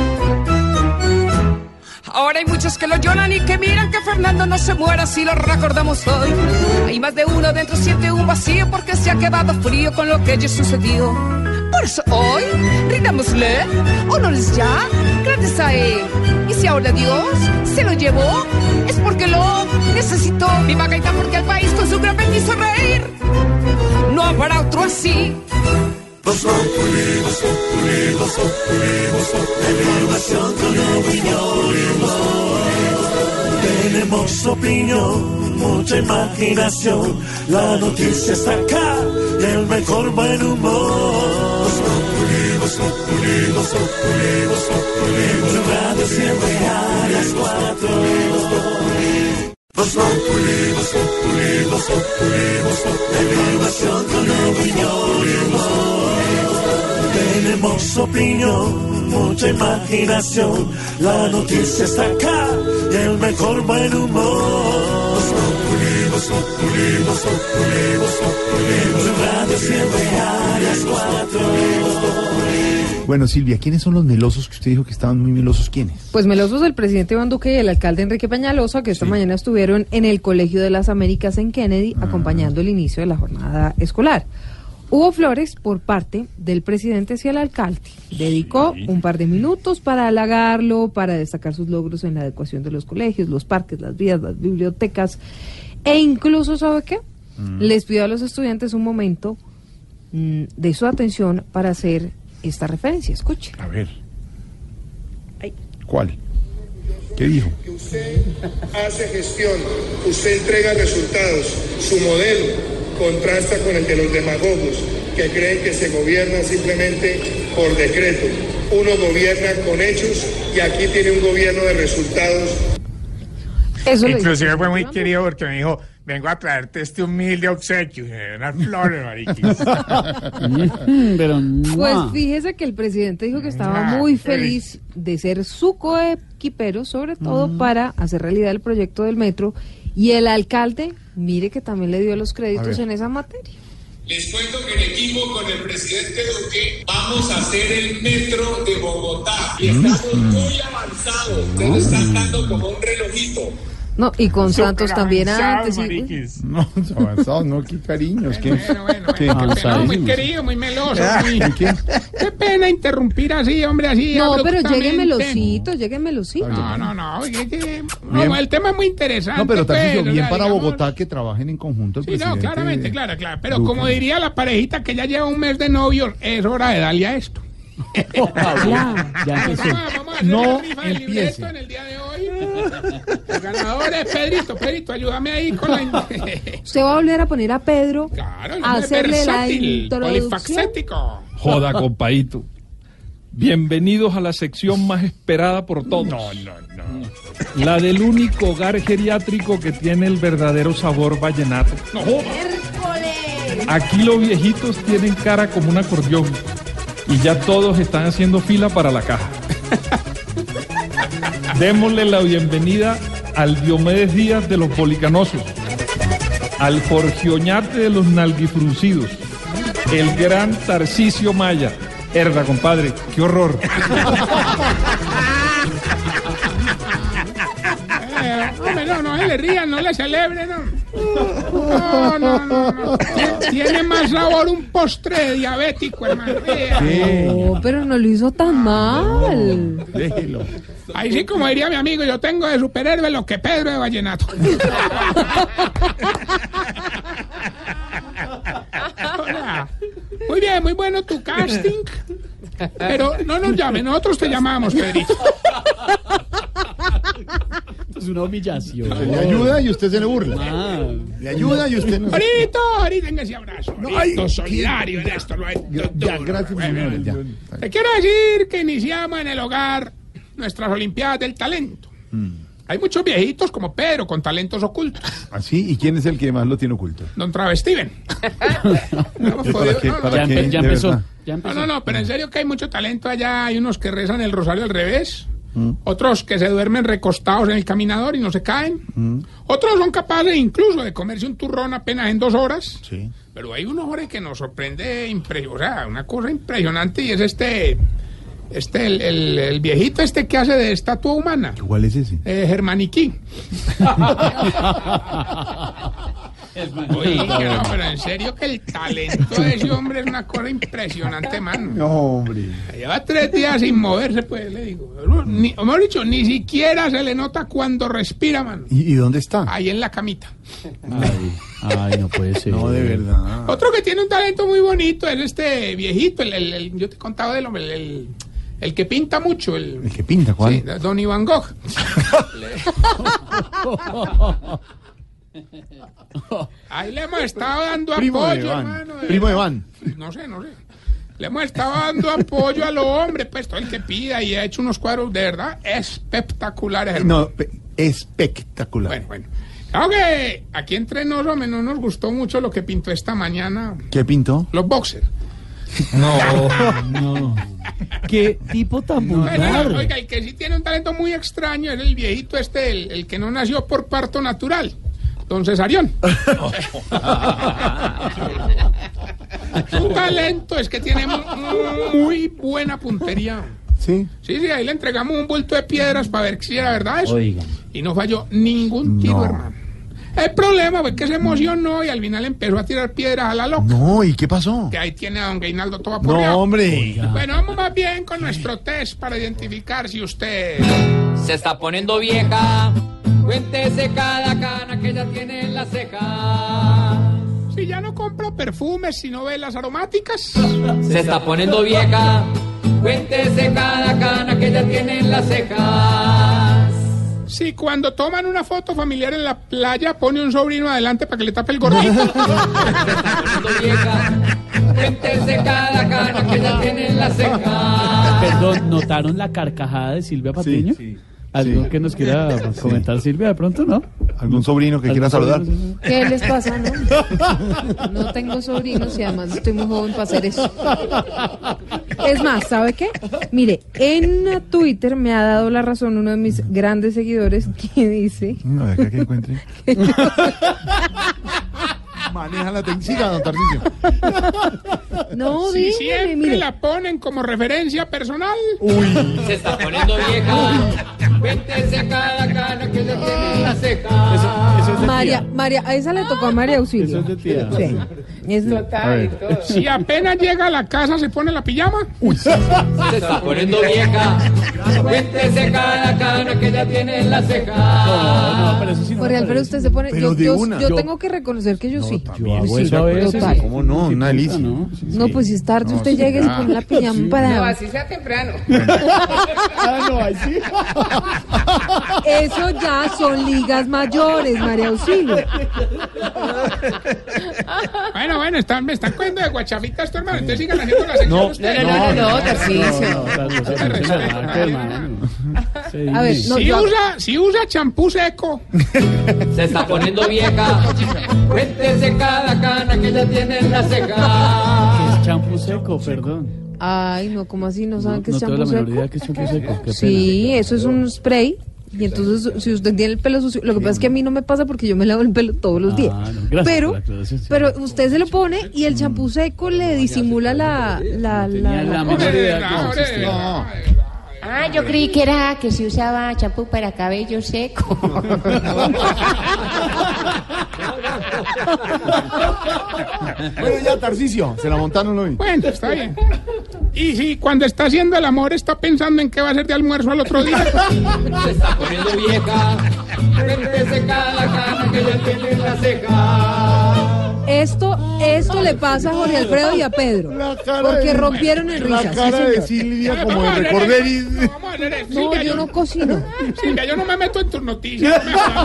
Ahora hay muchos que lo lloran y que miran que Fernando no se muera si lo recordamos hoy. Hay más de uno dentro siente un vacío porque se ha quedado frío con lo que allí sucedió. Por eso hoy rindámosle honores ya, gracias a él. Y si ahora Dios se lo llevó, es porque lo necesitó. Viva Gaitán, porque al país con su gran mente hizo reír. No habrá otro así. Voz Populi, Voz Populi, Voz Populi, Voz Populi, información con opinión. Tenemos opinión, mucha imaginación. La noticia está acá y el mejor buen humor. Voz Populi, Voz Populi, Voz Populi, Voz Populi, Blue Radio siempre a las 4. Voz Populi, Voz Populi, Voz Populi, Voz Populi, información con opinión. Tenemos opinión, mucha imaginación. La noticia está acá y el mejor buen humor. Voz Populi, Voz Populi, Voz Populi, Voz Populi, Blue Radio siempre a las 4. Bueno, Silvia, ¿quiénes son los melosos que usted dijo que estaban muy melosos? ¿Quiénes? Pues melosos el presidente Iván Duque y el alcalde Enrique Peñalosa, que esta mañana estuvieron en el Colegio de las Américas en Kennedy, acompañando el inicio de la jornada escolar. Hubo flores por parte del presidente hacia el alcalde. Dedicó un par de minutos para halagarlo, para destacar sus logros en la adecuación de los colegios, los parques, las vías, las bibliotecas, e incluso, ¿sabe qué? Les pidió a los estudiantes un momento de su atención para hacer esta referencia. Escuche. A ver. ¿Cuál? ¿Qué dijo? Que usted hace gestión, usted entrega resultados, su modelo contrasta con el de los demagogos que creen que se gobierna simplemente por decreto. Uno gobierna con hechos y aquí tiene un gobierno de resultados. Inclusive fue muy querido porque me dijo, vengo a traerte este humilde obsequio, unas flores, mariquis. Pero pues fíjese que el presidente dijo que estaba muy feliz de ser su coequipero, sobre todo para hacer realidad el proyecto del metro, y el alcalde, mire que también le dio los créditos en esa materia. Les cuento que en equipo con el presidente Duque vamos a hacer el metro de Bogotá y estamos muy avanzados. Ustedes están dando como un relojito. No, y con Santos también antes. No, avanzados, no, qué cariños. Bueno, muy querido, muy meloso. Qué pena interrumpir así, hombre, así. No, pero lleguen melositos. No, el tema es muy interesante. No, pero Tarcisio, bien para Bogotá que trabajen en conjunto el presidente. No, claramente, claro. Pero como diría la parejita que ya lleva un mes de novios, es hora de darle a esto. Ya empezó. No empiece. En el día de hoy. El ganador es Pedrito, ayúdame ahí con la... Usted va a volver a poner a Pedro a hacerle versátil, la introducción. Joda, compadito. Bienvenidos a la sección más esperada por todos. No. La del único hogar geriátrico que tiene el verdadero sabor vallenato. No. Aquí los viejitos tienen cara como un acordeón y ya todos están haciendo fila para la caja. Démosle la bienvenida al Diomedes Díaz de los Policanosos, al Jorge Oñate de los Nalguifruncidos, el gran Tarcisio Maya. Herda, compadre, qué horror. No se le rían, no le celebren, no. Tiene más sabor un postre diabético, hermano. No, pero no lo hizo tan mal. Déjelo. Ahí sí, como diría mi amigo, yo tengo de superhéroe lo que Pedro de vallenato. Hola. Muy bien, muy bueno tu casting. Pero no nos llames, nosotros te llamamos, Pedrito. Es una humillación. Le ayuda y usted se le burla. Le ayuda y usted no. Ahorita en ese abrazo. No, solidario en esto. Ya, gracias, señores. Ya. Te quiero decir que iniciamos en el hogar nuestras Olimpiadas del Talento. Hay muchos viejitos como Pedro con talentos ocultos. ¿Ah, sí? ¿Y quién es el que más lo tiene oculto? Don Travestiven. Ya empezó. No, pero en serio que hay mucho talento allá. Hay unos que rezan el rosario al revés. Otros que se duermen recostados en el caminador y no se caen. Otros son capaces incluso de comerse un turrón apenas en 2 horas. Sí. Pero hay unos hombres que nos sorprende, una cosa impresionante, y es el viejito que hace de estatua humana. ¿Cuál es ese? Germaniquí. Oiga, pero en serio que el talento de ese hombre es una cosa impresionante, mano. No, hombre. Lleva 3 días sin moverse, pues, le digo. Mejor dicho, ni siquiera se le nota cuando respira, mano. ¿Y dónde está? Ahí en la camita. Ay, no puede ser. No, de verdad. Otro que tiene un talento muy bonito es este viejito, yo te contaba del hombre, el que pinta mucho. ¿El que pinta? ¿Cuál? Sí, Don Iván Gogh. Ahí le hemos estado dando apoyo, hermano. Primo de Iván. No sé. Le hemos estado dando apoyo a los hombres, pues todo el que pida, y ha hecho unos cuadros de verdad espectaculares, hermano. No, espectacular. Bueno. Claro que aquí entre nosotros no nos gustó mucho lo que pintó esta mañana. ¿Qué pintó? Los boxers. No. ¿Qué tipo tan vulgar? Oiga, el que sí tiene un talento muy extraño es el viejito el que no nació por parto natural. Don Cesarión. Su talento es que tiene muy buena puntería. ¿Sí? Sí, ahí le entregamos un bulto de piedras para ver si era verdad eso. Oiga. Y no falló ningún tiro, hermano. El problema fue que se emocionó y al final empezó a tirar piedras a la loca. No, ¿y qué pasó? Que ahí tiene a don Gainaldo todo aporreado. No, hombre. Bueno, vamos más bien con nuestro test para identificar si usted se está poniendo vieja. Cuéntese cada cana que ya tiene en la ceja. Si ya no compra perfumes, sino velas aromáticas. Se está poniendo vieja. Cuéntese cada cana que ya tiene en las cejas. Si cuando toman una foto familiar en la playa pone un sobrino adelante para que le tape el gordito. Cuéntese cada cana que ya tiene en la ceja. Perdón, ¿notaron la carcajada de Silvia Patiño? Sí. ¿Algo que nos quiera comentar, Silvia, de pronto, no? ¿Algún sobrino que quiera saludar? ¿Qué les pasa, no? No tengo sobrinos y además estoy muy joven para hacer eso. Es más, ¿sabe qué? Mire, en Twitter me ha dado la razón uno de mis grandes seguidores que dice... No, de acá que encuentre. Maneja la técnica, don Tarcisio. No, si siempre mire. La ponen como referencia personal. Uy, se está poniendo vieja. Cuéntese cada cana que ya tiene en la ceja. Eso es de María, a esa le tocó a María Auxilio. Eso es de tía. Sí. Es total. Si apenas llega a la casa se pone la pijama. Uy, se está poniendo vieja. Cuéntese cada cana que ya tiene en la ceja. No, pero eso sí no. Pero usted se pone. Yo tengo que reconocer que yo sí. Yo hago eso a veces. ¿Cómo no? Una delicia. No, pues si es tarde, usted llega y se pone la pijama para. No, así sea temprano. No, ahí sí. Eso ya son ligas mayores, María Auxilio. Bueno, me están cogiendo de guachafita esto, hermano. Entonces sigan haciendo la sección ustedes. No, Tarcisio. A ver, si usa champú seco. Se está poniendo vieja. Cuéntese cada cana que ya tiene en la ceja. Es champú seco, perdón. Ay, no, ¿cómo así? ¿No saben qué es champú champú seco? seco? No que es champú seco. Sí, eso es un spray. Y entonces, si usted tiene el pelo sucio, lo que pasa es que a mí no me pasa porque yo me lavo el pelo todos los días. No, pero usted se lo pone y el champú seco le disimula la Ah, yo creí que era que se usaba champú para cabello seco. Bueno, ya, Tarcisio, se la montaron hoy. Bueno, está bien. Y si cuando está haciendo el amor está pensando en qué va a hacer de almuerzo al otro día. Se está poniendo vieja. Cuéntese cada cana que ya tiene en la ceja. Esto le pasa a Jorge Alfredo y a Pedro. Porque rompieron en risas. La cara de Silvia como de recordar y... No, yo no cocino. Silvia, yo no me meto en tus noticias.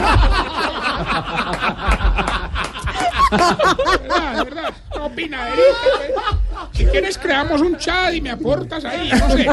¿Verdad? Opinaderita. Si quieres creamos un chat y me aportas ahí, no sé.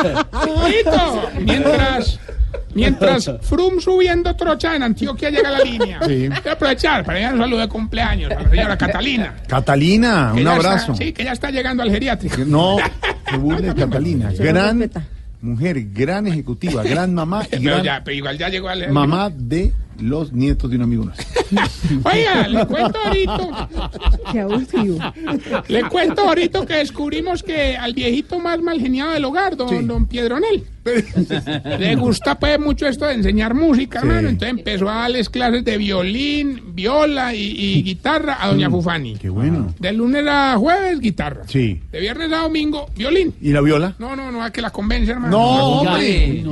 Mientras Frum subiendo trocha en Antioquia llega a la línea. Sí. Voy a aprovechar para dar un saludo de cumpleaños a la señora Catalina. Catalina, un abrazo. Que ya está llegando al geriátrico. No, se burle de Catalina. Gran mujer, gran ejecutiva, gran mamá y pero igual ya llegó al mamá de los nietos de un amigo nuestro. Oiga, le cuento ahorita. Qué abusivo. Le cuento ahorita que descubrimos que al viejito más mal geniado del hogar, don Piedronel, le gusta pues mucho esto de enseñar música, hermano. Entonces empezó a darles clases de violín, viola y guitarra a doña Fufani. Qué bueno. De lunes a jueves, guitarra. Sí. De viernes a domingo, violín. ¿Y la viola? No, a que la convence, hermano. No, hombre.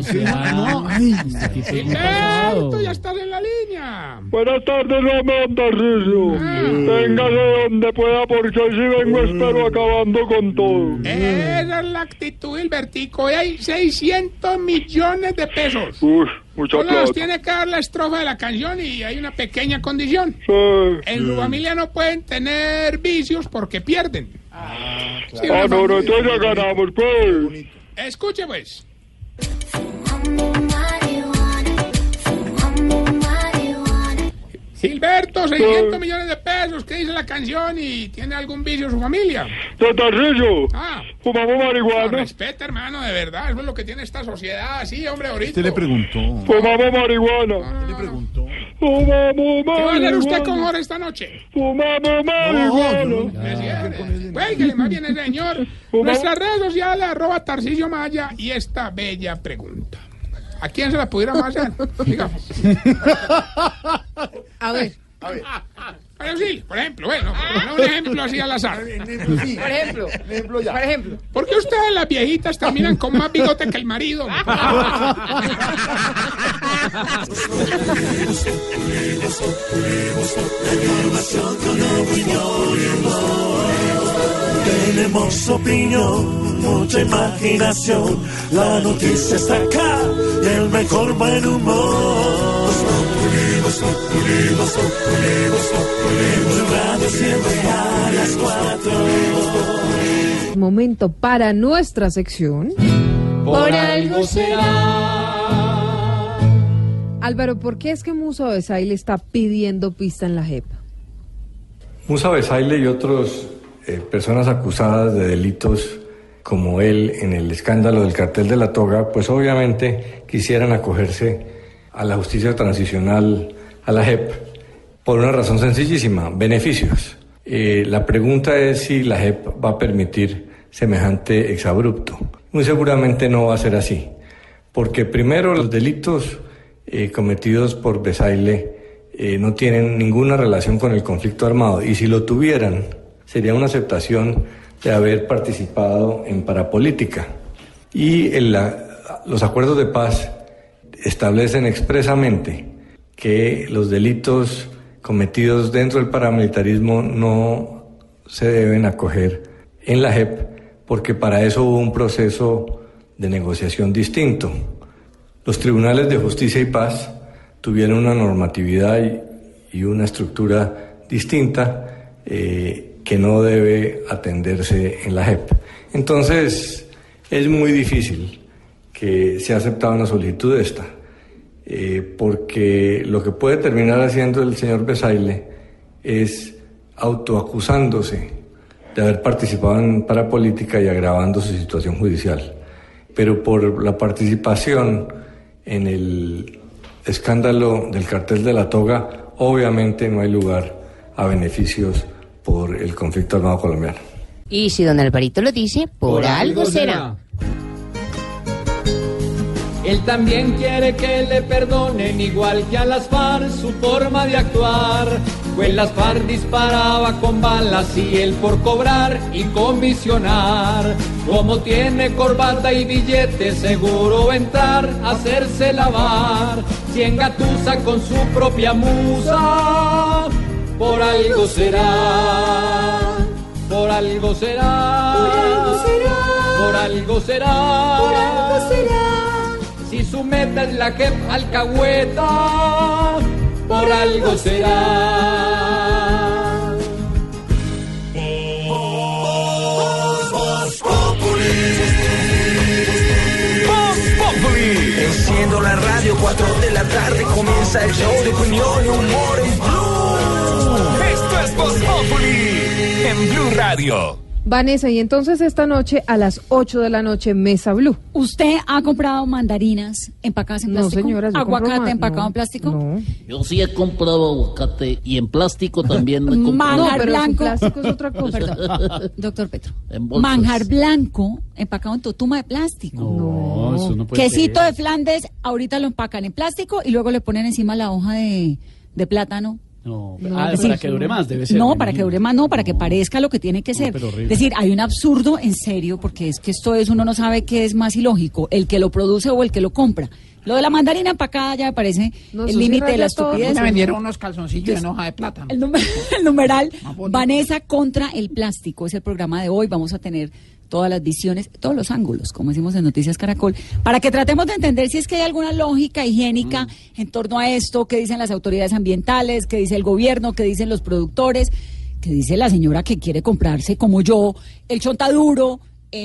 Gilberto, ya estás en la línea. Buenas tardes, don Tarcisio. Téngase donde pueda porque hoy sí vengo, espero, acabando con todo. Esa es la actitud, Gilbertico. Hoy hay 600 millones de pesos. Mucha plata. Nos tiene que dar la estrofa de la canción y hay una pequeña condición. En su familia no pueden tener vicios porque pierden. No, entonces ya ganamos, pues. Escuche, pues. Gilberto, 600 millones de pesos, ¿qué dice la canción? ¿Y tiene algún vicio su familia? Don Tarcisio, fumamos marihuana. No, respeta, hermano, de verdad, eso es lo que tiene esta sociedad, sí, hombre, ahorita. Usted le preguntó. Fumamos marihuana. Usted le preguntó. Fumamos marihuana. ¿Qué va a hacer usted con Jorge esta noche? Fumamos marihuana. Cuélguele más bien el señor. Nuestras redes sociales, @Tarcisio Maya, y esta bella pregunta. ¿A quién se la pudiéramos hacer? Digamos. A ver. Bueno, sí, por ejemplo, un ejemplo así al azar. Por ejemplo. ¿Por qué ustedes las viejitas terminan con más bigote que el marido? Tenemos opinión. con mucha imaginación. La noticia está acá y el mejor buen humor. Radio siempre a las 4. Momento para nuestra sección. Por algo será. Álvaro, ¿por qué es que Musa Besaile está pidiendo pista en la JEP? Musa Besaile y otros personas acusadas de delitos como él en el escándalo del cartel de la toga, pues obviamente quisieran acogerse a la justicia transicional, a la JEP, por una razón sencillísima: beneficios. La pregunta es si la JEP va a permitir semejante exabrupto. Muy seguramente no va a ser así, porque primero los delitos cometidos por Besaile no tienen ninguna relación con el conflicto armado, y si lo tuvieran sería una aceptación de haber participado en parapolítica. Y los acuerdos de paz establecen expresamente que los delitos cometidos dentro del paramilitarismo no se deben acoger en la JEP, porque para eso hubo un proceso de negociación distinto. Los tribunales de justicia y paz tuvieron una normatividad y una estructura distinta que no debe atenderse en la JEP. Entonces, es muy difícil que sea aceptada una solicitud de esta, porque lo que puede terminar haciendo el señor Besaile es autoacusándose de haber participado en parapolítica y agravando su situación judicial. Pero por la participación en el escándalo del cartel de la toga, obviamente no hay lugar a beneficios por el conflicto armado colombiano. Y si don Alvarito lo dice, por algo será. Él también quiere que le perdonen, igual que a las FARC, su forma de actuar. Pues las FARC disparaba con balas y él por cobrar y comisionar. Como tiene corbata y billete, seguro entrar, hacerse lavar. Si engatusa con su propia musa, por algo será. Por algo será. Por algo será. Por algo será. Por algo será. Si su meta es la JEP alcahueta, por algo será. Voz Populi. Enciendo la radio, 4 de la tarde, comienza el show de opinión y humor en Blue. Esto es Voz Populi en Blue Radio. Vanessa, y entonces esta noche a las 8 de la noche, Mesa Blue. ¿Usted ha comprado mandarinas empacadas en plástico? No, señora. ¿Aguacate empacado en plástico? No. Yo sí he comprado aguacate y en plástico también he comprado. Manjar blanco. Plástico es otra cosa. Perdón, doctor Petro. En bolsas. Manjar blanco empacado en totuma de plástico. No, eso no puede Quesito ser. de Flandes, ahorita lo empacan en plástico y luego le ponen encima la hoja de plátano. No, decir, para que dure más debe ser. No, para que dure más, no, para que parezca lo que tiene que ser. Pero horrible. Es decir, hay un absurdo en serio, porque es que esto es, uno no sabe qué es más ilógico, el que lo produce o el que lo compra. Lo de la mandarina empacada ya me parece el límite de la estupidez. Me vendieron unos calzoncillos en hoja de plátano. El numeral Vanessa contra el plástico es el programa de hoy. Vamos a tener todas las visiones, todos los ángulos, como decimos en Noticias Caracol, para que tratemos de entender si es que hay alguna lógica higiénica en torno a esto, qué dicen las autoridades ambientales, qué dice el gobierno, qué dicen los productores, qué dice la señora que quiere comprarse, como yo, el chontaduro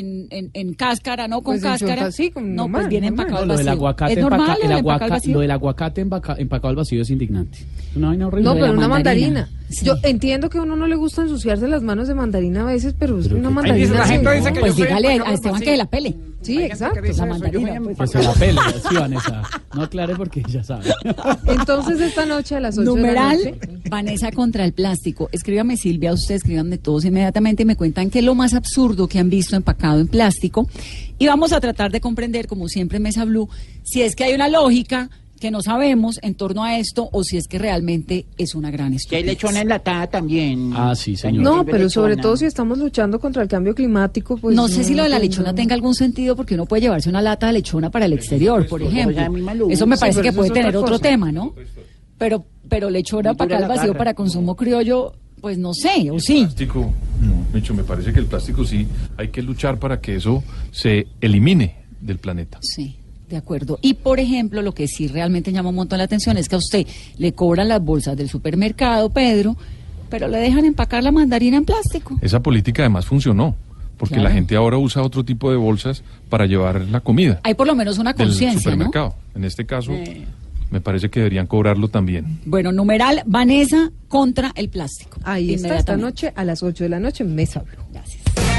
en cáscara, no con pues cáscara. Sí, con no, normal, pues viene normal. empacado al Lo vacío. del aguacate ¿Es normal lo del aguacate empacado al vacío es indignante. Es una vaina horrible. No, pero una mandarina. Sí. Yo entiendo que a uno no le gusta ensuciarse las manos de mandarina a veces, pero es una mandarina. La gente dice que pues yo soy dígale empacado a Esteban así. que la pele. Sí, exacto. La mandarina. Que se la pele, sí, Vanessa. No aclare porque ya sabe. Entonces esta noche a las 8 Numeral de la noche. Vanessa contra el plástico. Escríbame, Silvia, usted, escríbanme todos inmediatamente y me cuentan qué es lo más absurdo que han visto empacado en plástico. Y vamos a tratar de comprender, como siempre en Mesa Blue, si es que hay una lógica que no sabemos en torno a esto o si es que realmente es una gran Que hay estupidez. lechona enlatada también. Ah, sí, señor. No, pero sobre todo si estamos luchando contra el cambio climático, pues... No sé si lo de la pues, lechona no. tenga algún sentido porque uno puede llevarse una lata de lechona para el exterior, por ejemplo. a mí me lo Eso me gusta. parece Sí, que pero puede eso es tener otra otro cosa. tema, ¿no? Pero lechona para acá al vacío para consumo criollo, pues no sé, o sí. Plástico, no. Micho, me parece que el plástico sí hay que luchar para que eso se elimine del planeta. Sí. De acuerdo. Y, por ejemplo, lo que sí realmente llama un montón la atención es que a usted le cobran las bolsas del supermercado, Pedro, pero le dejan empacar la mandarina en plástico. Esa política además funcionó, porque la gente ahora usa otro tipo de bolsas para llevar la comida. Hay por lo menos una conciencia, supermercado. ¿No? En este caso, me parece que deberían cobrarlo también. Bueno, numeral Vanessa contra el plástico. Ahí está, esta noche a las 8 de la noche en Mesa Blue. Gracias.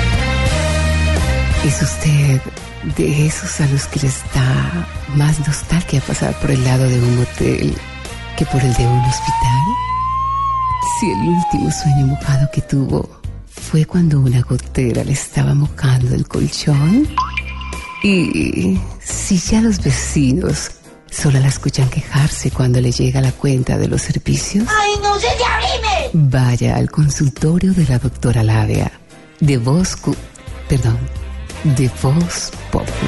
¿Es usted de esos a los que les da más nostalgia pasar por el lado de un hotel que por el de un hospital? Si el último sueño mojado que tuvo fue cuando una gotera le estaba mojando el colchón. Y si ya los vecinos solo la escuchan quejarse cuando le llega la cuenta de los servicios. ¡Ay, no se te abrime! Vaya al consultorio de la doctora Labia de Voz Populi.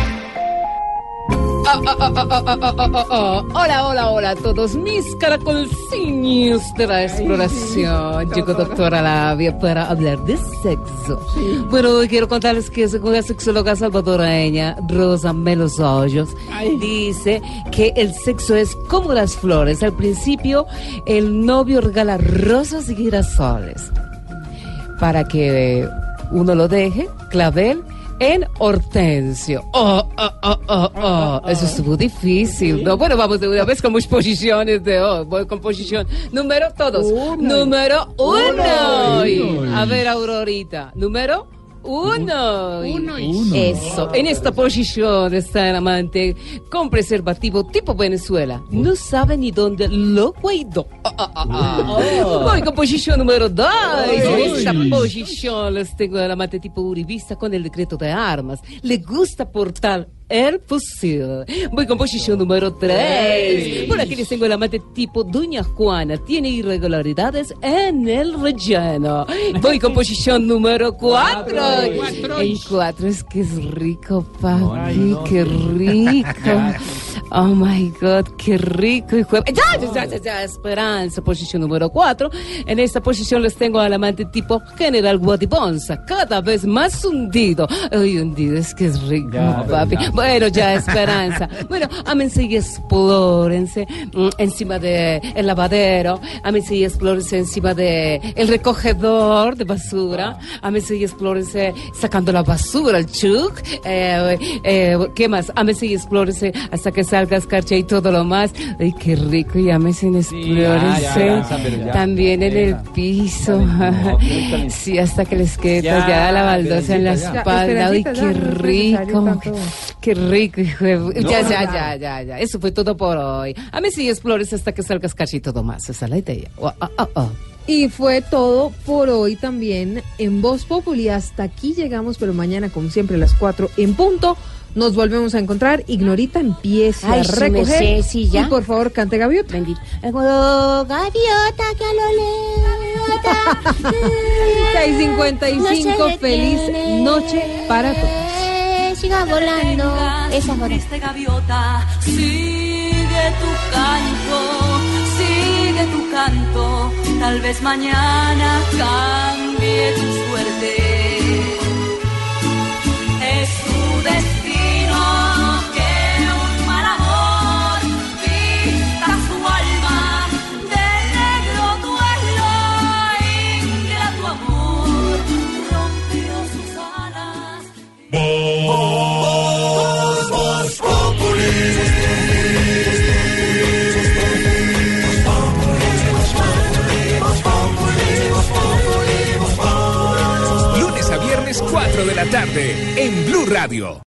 Hola a todos mis caracolciños de la exploración. Llegó doctora Labia para hablar de sexo. Bueno, hoy quiero contarles que según la sexóloga salvadoreña Rosa Melos Hoyos, dice que el sexo es como las flores. Al principio el novio regala rosas y girasoles para que uno lo deje, clavel, en hortensio. Eso estuvo difícil, ¿no? Bueno, vamos de una vez con mis posiciones de hoy. Voy con posición número número uno. A ver, Aurorita. Número uno. Eso. En esta posición está el amante con preservativo tipo Venezuela. No sabe ni dónde lo guardó. Voy con posición número 2. En esta posición les tengo el amante tipo uribista con el decreto de armas. Le gusta portar el fusil. Voy con posición número 3. Por aquí les tengo el amante tipo Doña Juana. Tiene irregularidades en el relleno. Voy con posición número 4. En 4 es que es rico, papi. Qué rico. Oh my God, qué rico. Ya, Esperanza, posición número 4. En esta posición les tengo al amante tipo General Guadibonza, cada vez más hundido. Ay, hundido, es que es rico, papi. Bueno, ya, Esperanza. Bueno, ámense y explórense encima de el lavadero. Ámense y explórense encima de el recogedor de basura. Ámense y explórense sacando la basura, el chuc. ¿Qué más? Ámense y explórense hasta que salga escarcha y todo lo más. Ay, qué rico. Y ámense y explórense también en el piso. Sí, hasta que les quede ya la baldosa en la espalda. Ay, qué rico. Qué rico, hijo de... Ya. Eso fue todo por hoy. Ámense y explórense hasta que salga escarcha y todo más. Esa es la idea. Y fue todo por hoy también en Voz Populi. Hasta aquí llegamos, pero mañana, como siempre, a las 4 en punto, nos volvemos a encontrar. Ignorita, empiece a recoger. Sí, ya. Y por favor, cante Gaviota. Bendito. Gaviota, que a lo lejos. 6:55, feliz noche para todos. Siga volando esa triste gaviota, sigue tu canto, tal vez mañana cambie tu suerte. Es tu destino que un mal amor vista su alma de negro duelo, ingrato amor rompió sus alas. Voz Populi. Lunes a viernes 4 de la tarde en Blue Radio.